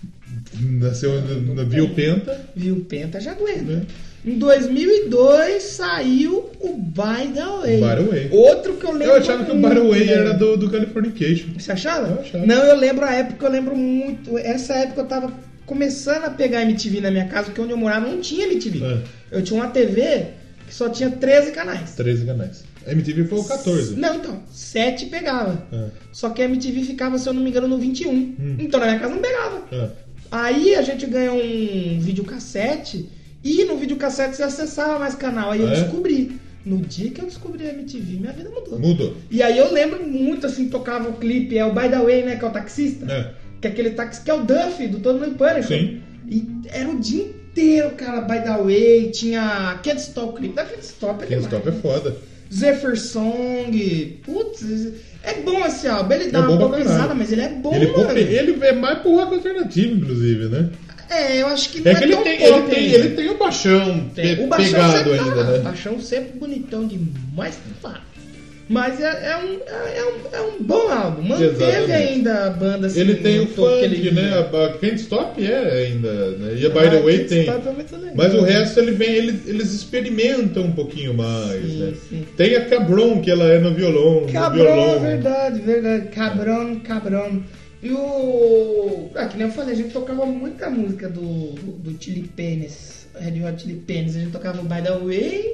Speaker 2: Nasceu na Viu Penta.
Speaker 1: viu o Penta já aguenta.
Speaker 2: Né?
Speaker 1: Em dois mil e dois saiu o By The Way.
Speaker 2: By The Way.
Speaker 1: Outro que eu lembro.
Speaker 2: Eu achava que o By The Way
Speaker 1: muito,
Speaker 2: era
Speaker 1: né?
Speaker 2: do, do Californication.
Speaker 1: Você achava?
Speaker 2: Eu achava.
Speaker 1: Não, eu lembro a época, eu lembro muito. Essa época eu tava começando a pegar M T V na minha casa, porque onde eu morava não tinha M T V.
Speaker 2: É.
Speaker 1: Eu tinha uma T V que só tinha treze canais.
Speaker 2: treze canais. A M T V foi o catorze.
Speaker 1: Não, então, sete pegava.
Speaker 2: É.
Speaker 1: Só que a M T V ficava, se eu não me engano, no vinte e um.
Speaker 2: Hum.
Speaker 1: Então na minha casa não pegava.
Speaker 2: É.
Speaker 1: Aí a gente ganhou um videocassete e no videocassete você acessava mais canal. Aí eu
Speaker 2: É?
Speaker 1: descobri. No dia que eu descobri a M T V, minha vida mudou.
Speaker 2: Mudou.
Speaker 1: E aí eu lembro muito, assim, tocava o clipe, é o By The Way, né, que é o taxista.
Speaker 2: É.
Speaker 1: Que é aquele táxi que é o Duffy, do Todo Mundo em Pânico.
Speaker 2: Sim.
Speaker 1: E era o dia inteiro, cara, By The Way, tinha Can't Stop, o clipe da Can't Stop é
Speaker 2: Can't
Speaker 1: demais.
Speaker 2: Stop é foda.
Speaker 1: Zephyr Song, putz, é bom esse álbum, ele dá
Speaker 2: É
Speaker 1: uma
Speaker 2: bom pra
Speaker 1: popizada,
Speaker 2: caralho.
Speaker 1: mas ele é bom,
Speaker 2: Ele,
Speaker 1: mano.
Speaker 2: pop- ele é mais pro rock alternativo, inclusive, né?
Speaker 1: É, eu acho que não
Speaker 2: É
Speaker 1: é,
Speaker 2: que ele
Speaker 1: tão
Speaker 2: tem,
Speaker 1: pop
Speaker 2: ele, tem,
Speaker 1: ainda.
Speaker 2: ele tem o baixão,
Speaker 1: Tem.
Speaker 2: pe-
Speaker 1: O baixão
Speaker 2: pegado
Speaker 1: sempre tá
Speaker 2: ainda,
Speaker 1: lá.
Speaker 2: né?
Speaker 1: O baixão sempre bonitão demais, tá. Mas é, é, um, é, um, é um bom álbum. Manteve
Speaker 2: Exatamente.
Speaker 1: ainda a banda assim.
Speaker 2: Ele tem o
Speaker 1: no topo que
Speaker 2: funk,
Speaker 1: ele
Speaker 2: né?
Speaker 1: via.
Speaker 2: A, a Can't Stop é ainda, né? E a By
Speaker 1: Ah,
Speaker 2: The Way
Speaker 1: Can't
Speaker 2: tem.
Speaker 1: Stop é muito legal.
Speaker 2: Mas o resto ele vem, ele- eles experimentam um pouquinho mais,
Speaker 1: Sim,
Speaker 2: né?
Speaker 1: sim.
Speaker 2: Tem a Cabron, que ela é no violão. no
Speaker 1: Cabrão,
Speaker 2: violão.
Speaker 1: verdade, verdade. Cabrão, cabrão. E o. Ah, que nem eu falei, a gente tocava muita música do, do Chili Penis, Red Hot Chili Penis. A gente tocava By The Way,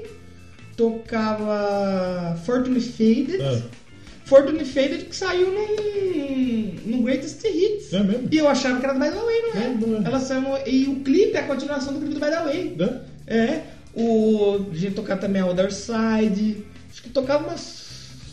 Speaker 1: tocava Fortune Faded.
Speaker 2: Ah.
Speaker 1: Fortune Faded que saiu num, num Greatest Hits.
Speaker 2: É mesmo?
Speaker 1: E eu achava que era do By The Way, não é?
Speaker 2: É, não é.
Speaker 1: Ela saiu no, e o clipe é a continuação do clipe do By The Way.
Speaker 2: Né?
Speaker 1: É. O, a gente tocava também a Other Side. Acho que tocava umas.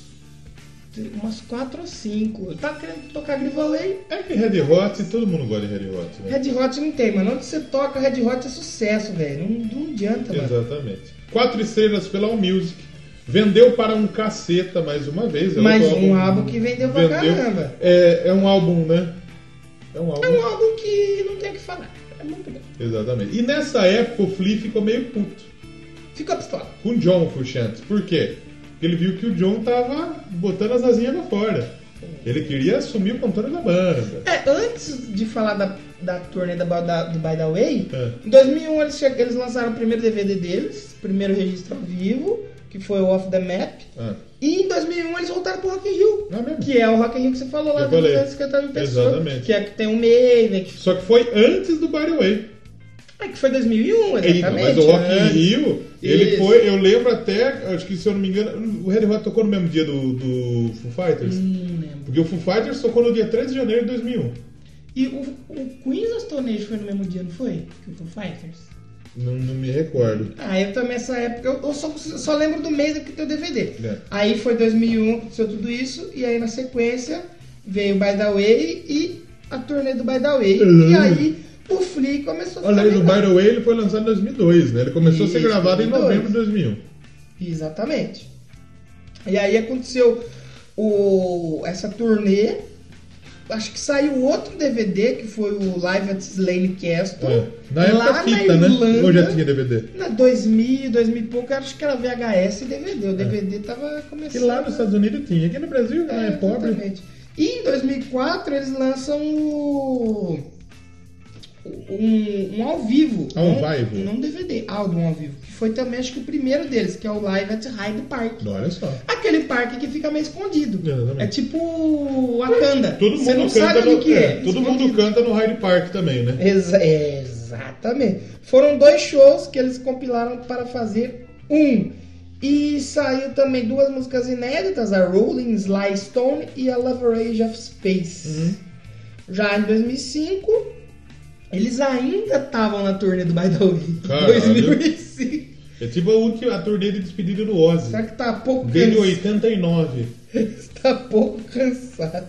Speaker 1: Umas quatro ou cinco. Eu tava querendo tocar Giveaway.
Speaker 2: É que Red Hot, todo mundo gosta de Red Hot, né?
Speaker 1: Red Hot não tem, mano. Onde você toca Red Hot é sucesso, velho. Não, não adianta, mano.
Speaker 2: Exatamente. Quatro estrelas pela Allmusic. Vendeu para um caceta mais uma vez. É
Speaker 1: Mais
Speaker 2: outro
Speaker 1: um álbum que vendeu pra caramba.
Speaker 2: É, é um álbum, né? É um álbum.
Speaker 1: É um álbum que não tem o que falar. É muito bom.
Speaker 2: Exatamente. E nessa época o Flea ficou meio puto
Speaker 1: Ficou pistola.
Speaker 2: com o John Frusciante. Por quê? Porque ele viu que o John tava botando as asinhas pra fora. Ele queria assumir o controle da banda.
Speaker 1: É, antes de falar da, da turnê da, da, do By The Way,
Speaker 2: É.
Speaker 1: em dois mil e um eles, che- eles lançaram o primeiro D V D deles, primeiro registro ao vivo, que foi o Off The Map.
Speaker 2: Ah,
Speaker 1: E em dois mil e um eles voltaram pro Rock in Rio.
Speaker 2: não é mesmo?
Speaker 1: Que é o Rock in Rio que você falou lá
Speaker 2: Eu
Speaker 1: do
Speaker 2: falei.
Speaker 1: duzentos e cinquenta mil pessoas.
Speaker 2: Exatamente.
Speaker 1: Que é que tem o Maven, que,
Speaker 2: Só que foi antes do By The Way.
Speaker 1: é, que foi dois mil e um,
Speaker 2: Eita,
Speaker 1: exatamente.
Speaker 2: mas o Rock in
Speaker 1: antes.
Speaker 2: Rio, ele
Speaker 1: Isso.
Speaker 2: foi, eu lembro até, acho que se eu não me engano, o Red Hot tocou no mesmo dia do, do Foo Fighters.
Speaker 1: Hum, lembro.
Speaker 2: Porque o Foo Fighters tocou no dia treze de janeiro de dois mil e um.
Speaker 1: E o, o Queens of Stone Age foi no mesmo dia, não foi? Que o Foo Fighters?
Speaker 2: Não, não me recordo.
Speaker 1: Ah, eu também, essa época, eu, eu só, só lembro do mês que tem o D V D.
Speaker 2: É.
Speaker 1: Aí foi dois mil e um, aconteceu tudo isso, e aí na sequência veio o By The Way e a turnê do By The Way.
Speaker 2: Uhum.
Speaker 1: E aí o Flea começou a
Speaker 2: Olha aí,
Speaker 1: ficar
Speaker 2: no By
Speaker 1: legal.
Speaker 2: The Way ele foi lançado em dois mil e dois, né? Ele começou a ser
Speaker 1: Isso,
Speaker 2: gravado em
Speaker 1: dois mil e dois.
Speaker 2: novembro de dois mil e um.
Speaker 1: Exatamente. E aí aconteceu o, essa turnê. Acho que saiu outro D V D, que foi o Live at Slane Castle.
Speaker 2: É. Na época
Speaker 1: lá
Speaker 2: fita,
Speaker 1: na
Speaker 2: né?
Speaker 1: Irlanda,
Speaker 2: Ou já tinha D V D?
Speaker 1: Na dois mil, dois mil e pouco, acho que era V H S e D V D. O D V D tava começando.
Speaker 2: E lá nos Estados Unidos tinha. Aqui no Brasil, né? É pobre.
Speaker 1: Exatamente. E em dois mil e quatro eles lançam o... Um, um ao vivo.
Speaker 2: Ao
Speaker 1: não,
Speaker 2: vivo.
Speaker 1: Não D V D, álbum ao vivo. Que foi também, acho que o primeiro deles, que é o Live at Hyde Park.
Speaker 2: Olha só.
Speaker 1: Aquele parque que fica meio escondido.
Speaker 2: Exatamente.
Speaker 1: É tipo Wakanda.
Speaker 2: Todo
Speaker 1: Você
Speaker 2: mundo
Speaker 1: não
Speaker 2: canta
Speaker 1: sabe
Speaker 2: no,
Speaker 1: onde que é.
Speaker 2: Todo mundo
Speaker 1: escondido.
Speaker 2: canta no Hyde Park também, né?
Speaker 1: Exa- exatamente. Foram dois shows que eles compilaram para fazer um E saiu também duas músicas inéditas, a Rolling Sly Stone e a Leverage of Space. Uhum. Já em dois mil e cinco, eles ainda estavam na turnê do By The Way. dois mil e cinco.
Speaker 2: É tipo a, última, a turnê de despedida do Ozzy.
Speaker 1: Será que tá pouco
Speaker 2: cansado? Desde oitenta e nove.
Speaker 1: Está pouco cansado.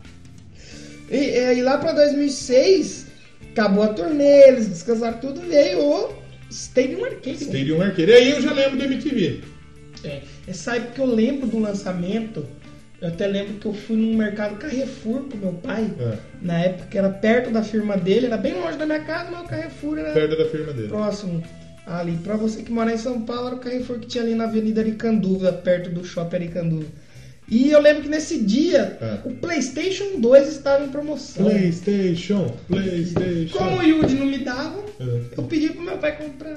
Speaker 1: E, e lá pra dois mil e seis, acabou a turnê, eles descansaram tudo, veio o Stadium Arcade.
Speaker 2: Stadium Arcade. E aí eu já lembro do M T V.
Speaker 1: É, essa época eu lembro do lançamento, eu até lembro que eu fui num mercado Carrefour com meu pai, é. Na época que era perto da firma dele, era bem longe da minha casa, mas o Carrefour era
Speaker 2: perto da firma dele.
Speaker 1: Próximo. Ali, pra você que mora em São Paulo, era o Carrefour que tinha ali na Avenida Aricanduva, perto do Shopping Aricanduva. E eu lembro que nesse dia, é. o PlayStation dois estava em promoção.
Speaker 2: PlayStation, PlayStation.
Speaker 1: Como o Yuji não me dava, é. eu pedi pro meu pai comprar.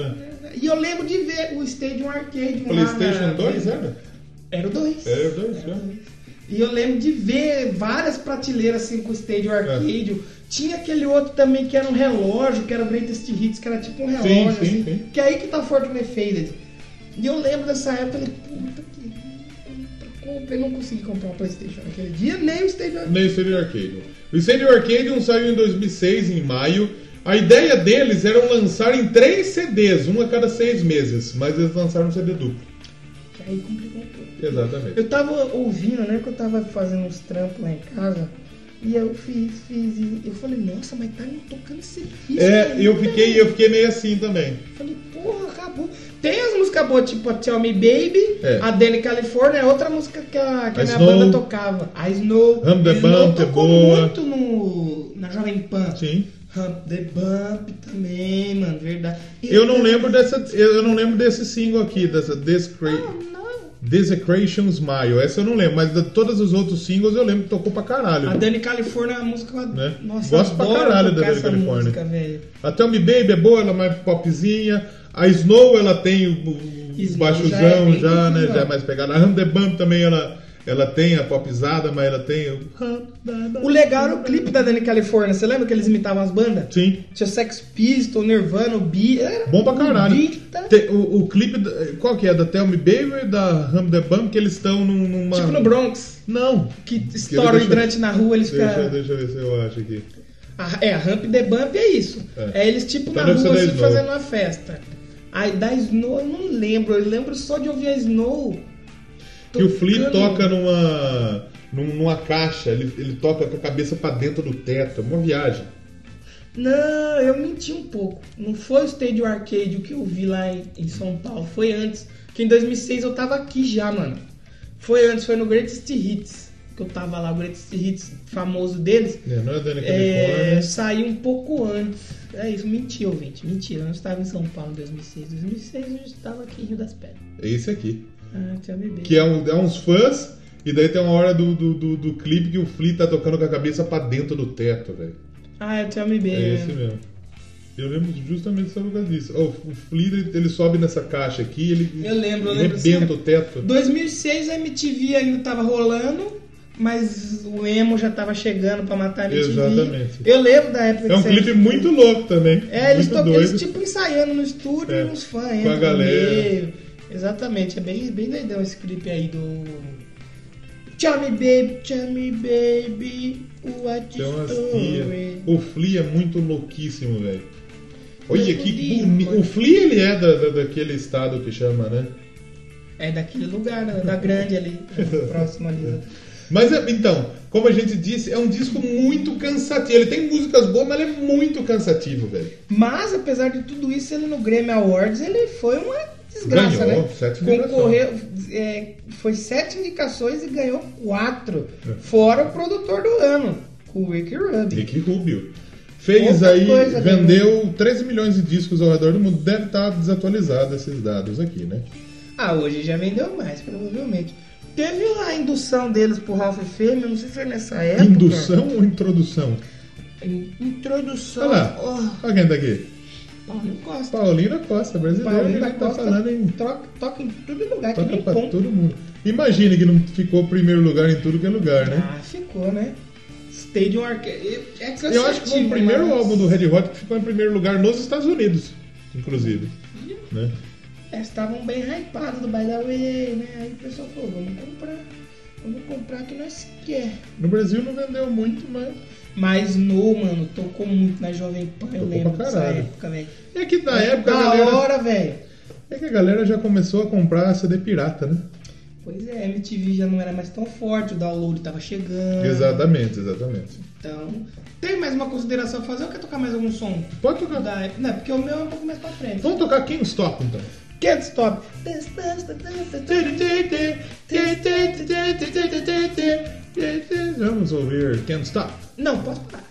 Speaker 1: É. E eu lembro de ver o Stadium Arcade.
Speaker 2: PlayStation dois era?
Speaker 1: Era o dois.
Speaker 2: Era o dois, já.
Speaker 1: E eu lembro de ver várias prateleiras assim com o Stadium Arcade. É. Tinha aquele outro também que era um relógio, que era o Greatest Hits, que era tipo um relógio, sim, sim, assim. Sim. Que é aí que tá Fortnite Faded. E eu lembro dessa época, eu falei, puta que... Eu não consegui comprar um PlayStation naquele dia, nem o Stadium Arcade. Nem o
Speaker 2: Stadium Arcade. O Stadium Arcade saiu em dois mil e seis, em maio. A ideia deles era lançar em três C Ds, um a cada seis meses. Mas eles lançaram um C D duplo.
Speaker 1: Que aí complicou um pouco.
Speaker 2: Exatamente.
Speaker 1: Eu tava ouvindo, né, que eu tava fazendo uns trampos lá em casa. E eu fiz, fiz, e eu falei, nossa, mas tá me tocando esse disco.
Speaker 2: É, aí, eu fiquei, eu fiquei meio assim também.
Speaker 1: Eu falei, porra, acabou. Tem as músicas boas, tipo a Tell Me Baby, é. a Danny California, é outra música que a, que a, a minha Snow, banda tocava. A Snow.
Speaker 2: Hump the Bump é boa.
Speaker 1: Muito no, na Jovem Pan.
Speaker 2: Sim.
Speaker 1: Hump the Bump também, mano, verdade. E
Speaker 2: eu não lembro dessa, eu não lembro desse single aqui, dessa Discreet.
Speaker 1: Ah, não.
Speaker 2: Desecration Smile, essa eu não lembro, mas de todos os outros singles eu lembro que tocou pra caralho.
Speaker 1: A Danny California é uma música, né? Nossa,
Speaker 2: gosto pra caralho da Danny California.
Speaker 1: Música,
Speaker 2: a Tell Me Baby é boa, ela é mais popzinha. A Snow, ela tem o, o baixozão já, é já né? Já é mais pegada. A Hump the Bump também, ela, ela tem a popzada, mas ela tem o...
Speaker 1: O legal era o clipe da Danny California. Você lembra que eles imitavam as bandas?
Speaker 2: Sim.
Speaker 1: Tinha Sex Pistols, Nirvana, o Beat.
Speaker 2: Bom pra caralho. Tem, o, o clipe, qual que é? Da Tell Me Baby e da Hump the Bump, que eles estão numa...
Speaker 1: Tipo no Bronx.
Speaker 2: Não.
Speaker 1: Que estoura o hidrante na rua, eles ficam...
Speaker 2: Deixa, deixa eu ver se eu acho aqui.
Speaker 1: A, é, a Hump the Bump é isso. É, é eles tipo então na rua assim, fazendo uma festa. Aí da Snow eu não lembro. Eu lembro só de ouvir a Snow.
Speaker 2: Que o Flea toca numa, numa caixa. Ele, ele toca com a cabeça pra dentro do teto. É uma viagem.
Speaker 1: Não, eu menti um pouco. Não foi o Stadium Arcade o que eu vi lá em, em São Paulo. Foi antes. Que em dois mil e seis eu tava aqui já, mano. Foi antes, foi no Greatest Hits. Que eu tava lá, o Greatest Hits famoso deles.
Speaker 2: É, não é Danny
Speaker 1: California. É, saiu um pouco antes. É isso, mentira, ouvinte. Mentira, eu não estava em São Paulo em dois mil e seis. Em dois mil e seis eu estava aqui em Rio das Pedras.
Speaker 2: É esse aqui.
Speaker 1: Ah, tinha bebê.
Speaker 2: Que é, um, é uns fãs, e daí tem uma hora do, do, do, do clipe que o Flea tá tocando com a cabeça pra dentro do teto, velho.
Speaker 1: Ah, é o Tell Me Baby.
Speaker 2: É esse mesmo. Eu lembro justamente só por causa disso. Oh, o Flea, ele, ele sobe nessa caixa aqui, ele
Speaker 1: eu lembro, eu lembro
Speaker 2: rebenta o teto.
Speaker 1: dois mil e seis a M T V ainda tava rolando, mas o emo já tava chegando pra matar a M T V.
Speaker 2: Exatamente.
Speaker 1: Eu lembro da época
Speaker 2: é um
Speaker 1: que
Speaker 2: clipe muito louco também.
Speaker 1: É, eles, to... eles tipo ensaiando no estúdio
Speaker 2: é.
Speaker 1: e uns fãs
Speaker 2: com a galera.
Speaker 1: Exatamente, é bem, bem doidão esse clipe aí do Tell Me Baby, Tell Me Baby, what you story.
Speaker 2: O Flea é muito louquíssimo, velho. Olha que bonito. O Flea, ele é da, da, daquele estado que chama, né?
Speaker 1: É daquele lugar, da, da grande ali, próximo ali.
Speaker 2: Mas, então, como a gente disse, é um disco muito cansativo. Ele tem músicas boas, mas ele é muito cansativo, velho.
Speaker 1: Mas, apesar de tudo isso, ele no Grammy Awards, ele foi uma desgraça,
Speaker 2: ganhou,
Speaker 1: né?
Speaker 2: Sete
Speaker 1: Concorreu, é, foi sete indicações e ganhou quatro. É. Fora o produtor do ano, o Ricky Rubin.
Speaker 2: Ricky Rubio. Fez Outra aí, coisa, vendeu né? treze milhões de discos ao redor do mundo. Deve estar desatualizado esses dados aqui, né?
Speaker 1: Ah, hoje já vendeu mais, provavelmente. Teve lá a indução deles pro Hall of Fame, não sei se foi nessa época.
Speaker 2: Indução ou introdução?
Speaker 1: Introdução.
Speaker 2: Olha lá, oh. Olha quem tá aqui.
Speaker 1: Paulinho Costa.
Speaker 2: Paulinho Costa, brasileiro.
Speaker 1: Paulinho
Speaker 2: tá
Speaker 1: Costa
Speaker 2: falando em...
Speaker 1: toca, toca em todo lugar,
Speaker 2: toca
Speaker 1: que nem
Speaker 2: pra
Speaker 1: ponto.
Speaker 2: todo mundo. Imagine que não ficou primeiro lugar em tudo que é lugar, né?
Speaker 1: Ah, ficou, né? Stadium Arcade. É
Speaker 2: eu acho que foi o primeiro
Speaker 1: mas...
Speaker 2: álbum do Red Hot que ficou em primeiro lugar nos Estados Unidos, inclusive. Né?
Speaker 1: Eles estavam bem hypados do By The Way, né? Aí o pessoal falou, vamos comprar. Vamos comprar que nós quer.
Speaker 2: No Brasil não vendeu muito, mas...
Speaker 1: Mas no, mano, tocou muito na Jovem Pan, eu
Speaker 2: Tocou
Speaker 1: lembro
Speaker 2: pra
Speaker 1: dessa
Speaker 2: caralho.
Speaker 1: época, velho.
Speaker 2: É que da época
Speaker 1: Da
Speaker 2: a galera...
Speaker 1: hora, velho.
Speaker 2: É que a galera já começou a comprar C D pirata, né?
Speaker 1: Pois é, a M T V já não era mais tão forte, o download tava chegando.
Speaker 2: Exatamente, exatamente.
Speaker 1: Então, tem mais uma consideração a fazer ou quer tocar mais algum som?
Speaker 2: Pode tocar.
Speaker 1: Da época? Não, porque o meu é um pouco mais pra frente.
Speaker 2: Vamos tocar Can't Stop, então.
Speaker 1: Can't Stop.
Speaker 2: Vamos ouvir Can't Stop.
Speaker 1: Não, posso parar.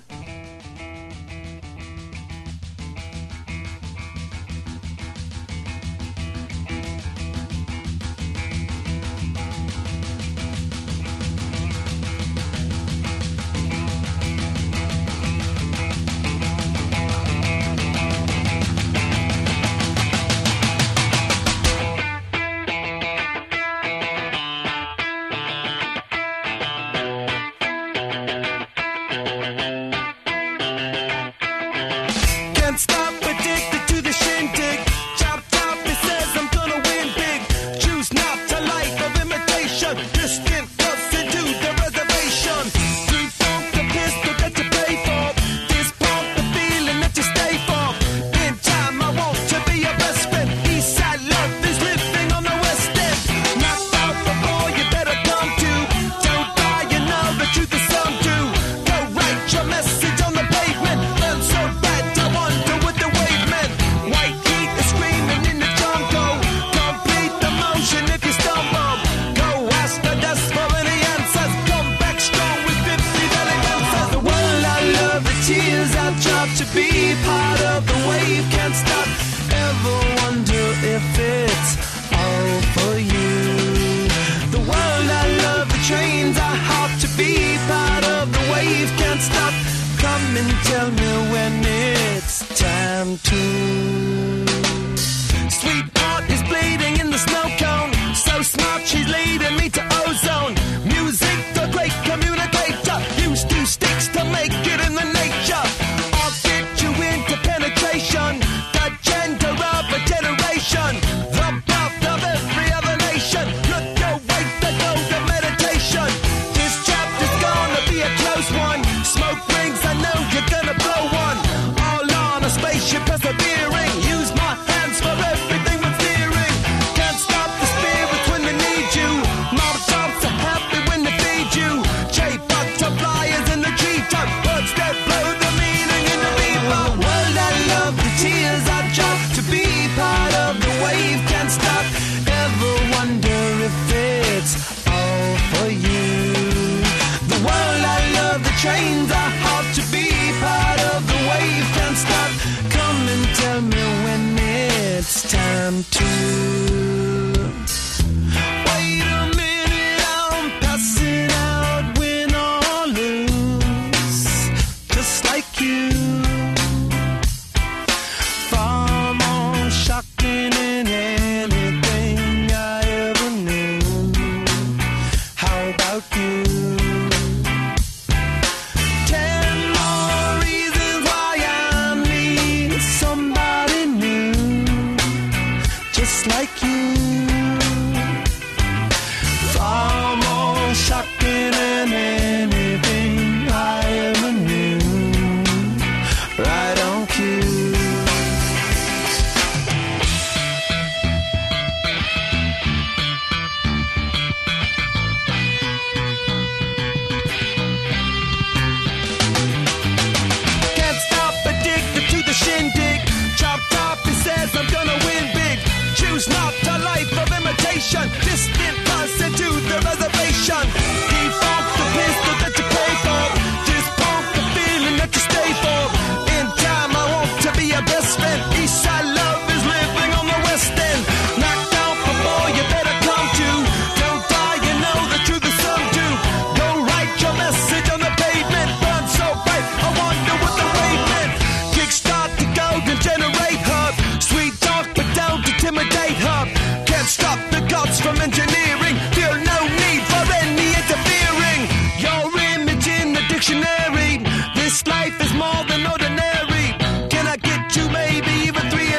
Speaker 4: This life is more than ordinary. Can I get you maybe even three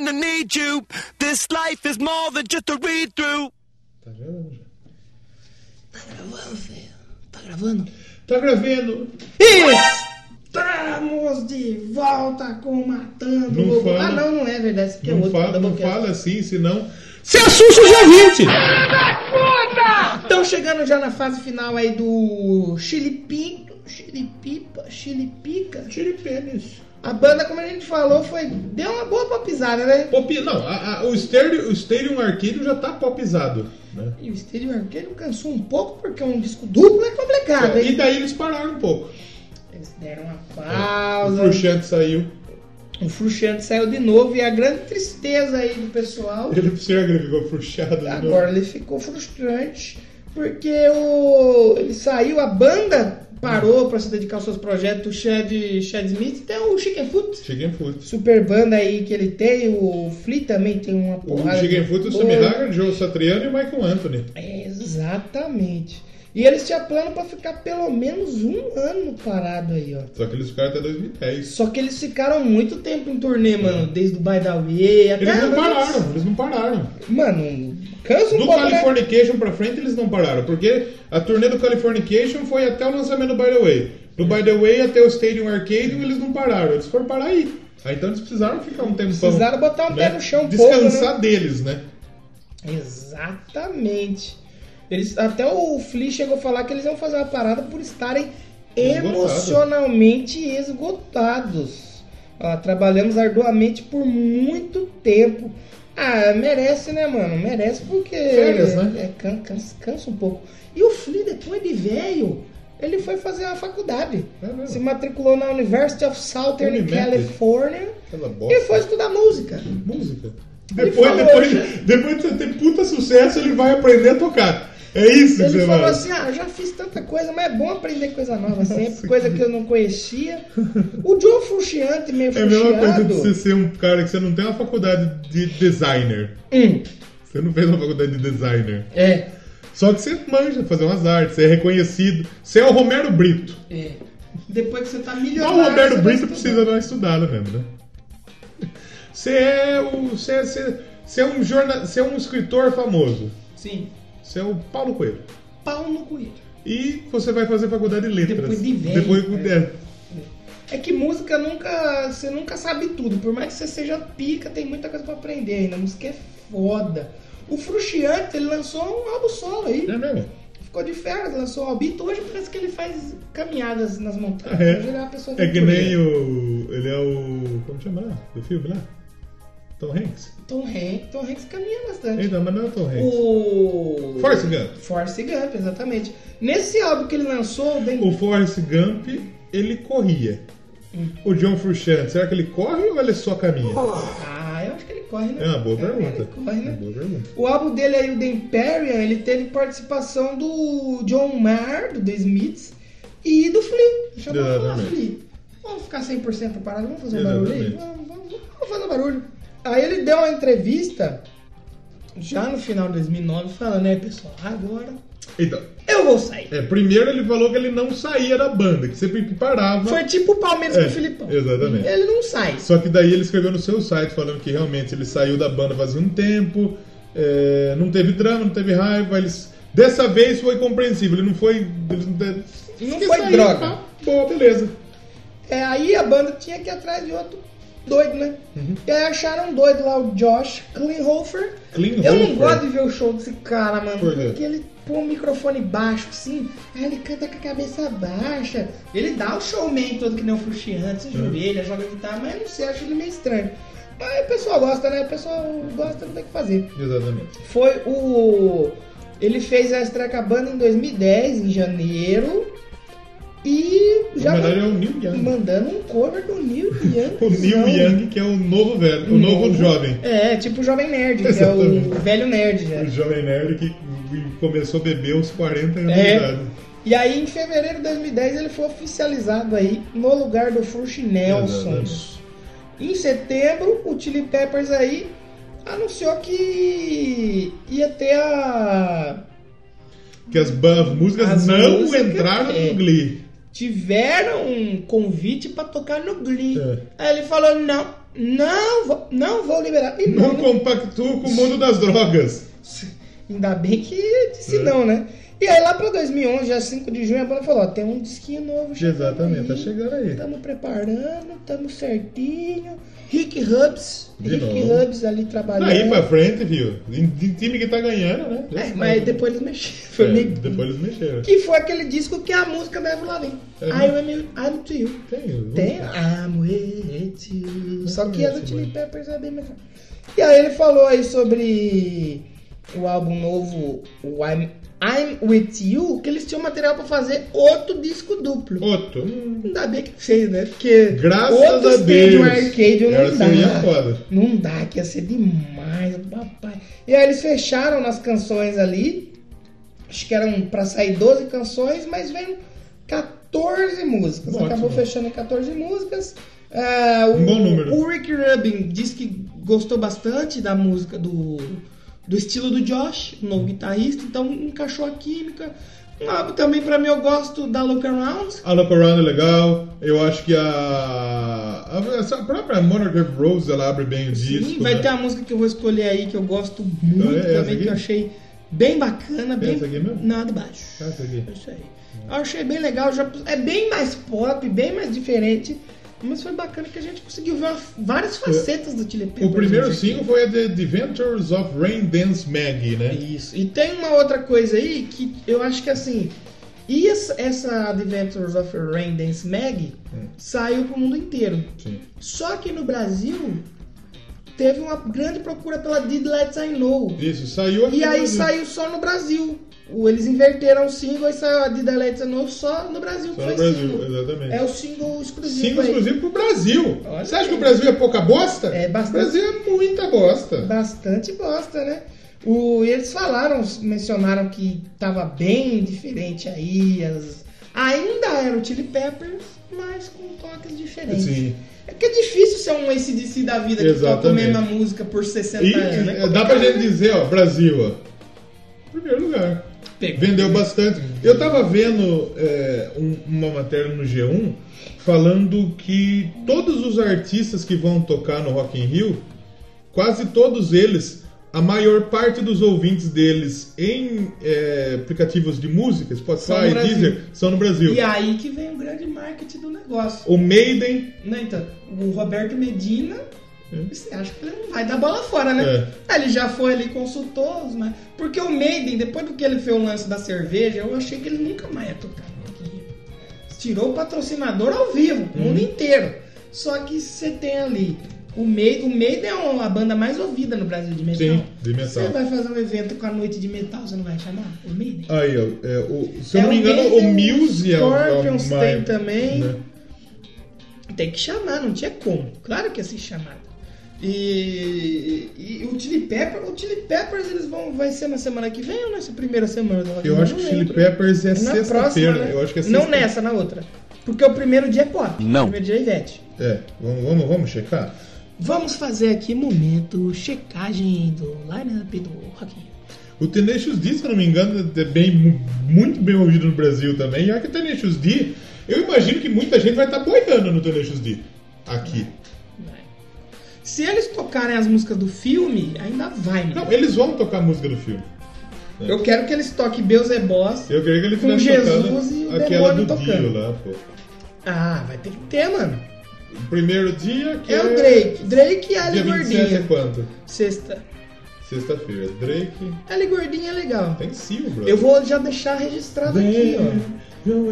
Speaker 4: gonna need you. This life is more than just a read-through.
Speaker 2: Tá gravando já.
Speaker 1: Tá gravando, filho? Tá gravando?
Speaker 2: Tá gravando.
Speaker 1: Estamos de volta com Matando
Speaker 2: Não
Speaker 1: Lobo.
Speaker 2: fala.
Speaker 1: Ah, não, não é verdade. Esse aqui é
Speaker 2: Não,
Speaker 1: outro.
Speaker 2: fala, não
Speaker 1: Doublecast.
Speaker 2: fala assim, senão... Você assusta os ouvintes!
Speaker 1: Estão chegando já na fase final aí do Chilipinto, Chilipipa, Chilipica.
Speaker 2: Chilipênis.
Speaker 1: A banda, como a gente falou, foi deu uma boa popizada, né?
Speaker 2: Pop... Não, a, a, o, Stadium, o Stadium Arcadium já tá popizado, né?
Speaker 1: E o Stadium Arcadium cansou um pouco, porque um disco duplo é complicado,
Speaker 2: E
Speaker 1: hein?
Speaker 2: daí eles pararam um pouco.
Speaker 1: Eles deram uma
Speaker 2: O
Speaker 1: pausa.
Speaker 2: Frusciante saiu.
Speaker 1: O Frusciante saiu de novo e a grande tristeza aí do pessoal.
Speaker 2: Ele, será que ele ficou frustrado de novo?
Speaker 1: Agora ele ficou frustrante, porque o... ele saiu, a banda parou para se dedicar aos seus projetos. O Chad, Chad Smith tem o Chicken Foot,
Speaker 2: Chicken Foot.
Speaker 1: super banda aí que ele tem. O Flea também tem uma
Speaker 2: O
Speaker 1: porrada.
Speaker 2: Chicken
Speaker 1: de
Speaker 2: Foot, o
Speaker 1: boa.
Speaker 2: Sammy Hagar, Joe Satriani e o Michael Anthony.
Speaker 1: É, exatamente. E eles tinham plano para ficar pelo menos um ano parado aí, ó.
Speaker 2: Só que eles ficaram até dois mil e dez.
Speaker 1: Só que eles ficaram muito tempo em turnê, mano. Desde o By the Way até...
Speaker 2: Eles não
Speaker 1: antes.
Speaker 2: pararam, eles não pararam.
Speaker 1: Mano, cansa um
Speaker 2: Do
Speaker 1: pouco, né?
Speaker 2: Californication pra frente eles não pararam, porque a turnê do Californication foi até o lançamento do By The Way. Do By The Way até o Stadium Arcadium eles não pararam, eles foram parar aí. Aí então eles precisaram ficar um tempão.
Speaker 1: Precisaram botar um
Speaker 2: né?
Speaker 1: pé no chão um pouco,
Speaker 2: Descansar
Speaker 1: né?
Speaker 2: deles, né?
Speaker 1: Exatamente. Eles, até o Flea chegou a falar que eles iam fazer uma parada por estarem
Speaker 2: Esgotado.
Speaker 1: emocionalmente esgotados. Ó, trabalhamos arduamente por muito tempo. Ah, merece, né, mano? Merece porque...
Speaker 2: Férias, né?
Speaker 1: É, can- cansa, cansa um pouco. E o Flea, depois de velho, ele foi fazer a faculdade.
Speaker 2: É mesmo?
Speaker 1: Se matriculou na University of Southern
Speaker 2: Unimed.
Speaker 1: California
Speaker 2: Aquela bosta.
Speaker 1: e foi estudar música.
Speaker 2: Música.
Speaker 1: Ele
Speaker 2: Depois,
Speaker 1: falou,
Speaker 2: depois,
Speaker 1: né?
Speaker 2: depois de você ter puta sucesso, ele vai aprender a tocar. É isso que
Speaker 1: Ele
Speaker 2: você
Speaker 1: falou
Speaker 2: vai.
Speaker 1: assim, ah, já fiz tanta coisa, mas é bom aprender coisa nova sempre,
Speaker 2: Nossa,
Speaker 1: coisa
Speaker 2: que-
Speaker 1: que eu não conhecia. O Joe Frusciante, meio
Speaker 2: É a mesma coisa de
Speaker 1: frustrado.
Speaker 2: você ser um cara que você não tem uma faculdade de designer.
Speaker 1: Hum,
Speaker 2: Você não fez uma faculdade de designer.
Speaker 1: é,
Speaker 2: Só que você manja fazer umas artes, você é reconhecido. Você é o Romero Brito.
Speaker 1: é. Depois que você tá
Speaker 2: Mas
Speaker 1: milionário...
Speaker 2: o Romero
Speaker 1: você vai
Speaker 2: Brito
Speaker 1: estudar.
Speaker 2: precisa dar uma estudada mesmo, né? Você é o. Você é, você, você é um jornal, você é um escritor famoso.
Speaker 1: Sim,
Speaker 2: Você é o Paulo Coelho.
Speaker 1: pau no coelho.
Speaker 2: E você vai fazer faculdade de letras.
Speaker 1: Depois de velho,
Speaker 2: Depois
Speaker 1: né?
Speaker 2: é.
Speaker 1: É que música nunca... Você nunca sabe tudo. Por mais que você seja pica, tem muita coisa pra aprender ainda. A música é foda. O Frusciante, ele lançou um álbum solo aí.
Speaker 2: É mesmo?
Speaker 1: Ficou de férias, lançou um álbum. E hoje parece que ele faz caminhadas nas montanhas.
Speaker 2: É.
Speaker 1: Hoje ele é uma pessoa
Speaker 2: É que
Speaker 1: aventureira.
Speaker 2: nem o. Ele é o. Como chama lá? Do filme lá? Tom Hanks?
Speaker 1: Tom Hanks, Tom Hanks caminha bastante.
Speaker 2: Então, mas não é o Tom Hanks.
Speaker 1: O...
Speaker 2: Forrest Gump.
Speaker 1: Forrest Gump, exatamente. Nesse álbum que ele lançou, bem...
Speaker 2: O Forrest Gump, ele corria. O John Frusciante, será que ele corre ou ele só caminha?
Speaker 1: Ah, eu acho que ele corre, né?
Speaker 2: É uma boa
Speaker 1: É,
Speaker 2: pergunta.
Speaker 1: Ele corre,
Speaker 2: É uma
Speaker 1: né?
Speaker 2: boa pergunta.
Speaker 1: O álbum dele aí, o The Imperium, ele teve participação do John Mayer, do The Smiths, e do Flea. Chamou o
Speaker 2: Exatamente.
Speaker 1: Flea. Vamos ficar cem por cento parado, vamos fazer um barulho aí?
Speaker 2: Exatamente.
Speaker 1: Vamos, vamos, vamos fazer um barulho. Aí ele deu uma entrevista, já no final de dois mil e nove, falando, né, pessoal, agora
Speaker 2: Então,
Speaker 1: eu vou sair.
Speaker 2: é, primeiro ele falou que ele não saía da banda, que sempre parava.
Speaker 1: Foi tipo o Palmeiras
Speaker 2: É,
Speaker 1: com o Filipão.
Speaker 2: exatamente.
Speaker 1: Ele não sai.
Speaker 2: Só que daí ele escreveu no seu site falando que realmente ele saiu da banda fazia um tempo, é, não teve drama, não teve raiva, eles... Dessa vez foi compreensível, ele não foi... Ele não,
Speaker 1: Não
Speaker 2: quis
Speaker 1: foi
Speaker 2: sair,
Speaker 1: droga.
Speaker 2: tá? Boa, beleza.
Speaker 1: É, aí a banda tinha que ir atrás de outro doido, né?
Speaker 2: Uhum.
Speaker 1: E aí acharam um doido lá, o Josh Klinghoffer.
Speaker 2: Klinghoffer.
Speaker 1: Eu não gosto de ver o show desse cara, mano.
Speaker 2: Por quê?
Speaker 1: Porque ele põe o microfone baixo, assim, aí ele canta com a cabeça baixa. Ele dá o showman todo que nem o Frusciante, se
Speaker 2: Uhum.
Speaker 1: ajoelha, joga guitarra, mas eu não sei, acho ele meio estranho. Mas o pessoal gosta, né? O pessoal gosta, não tem o que fazer.
Speaker 2: Exatamente.
Speaker 1: Foi o... Ele fez a estreia com a banda em dois mil e dez, em janeiro. E já
Speaker 2: Na verdade é o Neil Young.
Speaker 1: mandando um cover do Neil Young.
Speaker 2: O Neil Young, que é o novo velho, o novo jovem.
Speaker 1: É, tipo o Jovem Nerd, que é
Speaker 2: Exatamente.
Speaker 1: o velho nerd já.
Speaker 2: O jovem nerd que começou a beber aos quarenta anos
Speaker 1: É.
Speaker 2: de idade.
Speaker 1: E aí, em fevereiro de dois mil e dez, ele foi oficializado aí no lugar do Frush Nelson.
Speaker 2: Exatamente.
Speaker 1: Em setembro, o Chili Peppers aí anunciou que ia ter a...
Speaker 2: Que as, ba- as músicas
Speaker 1: As
Speaker 2: não
Speaker 1: músicas,
Speaker 2: entraram
Speaker 1: é.
Speaker 2: no Glee.
Speaker 1: Tiveram um convite pra tocar no Glee.
Speaker 2: É.
Speaker 1: Aí ele falou, não, Não, vou, não vou liberar. E
Speaker 2: Não
Speaker 1: não,
Speaker 2: compactuo com o mundo das drogas.
Speaker 1: Ainda bem que disse é. não, né? E aí lá pra dois mil e onze, já cinco de junho, a banda falou, ó, tem um disquinho novo chegando.
Speaker 2: Exatamente,
Speaker 1: aí,
Speaker 2: tá chegando aí.
Speaker 1: Estamos preparando, estamos certinho. Rick Hubs,
Speaker 2: De
Speaker 1: Rick
Speaker 2: novo.
Speaker 1: Hubs ali trabalhando.
Speaker 2: Aí pra frente, viu? De time que tá ganhando, né?
Speaker 1: É, mas depois eles mexeram. Foi
Speaker 2: é,
Speaker 1: meio...
Speaker 2: Depois eles mexeram.
Speaker 1: Que foi aquele disco que a música deve lá vem.
Speaker 2: É,
Speaker 1: I am, I'm to you.
Speaker 2: Tem,
Speaker 1: Tem I'm with you. Só que a do Chili
Speaker 2: mano.
Speaker 1: Peppers é bem melhor. E aí ele falou aí sobre o álbum novo, o I'm, I'm With You, que eles tinham material pra fazer outro disco duplo.
Speaker 2: Outro.
Speaker 1: Ainda bem que fez, né? Porque
Speaker 2: Graças
Speaker 1: outro
Speaker 2: a
Speaker 1: Stadium
Speaker 2: Deus.
Speaker 1: Arcade não
Speaker 2: Era
Speaker 1: dá.
Speaker 2: seria foda.
Speaker 1: Não dá, que ia ser demais, papai. E aí eles fecharam nas canções ali. Acho que eram pra sair doze canções, mas veio quatorze músicas.
Speaker 2: Ótimo.
Speaker 1: Acabou fechando em quatorze músicas. É, o,
Speaker 2: Um bom número.
Speaker 1: O Rick Rubin disse que gostou bastante da música, do, do estilo do Josh, o novo guitarrista, então encaixou a química. Ah, também pra mim eu gosto da Look Around.
Speaker 2: A Look Around é legal. Eu acho que a, a, essa própria Monarch of Rose ela abre bem o
Speaker 1: Sim,
Speaker 2: disco.
Speaker 1: vai
Speaker 2: né?
Speaker 1: ter uma música que eu vou escolher aí que eu gosto muito
Speaker 2: É essa
Speaker 1: também,
Speaker 2: aqui?
Speaker 1: que eu achei bem bacana. Bem...
Speaker 2: Essa aqui mesmo?
Speaker 1: Não, de baixo.
Speaker 2: Ah, essa aqui.
Speaker 1: É isso aí. Eu achei bem legal, já... é bem mais pop, bem mais diferente. Mas foi bacana que a gente conseguiu ver uma- várias facetas do Chili Peppers.
Speaker 2: O primeiro
Speaker 1: né?
Speaker 2: single foi a The Adventures of Rain Dance Maggie, né?
Speaker 1: Isso. E tem uma outra coisa aí que eu acho que assim. E essa, essa Adventures of Rain Dance Maggie
Speaker 2: Hum.
Speaker 1: saiu pro mundo inteiro.
Speaker 2: Sim.
Speaker 1: Só que no Brasil teve uma grande procura pela Did Let I Know.
Speaker 2: Isso, saiu aqui
Speaker 1: E
Speaker 2: no
Speaker 1: aí
Speaker 2: Brasil.
Speaker 1: saiu só no Brasil. O- Eles inverteram o single e saiu a Did Let I Know só no Brasil.
Speaker 2: Só
Speaker 1: foi
Speaker 2: no Brasil,
Speaker 1: single.
Speaker 2: exatamente.
Speaker 1: É o single exclusivo.
Speaker 2: Single
Speaker 1: aí.
Speaker 2: exclusivo pro Brasil.
Speaker 1: Olha
Speaker 2: Você acha
Speaker 1: aí.
Speaker 2: que o Brasil é pouca bosta?
Speaker 1: É bastante.
Speaker 2: O Brasil é muita bosta.
Speaker 1: Bastante bosta, né? O, e eles falaram, mencionaram que tava bem diferente aí. As, ainda era o Chili Peppers, mas com toques diferentes.
Speaker 2: Sim.
Speaker 1: É que é difícil ser um A C D C da vida que toca a
Speaker 2: Exatamente.
Speaker 1: mesma música por sessenta
Speaker 2: E
Speaker 1: anos. né?
Speaker 2: é, dá pra gente dizer, ó, Brasil, ó. Primeiro lugar.
Speaker 1: Pegou.
Speaker 2: Vendeu bastante. Eu tava vendo é, um- uma matéria no G um falando que todos os artistas que vão tocar no Rock in Rio, quase todos eles, a maior parte dos ouvintes deles em é, aplicativos de música,
Speaker 1: São no
Speaker 2: Spotify,
Speaker 1: Brasil.
Speaker 2: Deezer, são no Brasil.
Speaker 1: E aí que vem o grande marketing do negócio.
Speaker 2: O Maiden,
Speaker 1: Né, então, o Roberto Medina, você acha que ele não vai dar bola fora, né?
Speaker 2: É.
Speaker 1: Aí ele já foi ali, consultou, os mas... porque o Maiden, depois do que ele fez o lance da cerveja, eu achei que ele nunca mais ia tocar no Rock in Rio. Tirou o patrocinador ao vivo, o mundo inteiro. Só que você tem ali, o Maiden, o Maiden é uma- a banda mais ouvida no Brasil de metal.
Speaker 2: Sim, de metal.
Speaker 1: Você vai fazer um evento com a noite de metal, você não vai chamar o Maiden?
Speaker 2: aí, ó, é, o, se eu
Speaker 1: É
Speaker 2: não me
Speaker 1: o
Speaker 2: engano, o
Speaker 1: Maiden,
Speaker 2: Muse é o é o
Speaker 1: Scorpions tem
Speaker 2: mais-
Speaker 1: também.
Speaker 2: né?
Speaker 1: Tem que chamar, não tinha como. Claro que ia ser chamado. E, e o Chili Peppers, o Chili Peppers eles vão, vai ser na semana que vem ou nessa primeira semana? do Rock in
Speaker 2: Eu
Speaker 1: Rio?
Speaker 2: acho que
Speaker 1: Não
Speaker 2: o Chili
Speaker 1: lembro.
Speaker 2: Peppers é
Speaker 1: na próxima,
Speaker 2: sexta-feira.
Speaker 1: né?
Speaker 2: Eu acho que é
Speaker 1: Não
Speaker 2: sexta-
Speaker 1: nessa, na outra. Porque o primeiro dia é pop.
Speaker 3: Não.
Speaker 1: O primeiro dia é Ivete.
Speaker 2: É, vamos, vamos, vamos checar?
Speaker 1: Vamos fazer aqui momento checagem do line-up do Rock in Rio.
Speaker 2: O Tenacious D, se eu não me engano, é bem, mu- muito bem ouvido no Brasil também. E olha que o Tenacious D, eu imagino que muita gente vai estar boiando no Tenacious D. Aqui.
Speaker 1: Vai. Se eles tocarem as músicas do filme, ainda vai, mano.
Speaker 2: Não, eles vão tocar a música do filme.
Speaker 1: Eu quero que eles toquem Beelzebub.
Speaker 2: Eu queria que ele
Speaker 1: Com
Speaker 2: tivesse
Speaker 1: Jesus
Speaker 2: tocado
Speaker 1: e o
Speaker 2: aquela
Speaker 1: demônio
Speaker 2: do
Speaker 1: tocando.
Speaker 2: Dio lá, pô.
Speaker 1: Ah, vai ter que ter, mano.
Speaker 2: O primeiro dia que
Speaker 1: É o Drake. Drake e a
Speaker 2: Dia
Speaker 1: Ali
Speaker 2: vinte e sete é
Speaker 1: Gordinha.
Speaker 2: quanto?
Speaker 1: Sexta.
Speaker 2: Sexta-feira. Drake.
Speaker 1: Ali Gordinha é legal.
Speaker 2: Tem sim, bro.
Speaker 1: Eu vou já deixar registrado aqui, ó.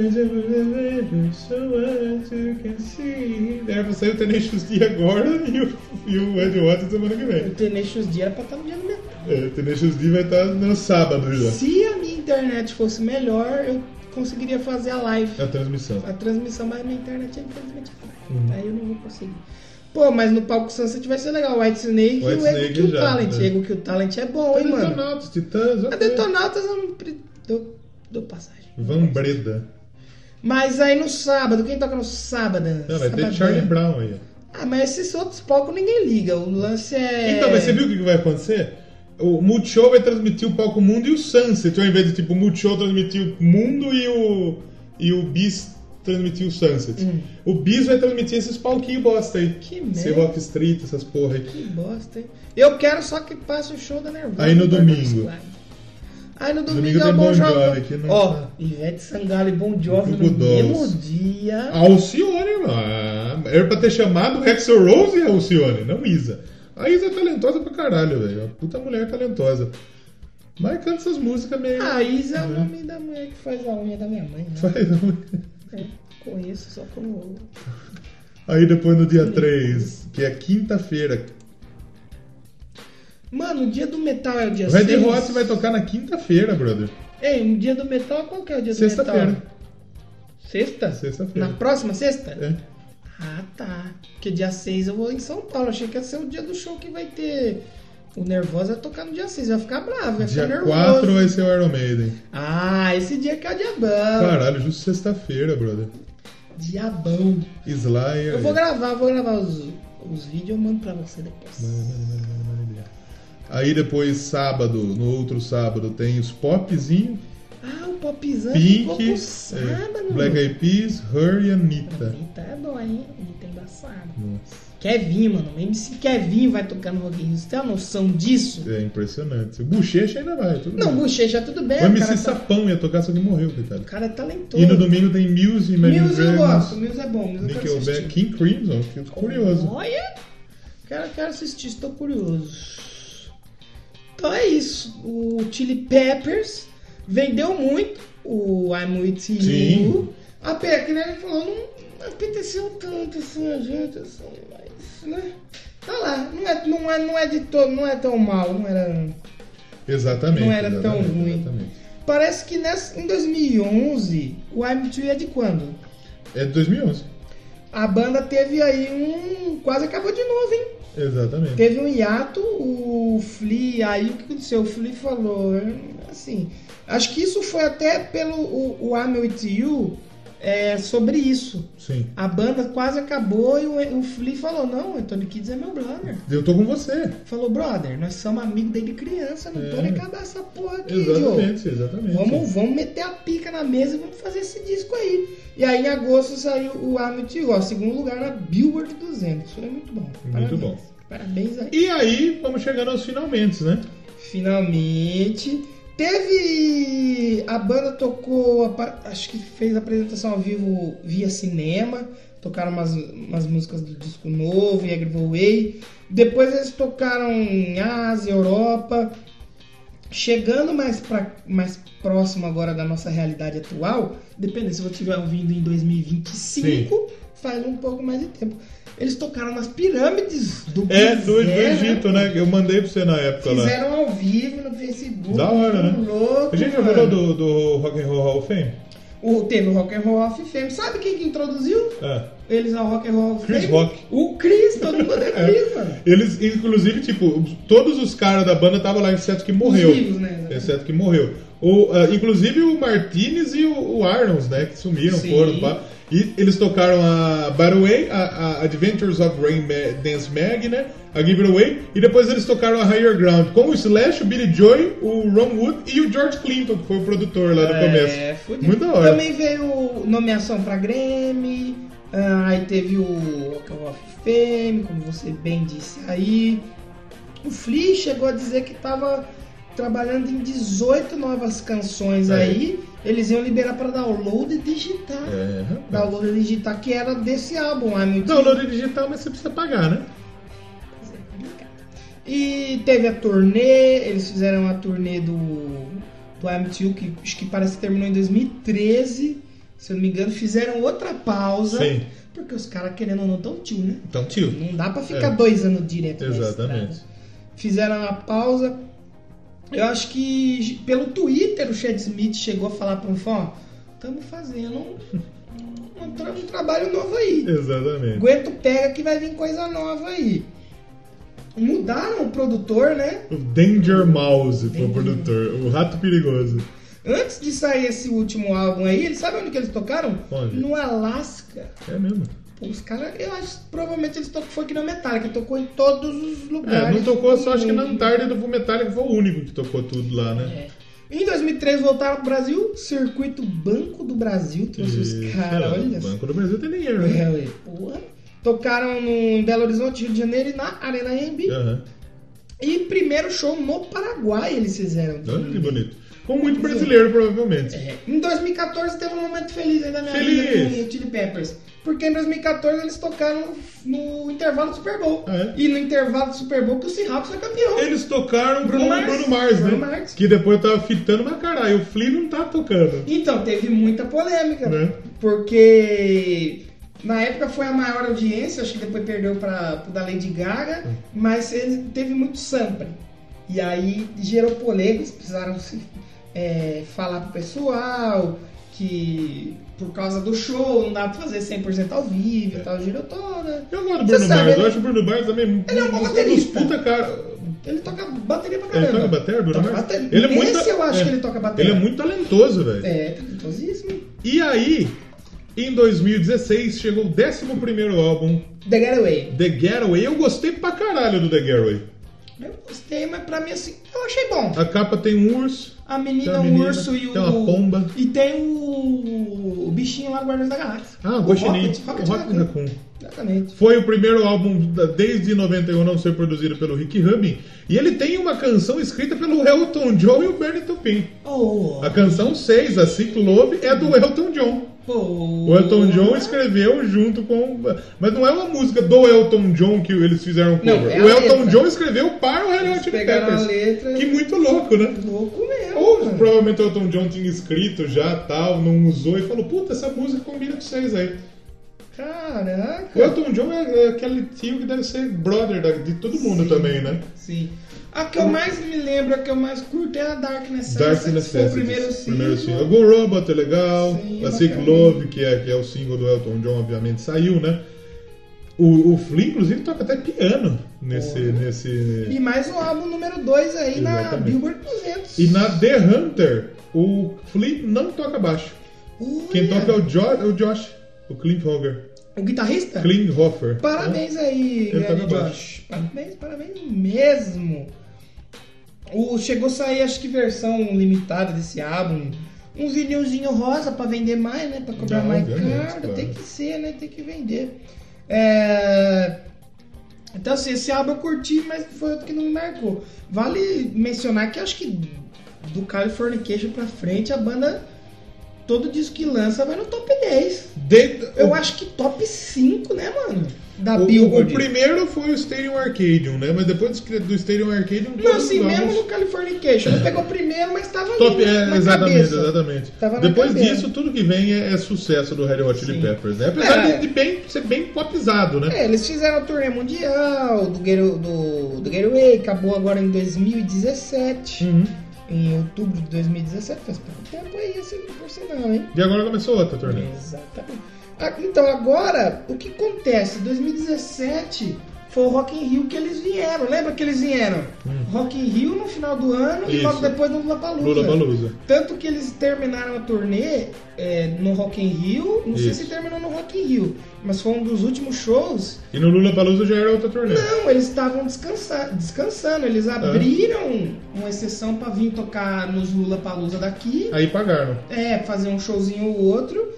Speaker 2: Era pra sair o Tenacious D agora e o, e o Ed Watson semana que
Speaker 1: O
Speaker 2: vem.
Speaker 1: Tenacious D era pra estar no dia do metal.
Speaker 2: É, o Tenacious D vai estar no sábado já.
Speaker 1: Se a minha internet fosse melhor, eu conseguiria fazer a live.
Speaker 2: A transmissão.
Speaker 1: A transmissão, mas a minha internet é infelizmente é
Speaker 2: Uhum.
Speaker 1: fraca. Aí eu não vou conseguir. Pô, mas no palco Sunset vai ser legal. White Snake
Speaker 2: White
Speaker 1: e o Ego
Speaker 2: Snake
Speaker 1: Kill
Speaker 2: já,
Speaker 1: Talent.
Speaker 2: né?
Speaker 1: Ego Kill Talent é bom, hein, mano.
Speaker 2: Detonautas, Titãs,
Speaker 1: A
Speaker 2: ok.
Speaker 1: Detonautas eu não pre- dou, dou passagem.
Speaker 2: Van Breda.
Speaker 1: Mas aí no sábado, quem toca no sábado?
Speaker 2: Não, vai ter
Speaker 1: Sabadão.
Speaker 2: Charlie Brown aí.
Speaker 1: Ah, mas esses outros palcos ninguém liga. O lance é.
Speaker 2: Então, mas você viu o que que vai acontecer? O Multishow vai transmitir o Palco Mundo e o Sunset, ao invés de tipo o Multishow transmitir o Mundo e o e o Bis transmitir o Sunset.
Speaker 1: Hum.
Speaker 2: O Bis vai transmitir esses palquinhos bosta aí.
Speaker 1: Que merda.
Speaker 2: Esse Rock Street, essas porra aí.
Speaker 1: Que bosta, hein? Eu quero só que passe o show da Nervosa.
Speaker 2: Aí no domingo.
Speaker 1: Aí no domingo,
Speaker 2: domingo
Speaker 1: é
Speaker 2: tem
Speaker 1: Bon
Speaker 2: Bon
Speaker 1: Jovi.
Speaker 2: Jovi, que não
Speaker 1: Ó,
Speaker 2: tá.
Speaker 1: Ivete Sangalo e Bon Jovi
Speaker 2: Google
Speaker 1: no mesmo
Speaker 2: Dolls.
Speaker 1: dia.
Speaker 2: Alcione, mano. Era pra ter chamado Axl Rose e Alcione, não Isa. A Isa é talentosa pra caralho, velho. Uma puta mulher talentosa. Mas canta essas músicas meio...
Speaker 1: A Isa é o nome da mulher que faz a unha da minha mãe, né?
Speaker 2: Faz não.
Speaker 1: É, conheço só como...
Speaker 2: Aí depois no dia três, que é quinta-feira.
Speaker 1: Mano, o dia do metal é o dia
Speaker 2: O Red
Speaker 1: seis.
Speaker 2: Hot vai tocar na quinta-feira, brother.
Speaker 1: Ei, o dia do metal, qual que é o dia do
Speaker 2: Sexta-feira.
Speaker 1: metal? Sexta?
Speaker 2: Sexta-feira.
Speaker 1: Na próxima sexta?
Speaker 2: É.
Speaker 1: Ah, tá. Porque dia seis eu vou em São Paulo. Achei que ia ser o dia do show que vai ter... O Nervosa vai tocar no dia seis. Vai ficar bravo, vai
Speaker 2: Dia
Speaker 1: ficar nervoso.
Speaker 2: quatro vai ser o Iron Maiden.
Speaker 1: Ah, esse dia que é o diabão.
Speaker 2: Caralho, justo sexta-feira, brother.
Speaker 1: Diabão.
Speaker 2: Slayer.
Speaker 1: Eu vou gravar, vou gravar os, os vídeos e eu mando pra você depois.
Speaker 2: Aí depois, sábado, no outro sábado, tem os popzinho,
Speaker 1: Ah, o popzão
Speaker 2: Pink,
Speaker 1: ficou pro
Speaker 2: é,
Speaker 1: sábado.
Speaker 2: Black Eyed Peas, Her e Anitta.
Speaker 1: Anitta é boa, hein? Anitta é embaçado.
Speaker 2: Nossa,
Speaker 1: Kevin, mano. O M C Kevin vai tocar no Rock in Rio. Você tem uma noção disso?
Speaker 2: é impressionante. O Bochecha ainda vai, tudo
Speaker 1: Não,
Speaker 2: bem.
Speaker 1: Bochecha, tudo bem.
Speaker 2: O M C
Speaker 1: cara tá-
Speaker 2: Sapão ia tocar, só que morreu, coitado.
Speaker 1: O cara é talentoso.
Speaker 2: E no domingo tem Muse, Imagine
Speaker 1: Muse eu
Speaker 2: Dragons,
Speaker 1: gosto. Muse é bom. Muse eu quero
Speaker 2: Nickelback,
Speaker 1: assistir.
Speaker 2: King Crimson, fico curioso.
Speaker 1: Olha! Quero, quero assistir, estou curioso. Então é isso. O Chili Peppers vendeu muito. O I'm With You.
Speaker 2: Sim.
Speaker 1: A pena que ele falou, não apeteceu tanto assim a gente, assim, mas, né? Tá lá. Não é, não é, não é de todo, não é tão mal, não era...
Speaker 2: Exatamente.
Speaker 1: Não era tão
Speaker 2: exatamente,
Speaker 1: ruim.
Speaker 2: Exatamente.
Speaker 1: Parece que nessa, em dois mil e onze, o I'm With You é de quando?
Speaker 2: É de dois mil e onze.
Speaker 1: A banda teve aí um... Quase acabou de novo, hein?
Speaker 2: Exatamente.
Speaker 1: Teve um hiato, o Flea, aí o que aconteceu? O Flea falou, assim, acho que isso foi até pelo o, o I'm With You, é, sobre isso.
Speaker 2: Sim.
Speaker 1: A banda quase acabou e o, o Flea falou, não, o Anthony Kiedis é meu brother.
Speaker 2: Eu tô com você.
Speaker 1: Falou, brother, nós somos amigos desde criança, não
Speaker 2: É.
Speaker 1: pode acabar essa porra aqui,
Speaker 2: Exatamente,
Speaker 1: Joe.
Speaker 2: exatamente.
Speaker 1: Vamos, vamos meter a pica na mesa e vamos fazer esse disco aí. E aí em agosto saiu o I'm With You, ó, segundo lugar na Billboard duzentos. Isso é muito bom.
Speaker 2: Muito
Speaker 1: Parabéns.
Speaker 2: bom.
Speaker 1: Parabéns aí.
Speaker 2: E aí, vamos chegando aos finalmente, né?
Speaker 1: Finalmente. Teve... A banda tocou, a par- acho que fez a apresentação ao vivo via cinema. Tocaram umas, umas músicas do disco novo, e Give Away. Depois eles tocaram em Ásia, Europa. Chegando mais, pra, mais próximo agora da nossa realidade atual, dependendo se eu estiver ouvindo em dois mil e vinte e cinco, faz um pouco mais de tempo. Eles tocaram nas pirâmides do
Speaker 2: É, do, do
Speaker 1: Gizé,
Speaker 2: Egito, né? Eu mandei pra você na época lá.
Speaker 1: Fizeram ao vivo no Facebook.
Speaker 2: Da hora, né?
Speaker 1: Louco,
Speaker 2: A gente já
Speaker 1: mano.
Speaker 2: falou do, do Rock and Roll Hall of Fame?
Speaker 1: O, teve o Rock and Roll Hall of Fame. Sabe quem que introduziu
Speaker 2: É.
Speaker 1: eles ao Rock and Roll Hall of
Speaker 2: Chris
Speaker 1: Fame?
Speaker 2: Rock.
Speaker 1: O Chris, todo mundo é Chris, mano.
Speaker 2: Eles, inclusive, tipo, todos os caras da banda estavam lá, exceto que morreu.
Speaker 1: Os vivos, né?
Speaker 2: Exceto que morreu. O, ah, inclusive o Martinez e o, o Arnold, né? Que sumiram,
Speaker 1: Sim.
Speaker 2: foram. Pá. E eles tocaram a By the Way, a, a Adventures of Rain Ma- Dance Mag, né? A Give It Away. E depois eles tocaram a Higher Ground com o Slash, o Billy Joy, o Ron Wood e o George Clinton, que foi o produtor lá no
Speaker 1: É,
Speaker 2: começo.
Speaker 1: fudido.
Speaker 2: Muito da hora.
Speaker 1: Também veio nomeação pra Grammy, ah, aí teve o Rock and Roll of Fame, como você bem disse aí. O Flea chegou a dizer que tava trabalhando em dezoito novas canções
Speaker 2: É.
Speaker 1: aí. Eles iam liberar pra download digital.
Speaker 2: É, rapaz.
Speaker 1: Download digital, que era desse álbum, I'm With You.
Speaker 2: Download digital, mas você precisa pagar, né?
Speaker 1: E teve a turnê, eles fizeram a turnê do, do I'm With You, que acho que parece que terminou em dois mil e treze, se eu não me engano, fizeram outra pausa,
Speaker 2: Sim.
Speaker 1: porque os caras querendo ou não tão tio, né?
Speaker 2: Então, tio.
Speaker 1: Não dá pra ficar
Speaker 2: É.
Speaker 1: dois anos direto na
Speaker 2: Exatamente.
Speaker 1: estrada. Fizeram a pausa, eu acho que pelo Twitter o Chad Smith chegou a falar para um fã, ó, estamos fazendo um, um, tra- um trabalho novo aí.
Speaker 2: Exatamente.
Speaker 1: Aguento pega que vai vir coisa nova aí. Mudaram o produtor, né?
Speaker 2: O Danger Mouse foi o produtor, o Rato Perigoso.
Speaker 1: Antes de sair esse último álbum aí, eles sabem onde que eles tocaram?
Speaker 2: Onde?
Speaker 1: No Alasca.
Speaker 2: É mesmo.
Speaker 1: Pô, os caras, eu acho, provavelmente eles tocam, foi aqui na Metallica, tocou em todos os
Speaker 2: É,
Speaker 1: lugares.
Speaker 2: não tocou, só acho que na
Speaker 1: do mundo.
Speaker 2: Antártida do Metallica foi o único que tocou tudo lá, né?
Speaker 1: É. Em dois mil e três voltaram pro Brasil, Circuito Banco do Brasil, trouxe os caras, olha.
Speaker 2: Banco do Brasil tem dinheiro, né?
Speaker 1: É, ué, porra. Tocaram no, em Belo Horizonte, Rio de Janeiro e na Arena Anhembi.
Speaker 2: Uhum.
Speaker 1: E primeiro show no Paraguai eles fizeram.
Speaker 2: Olha que bonito. Com muito brasileiro, provavelmente.
Speaker 1: É. Em dois mil e catorze teve um momento feliz aí da minha
Speaker 2: Feliz.
Speaker 1: vida com o Chili Peppers. Porque em dois mil e catorze eles tocaram no, no intervalo do Super Bowl.
Speaker 2: Ah, é?
Speaker 1: E no intervalo do Super Bowl que o Seahawks foi campeão.
Speaker 2: Eles tocaram
Speaker 1: Bruno
Speaker 2: com o
Speaker 1: Mars.
Speaker 2: Bruno Mars,
Speaker 1: Bruno
Speaker 2: né?
Speaker 1: Mars.
Speaker 2: Que depois tava fitando pra caralho. O Flea não tá tocando.
Speaker 1: Então, teve muita polêmica.
Speaker 2: Né?
Speaker 1: Porque na época foi a maior audiência, acho que depois perdeu para o da Lady Gaga, mas ele teve muito sample. E aí gerou polêmicas, precisaram se, é, falar pro pessoal que por causa do show não dá pra fazer cem por cento ao vivo e tal, girou toda.
Speaker 2: Eu gosto do
Speaker 1: Você
Speaker 2: Bruno
Speaker 1: sabe,
Speaker 2: Mars,
Speaker 1: ele-
Speaker 2: eu acho o Bruno Mars também
Speaker 1: Ele é um bom
Speaker 2: um dos
Speaker 1: baterista.
Speaker 2: puta cara.
Speaker 1: Ele toca bateria pra
Speaker 2: Ele
Speaker 1: caramba.
Speaker 2: toca bateria, Bruno
Speaker 1: Toca
Speaker 2: Mars?
Speaker 1: bateria.
Speaker 2: Ele é
Speaker 1: Nesse
Speaker 2: muito,
Speaker 1: eu acho
Speaker 2: é,
Speaker 1: que ele toca bateria.
Speaker 2: Ele é muito talentoso, velho.
Speaker 1: É, talentosíssimo.
Speaker 2: E aí, em dois mil e dezesseis, chegou o décimo primeiro álbum,
Speaker 1: The Getaway.
Speaker 2: The Getaway. Eu gostei pra caralho do The Getaway.
Speaker 1: Eu gostei, mas pra mim assim, eu achei bom.
Speaker 2: A capa tem um urso,
Speaker 1: A menina,
Speaker 2: Tem a
Speaker 1: o
Speaker 2: menina,
Speaker 1: urso e o...
Speaker 2: tem uma pomba.
Speaker 1: E tem o, o bichinho lá do Guardiões da Galáxia.
Speaker 2: ah, o
Speaker 1: Rocket,
Speaker 2: Guaxinim,
Speaker 1: Rocket
Speaker 2: o Rocket
Speaker 1: Raccoon.
Speaker 2: Raccoon.
Speaker 1: Exatamente.
Speaker 2: Foi o primeiro álbum da- desde noventa e um não ser produzido pelo Rick Rubin. E ele tem uma canção escrita pelo Elton John e o Bernie Taupin.
Speaker 1: Oh,
Speaker 2: A canção seis, a Ciclope, é do Elton John.
Speaker 1: pô.
Speaker 2: O Elton John escreveu junto com... Mas não é uma música do Elton John que eles fizeram cover.
Speaker 1: Não, é a
Speaker 2: o Elton
Speaker 1: letra.
Speaker 2: John escreveu para o Red Hot
Speaker 1: Eles
Speaker 2: Chili
Speaker 1: pegaram
Speaker 2: Peppers.
Speaker 1: a letra
Speaker 2: Que
Speaker 1: e-
Speaker 2: muito louco, né?
Speaker 1: Louco mesmo.
Speaker 2: Ou
Speaker 1: cara.
Speaker 2: provavelmente o Elton John tinha escrito já, tal, não usou e falou, puta, essa música combina com vocês aí. O
Speaker 1: Caraca.
Speaker 2: Elton John é, é aquele tio que deve ser brother da- de todo mundo
Speaker 1: Sim,
Speaker 2: também, né?
Speaker 1: Sim. A que eu mais me lembro, a que eu mais curto é a Dark Necessities.
Speaker 2: Dark
Speaker 1: Foi o
Speaker 2: Necessities,
Speaker 1: primeiro single.
Speaker 2: primeiro single. O Go Robot é legal,
Speaker 1: Sim,
Speaker 2: a
Speaker 1: bacana.
Speaker 2: Sick Love, que é, que é o single do Elton John, obviamente saiu, né? O, o Flea, inclusive, toca até piano nesse...
Speaker 1: Porra.
Speaker 2: nesse...
Speaker 1: E mais um álbum número dois aí na
Speaker 2: Exatamente.
Speaker 1: Billboard duzentos.
Speaker 2: E na The Hunter, o Flea não toca baixo. Quem
Speaker 1: Olha,
Speaker 2: toca é o, jo é o Josh, o Klinghoffer.
Speaker 1: O guitarrista?
Speaker 2: Klinghoffer.
Speaker 1: Parabéns aí,
Speaker 2: Ele
Speaker 1: grande
Speaker 2: toca
Speaker 1: Josh.
Speaker 2: baixo.
Speaker 1: Parabéns, parabéns mesmo. O, chegou a sair, acho que versão limitada desse álbum. Um vinilzinho rosa pra vender mais, né? Pra cobrar
Speaker 2: Não,
Speaker 1: mais
Speaker 2: obviamente,
Speaker 1: caro.
Speaker 2: claro.
Speaker 1: Tem que ser, né? Tem que vender. É... Então, assim, esse álbum eu curti, mas foi outro que não me marcou. Vale mencionar que acho que do Californication pra frente, a banda, todo disco que lança vai no top dez.
Speaker 2: De-
Speaker 1: Eu
Speaker 2: o-
Speaker 1: acho que top cinco, né, mano? Da
Speaker 2: O, o,
Speaker 1: Billboard.
Speaker 2: o primeiro foi o Stadium Arcadium, né? Mas depois do do Stadium Arcadium...
Speaker 1: Não,
Speaker 2: todos
Speaker 1: assim,
Speaker 2: os
Speaker 1: mesmo
Speaker 2: álbuns-
Speaker 1: no Californication. Não pegou primeiro, mas tava ali
Speaker 2: Top,
Speaker 1: na,
Speaker 2: é,
Speaker 1: na
Speaker 2: exatamente,
Speaker 1: cabeça.
Speaker 2: exatamente.
Speaker 1: Tava na
Speaker 2: Depois
Speaker 1: cabeça.
Speaker 2: disso, tudo que vem é, é sucesso do Red Hot Chili
Speaker 1: Sim.
Speaker 2: Peppers, né? Apesar
Speaker 1: É.
Speaker 2: de, de bem, ser bem popizado, né?
Speaker 1: É, eles fizeram a turnê mundial do, Get- do, do Getaway, acabou agora em dois mil e dezessete.
Speaker 2: Uhum.
Speaker 1: Em outubro de dois mil e dezessete, faz pouco tempo aí, assim, por sinal, hein?
Speaker 2: E agora começou outra turnê.
Speaker 1: Exatamente. Ah, então, agora, o que acontece? Em dois mil e dezessete foi o Rock in Rio que eles vieram. Lembra que eles vieram? Rock in Rio no final do ano e
Speaker 2: Isso.
Speaker 1: logo depois no Lollapalooza.
Speaker 2: Lollapalooza.
Speaker 1: Tanto que eles terminaram a turnê é, no Rock in Rio. Não sei
Speaker 2: Isso.
Speaker 1: se terminou no Rock in Rio, mas foi um dos últimos shows.
Speaker 2: E no Lollapalooza já era outra turnê.
Speaker 1: Não, eles estavam descansa- descansando. Eles abriram uma exceção pra vir tocar nos Lollapalooza daqui.
Speaker 2: Aí pagaram.
Speaker 1: É, fazer um showzinho ou outro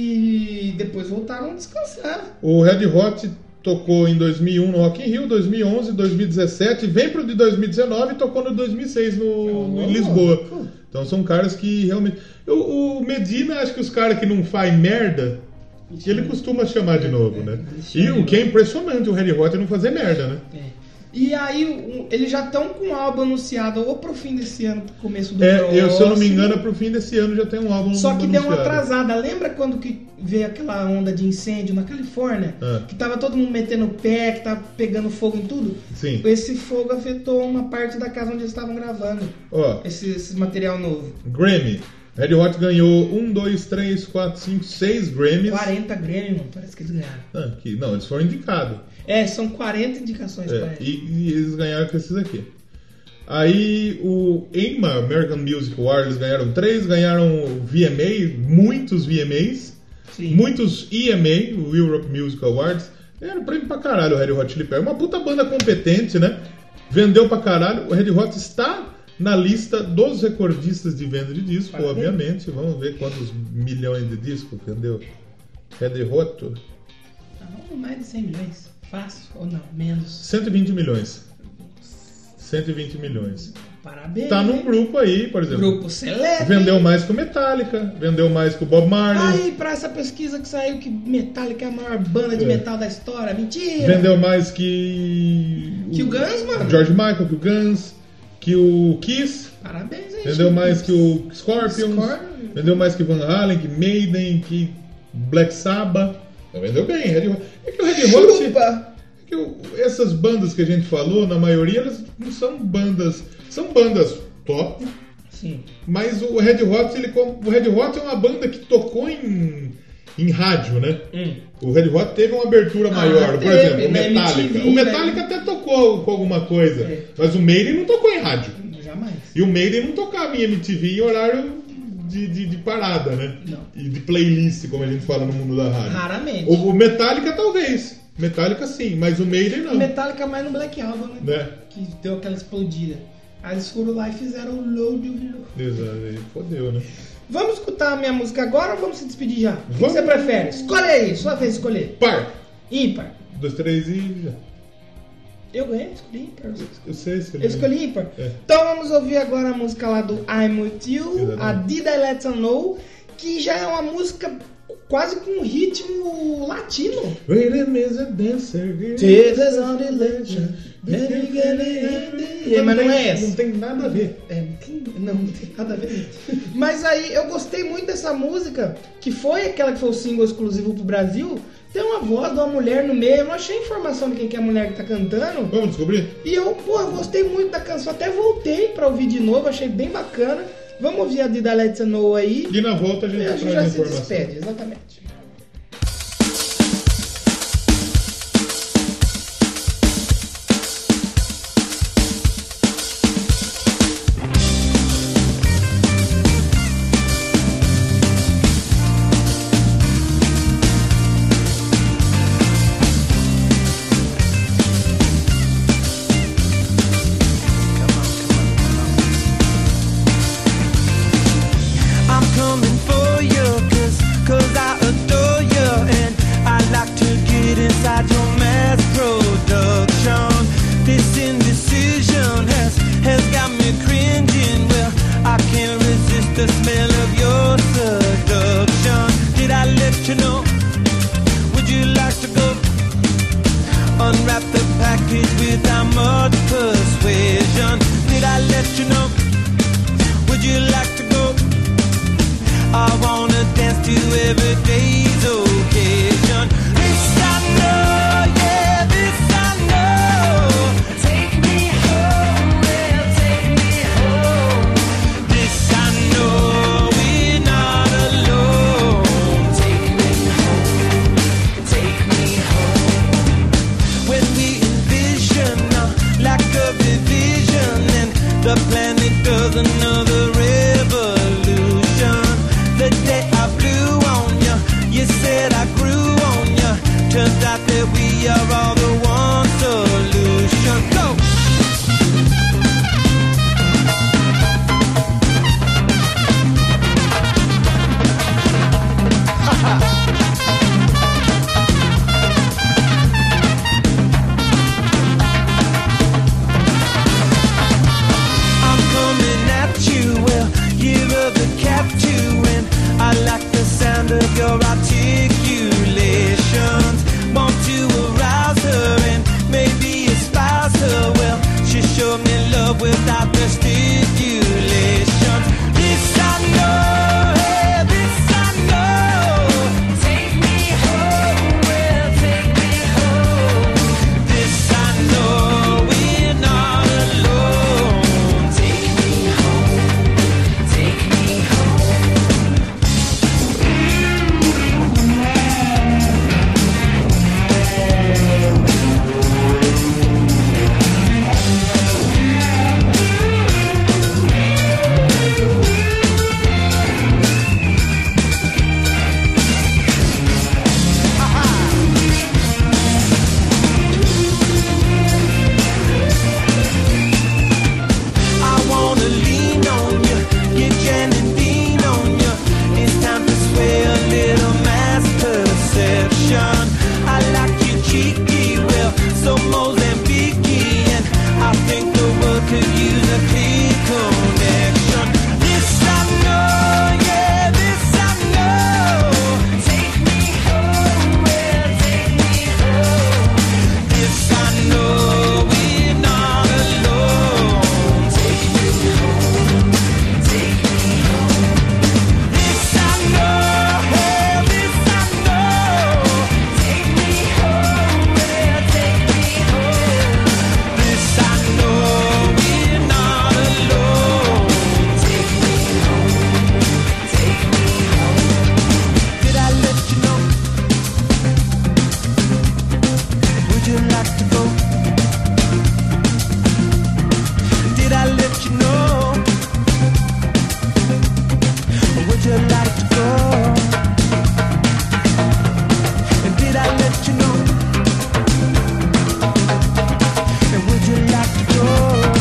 Speaker 1: e depois voltaram a descansar.
Speaker 2: O Red Hot tocou em dois mil e um no Rock in Rio, dois mil e onze, dois mil e dezessete, vem pro de dois mil e dezenove e tocou no dois mil e seis no,
Speaker 1: Oh,
Speaker 2: em Lisboa.
Speaker 1: louco.
Speaker 2: Então são caras que realmente... O, o Medina, acho que os caras que não faz merda, ele costuma chamar de novo, né? E o que é impressionante, o Red Hot não fazer merda, né?
Speaker 1: É. E aí, o- eles já estão com o álbum anunciado ou pro fim desse ano, pro começo do
Speaker 2: É,
Speaker 1: próximo.
Speaker 2: eu, se eu não me engano, pro fim desse ano já tem um álbum
Speaker 1: Só que deu uma
Speaker 2: anunciado.
Speaker 1: atrasada. Lembra quando que veio aquela onda de incêndio na Califórnia?
Speaker 2: Ah.
Speaker 1: Que tava todo mundo metendo o pé, que tava pegando fogo em tudo?
Speaker 2: Sim.
Speaker 1: Esse fogo afetou uma parte da casa onde eles estavam gravando.
Speaker 2: Ó,
Speaker 1: Esse, esse material novo.
Speaker 2: Grammy. Red Hot ganhou um, dois, três, quatro, cinco, seis Grammys.
Speaker 1: quarenta Grammy, mano. Parece que eles ganharam.
Speaker 2: Ah, que, não, eles foram indicados.
Speaker 1: É, são quarenta indicações
Speaker 2: É,
Speaker 1: pra eles.
Speaker 2: e, e eles ganharam com esses aqui. Aí o E M A, American Music Awards, eles ganharam três, ganharam o V M A, muitos V M As,
Speaker 1: Sim.
Speaker 2: muitos E M A, o Europe Music Awards. Ganharam prêmio pra caralho o Red Hot Chili Peppers. Uma puta banda competente, né? Vendeu pra caralho. O Red Hot está na lista dos recordistas de venda de disco,
Speaker 1: Parabéns.
Speaker 2: obviamente. Vamos ver quantos milhões de discos vendeu Red Hot.
Speaker 1: Não, mais de cem milhões. Fácil ou não? Menos.
Speaker 2: cento e vinte milhões. cento e vinte milhões.
Speaker 1: Parabéns.
Speaker 2: Tá num grupo aí, por exemplo.
Speaker 1: Grupo seleto.
Speaker 2: Vendeu mais que o Metallica, vendeu mais que o Bob Marley.
Speaker 1: Aí, pra essa pesquisa que saiu que Metallica é a maior banda de
Speaker 2: É.
Speaker 1: metal da história. Mentira.
Speaker 2: Vendeu mais que...
Speaker 1: Que o Guns, mano.
Speaker 2: George Michael, que o Guns, que o Kiss.
Speaker 1: Parabéns, aí.
Speaker 2: Vendeu
Speaker 1: Chico.
Speaker 2: mais que o Scorpions.
Speaker 1: Scorpions.
Speaker 2: Vendeu mais que Van Halen, que Maiden, que Black Sabbath. Vendeu bem, Red Hot. É que o Red Hot...
Speaker 1: Chupa.
Speaker 2: É que o- essas bandas que a gente falou, na maioria, elas não são bandas... São bandas top.
Speaker 1: Sim.
Speaker 2: Mas o Red Hot, ele, o Red Hot é uma banda que tocou em, em rádio, né?
Speaker 1: Hum.
Speaker 2: O Red Hot teve uma abertura
Speaker 1: Ah,
Speaker 2: maior. Por
Speaker 1: teve,
Speaker 2: exemplo, o
Speaker 1: na
Speaker 2: Metallica.
Speaker 1: M T V,
Speaker 2: O Metallica
Speaker 1: né?
Speaker 2: até tocou com alguma coisa.
Speaker 1: É.
Speaker 2: Mas o Maiden não tocou em rádio.
Speaker 1: Jamais.
Speaker 2: E o Maiden não tocava em M T V em horário de, de, de parada, né?
Speaker 1: Não.
Speaker 2: E de playlist, como a gente fala no mundo da rádio.
Speaker 1: Raramente.
Speaker 2: O, o Metallica talvez. Metallica sim, mas o Maiden não.
Speaker 1: Metallica mais no Black Album, né?
Speaker 2: Né?
Speaker 1: Que deu aquela explodida. Aí eles foram lá e fizeram o load do vilão.
Speaker 2: Exato, aí fodeu, né?
Speaker 1: Vamos escutar a minha música agora ou vamos se despedir já? O que
Speaker 2: Vamos.
Speaker 1: você prefere? Escolhe aí, sua vez de escolher.
Speaker 2: Par.
Speaker 1: Ímpar.
Speaker 2: Dois, três e já.
Speaker 1: Eu ganhei, escolhi ímpar.
Speaker 2: Eu sei, escolhi.
Speaker 1: Eu escolhi ímpar.
Speaker 2: É.
Speaker 1: Então vamos ouvir agora a música lá do I'm With You,
Speaker 2: Exatamente.
Speaker 1: a Did I Let You Know, que já é uma música quase com um ritmo latino.
Speaker 2: Rhythm is a dancer.
Speaker 1: Jesus on the legend, baby get it. É, mas não é essa.
Speaker 2: Não tem nada a ver.
Speaker 1: É, não tem- não, não tem nada a ver. Mas aí eu gostei muito dessa música, que foi aquela que foi o single exclusivo pro Brasil. Tem uma voz de uma mulher no meio, eu não achei informação de quem que é a mulher que tá cantando.
Speaker 2: Vamos descobrir?
Speaker 1: E eu, pô, eu gostei muito da canção, até voltei pra ouvir de novo, achei bem bacana. Vamos ouvir a Did I Let You Know aí.
Speaker 2: E na volta a gente
Speaker 1: E a gente
Speaker 2: traz
Speaker 1: já
Speaker 2: a
Speaker 1: se
Speaker 2: informação.
Speaker 1: despede, exatamente.
Speaker 4: I'm coming for you, cause, cause I adore you, and I like to get inside your mass production. This indecision has, has got me cringing. Well, I can't resist the smell of your seduction. Did I let you know? Would you like to go? Unwrap the package without much persuasion. Did I let you know? Would you like to go? I wanna dance to every day's occasion. This I know, yeah, this I know. Take me home, well, take me home. This I know, we're not alone. Take me home, take me let you know. And would you like to go?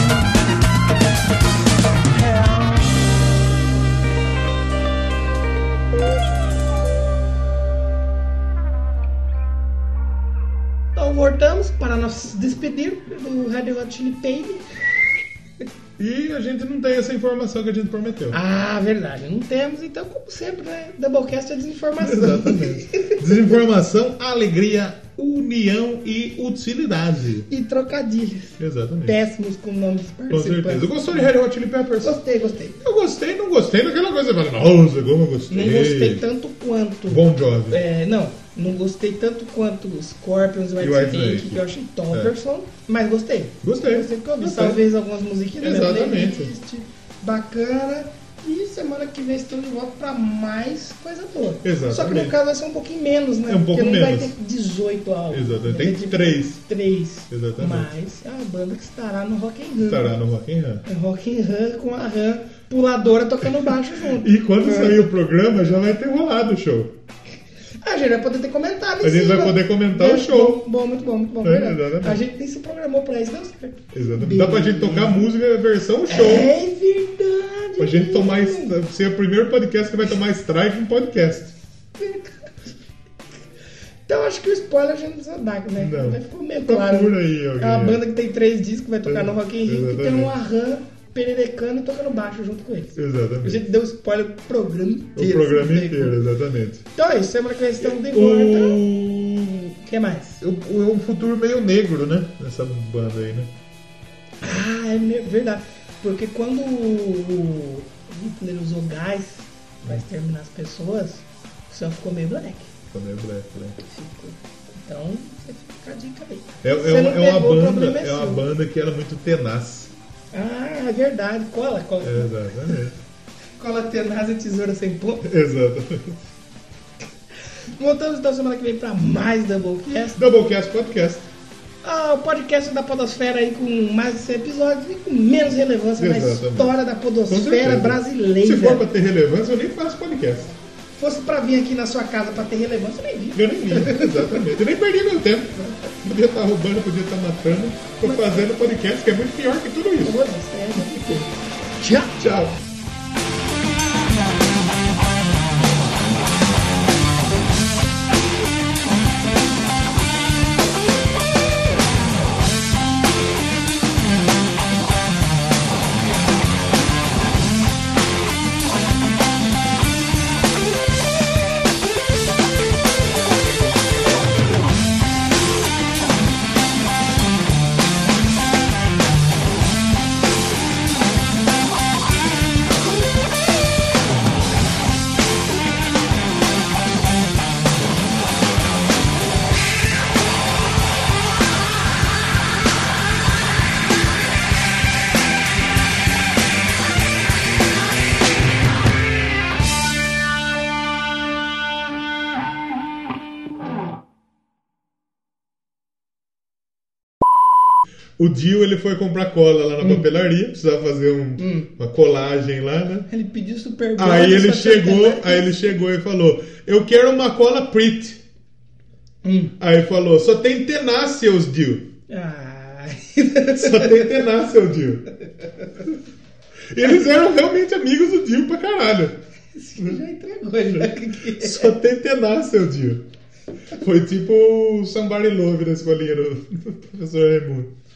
Speaker 1: Então voltamos para nos despedir do Red Hot Chili Peppers.
Speaker 2: E a gente não tem essa informação que a gente prometeu.
Speaker 1: Ah, verdade, não temos, então como sempre, né? Doublecast é desinformação.
Speaker 2: Exatamente. Desinformação, alegria, união e utilidade.
Speaker 1: E trocadilhos.
Speaker 2: Exatamente.
Speaker 1: Péssimos com nomes
Speaker 2: Com
Speaker 1: participantes.
Speaker 2: certeza. Gostou de Red Hot Chili Peppers?
Speaker 1: Gostei, gostei.
Speaker 2: Eu gostei, não gostei daquela coisa. Você fala, nossa, como eu gostei.
Speaker 1: Não gostei tanto quanto...
Speaker 2: Bon Jovi.
Speaker 1: É, não, não gostei tanto quanto os Scorpions e White
Speaker 2: White
Speaker 1: Snake,
Speaker 2: Snake.
Speaker 1: que eu achei Topperson, mas gostei.
Speaker 2: Gostei.
Speaker 1: Gostei porque eu vi,
Speaker 2: Gostei.
Speaker 1: talvez algumas musiquinhas da minha
Speaker 2: Exatamente.
Speaker 1: playlist, bacana. E semana que vem estamos de volta pra mais coisa boa.
Speaker 2: Exatamente.
Speaker 1: Só que no caso vai ser um pouquinho menos, né?
Speaker 2: É um pouco
Speaker 1: Porque não
Speaker 2: menos.
Speaker 1: vai ter dezoito álbuns.
Speaker 2: Exatamente.
Speaker 1: Vai
Speaker 2: Tem
Speaker 1: ter
Speaker 2: três.
Speaker 1: Três.
Speaker 2: Exatamente.
Speaker 1: Mas é uma banda que estará no Rock in Rio.
Speaker 2: Estará no Rock in Rio.
Speaker 1: É Rock in Rio com a Ram puladora tocando baixo junto.
Speaker 2: E quando
Speaker 1: É.
Speaker 2: sair o programa, já vai ter rolado o show.
Speaker 1: A gente vai poder ter comentado em
Speaker 2: A gente
Speaker 1: cima.
Speaker 2: vai poder comentar
Speaker 1: É,
Speaker 2: o show.
Speaker 1: Bom, bom, muito bom, muito bom.
Speaker 2: É,
Speaker 1: Verdade.
Speaker 2: exatamente.
Speaker 1: A gente nem se programou pra isso, deu certo.
Speaker 2: Exatamente. Dá pra gente tocar música versão show.
Speaker 1: É verdade.
Speaker 2: Pra gente tomar. Ser o primeiro podcast que vai tomar strike em podcast.
Speaker 1: Então acho que o spoiler a gente não precisa dar, né?
Speaker 2: Não.
Speaker 1: Já ficou meio
Speaker 2: Procura
Speaker 1: claro.
Speaker 2: aí alguém.
Speaker 1: É uma banda que tem três discos, vai tocar no Rock in Rio, que tem
Speaker 2: Exatamente.
Speaker 1: um Arran pererecando e tocando baixo junto com eles. A
Speaker 2: Exatamente.
Speaker 1: gente deu spoiler pro programa
Speaker 2: O
Speaker 1: inteiro.
Speaker 2: programa
Speaker 1: assim,
Speaker 2: inteiro, exatamente.
Speaker 1: Então é isso, semana que vem estamos de volta.
Speaker 2: O...
Speaker 1: O que mais?
Speaker 2: o- o- um futuro meio negro, né? Nessa banda aí, né?
Speaker 1: Ah, é me- verdade. Porque quando o Hitler usou gás pra exterminar as pessoas, o céu ficou meio black.
Speaker 2: Ficou meio black, né?
Speaker 1: Ficou. Então, você fica a dica aí.
Speaker 2: É, é,
Speaker 1: Você
Speaker 2: uma,
Speaker 1: não
Speaker 2: é uma
Speaker 1: pegou, o
Speaker 2: banda,
Speaker 1: problema é
Speaker 2: é uma
Speaker 1: seu.
Speaker 2: banda que era muito tenaz.
Speaker 1: Ah, é verdade. Cola, cola.
Speaker 2: Exatamente.
Speaker 1: Cola tenaz e tesoura sem ponta.
Speaker 2: Exatamente.
Speaker 1: Voltamos então semana que vem pra mais Doublecast.
Speaker 2: Doublecast Podcast.
Speaker 1: Ah, o podcast da Podosfera aí com mais de cem episódios e com menos relevância na
Speaker 2: Exatamente.
Speaker 1: história da
Speaker 2: Com
Speaker 1: Podosfera
Speaker 2: certeza.
Speaker 1: brasileira.
Speaker 2: Se for pra ter relevância, eu nem faço podcast.
Speaker 1: Fosse pra vir aqui na sua casa pra ter relevância, eu nem vi.
Speaker 2: Eu nem vi, exatamente. Eu nem perdi meu tempo. Podia estar roubando, podia estar matando. Tô fazendo podcast, que é muito pior que tudo isso.
Speaker 1: Foda-se, é, né? Tchau.
Speaker 2: Tchau. O Dio, ele foi comprar cola lá na papelaria, precisava fazer um- uma colagem lá, né?
Speaker 1: Ele pediu super Bowl,
Speaker 2: Aí ele
Speaker 1: só
Speaker 2: chegou,
Speaker 1: tinha-
Speaker 2: aí ele chegou e falou: "Eu quero uma cola pretty".
Speaker 1: Hum.
Speaker 2: Aí falou: "Só tem tenáceos, Dio.
Speaker 1: Ah.
Speaker 2: Só tem tenáceos, Dio". Eles eram realmente amigos do Dio pra caralho.
Speaker 1: Já entregou, já.
Speaker 2: Só tem tenáceos, Dio. Foi tipo o Somebody Love da escolinha do do professor Raimundo.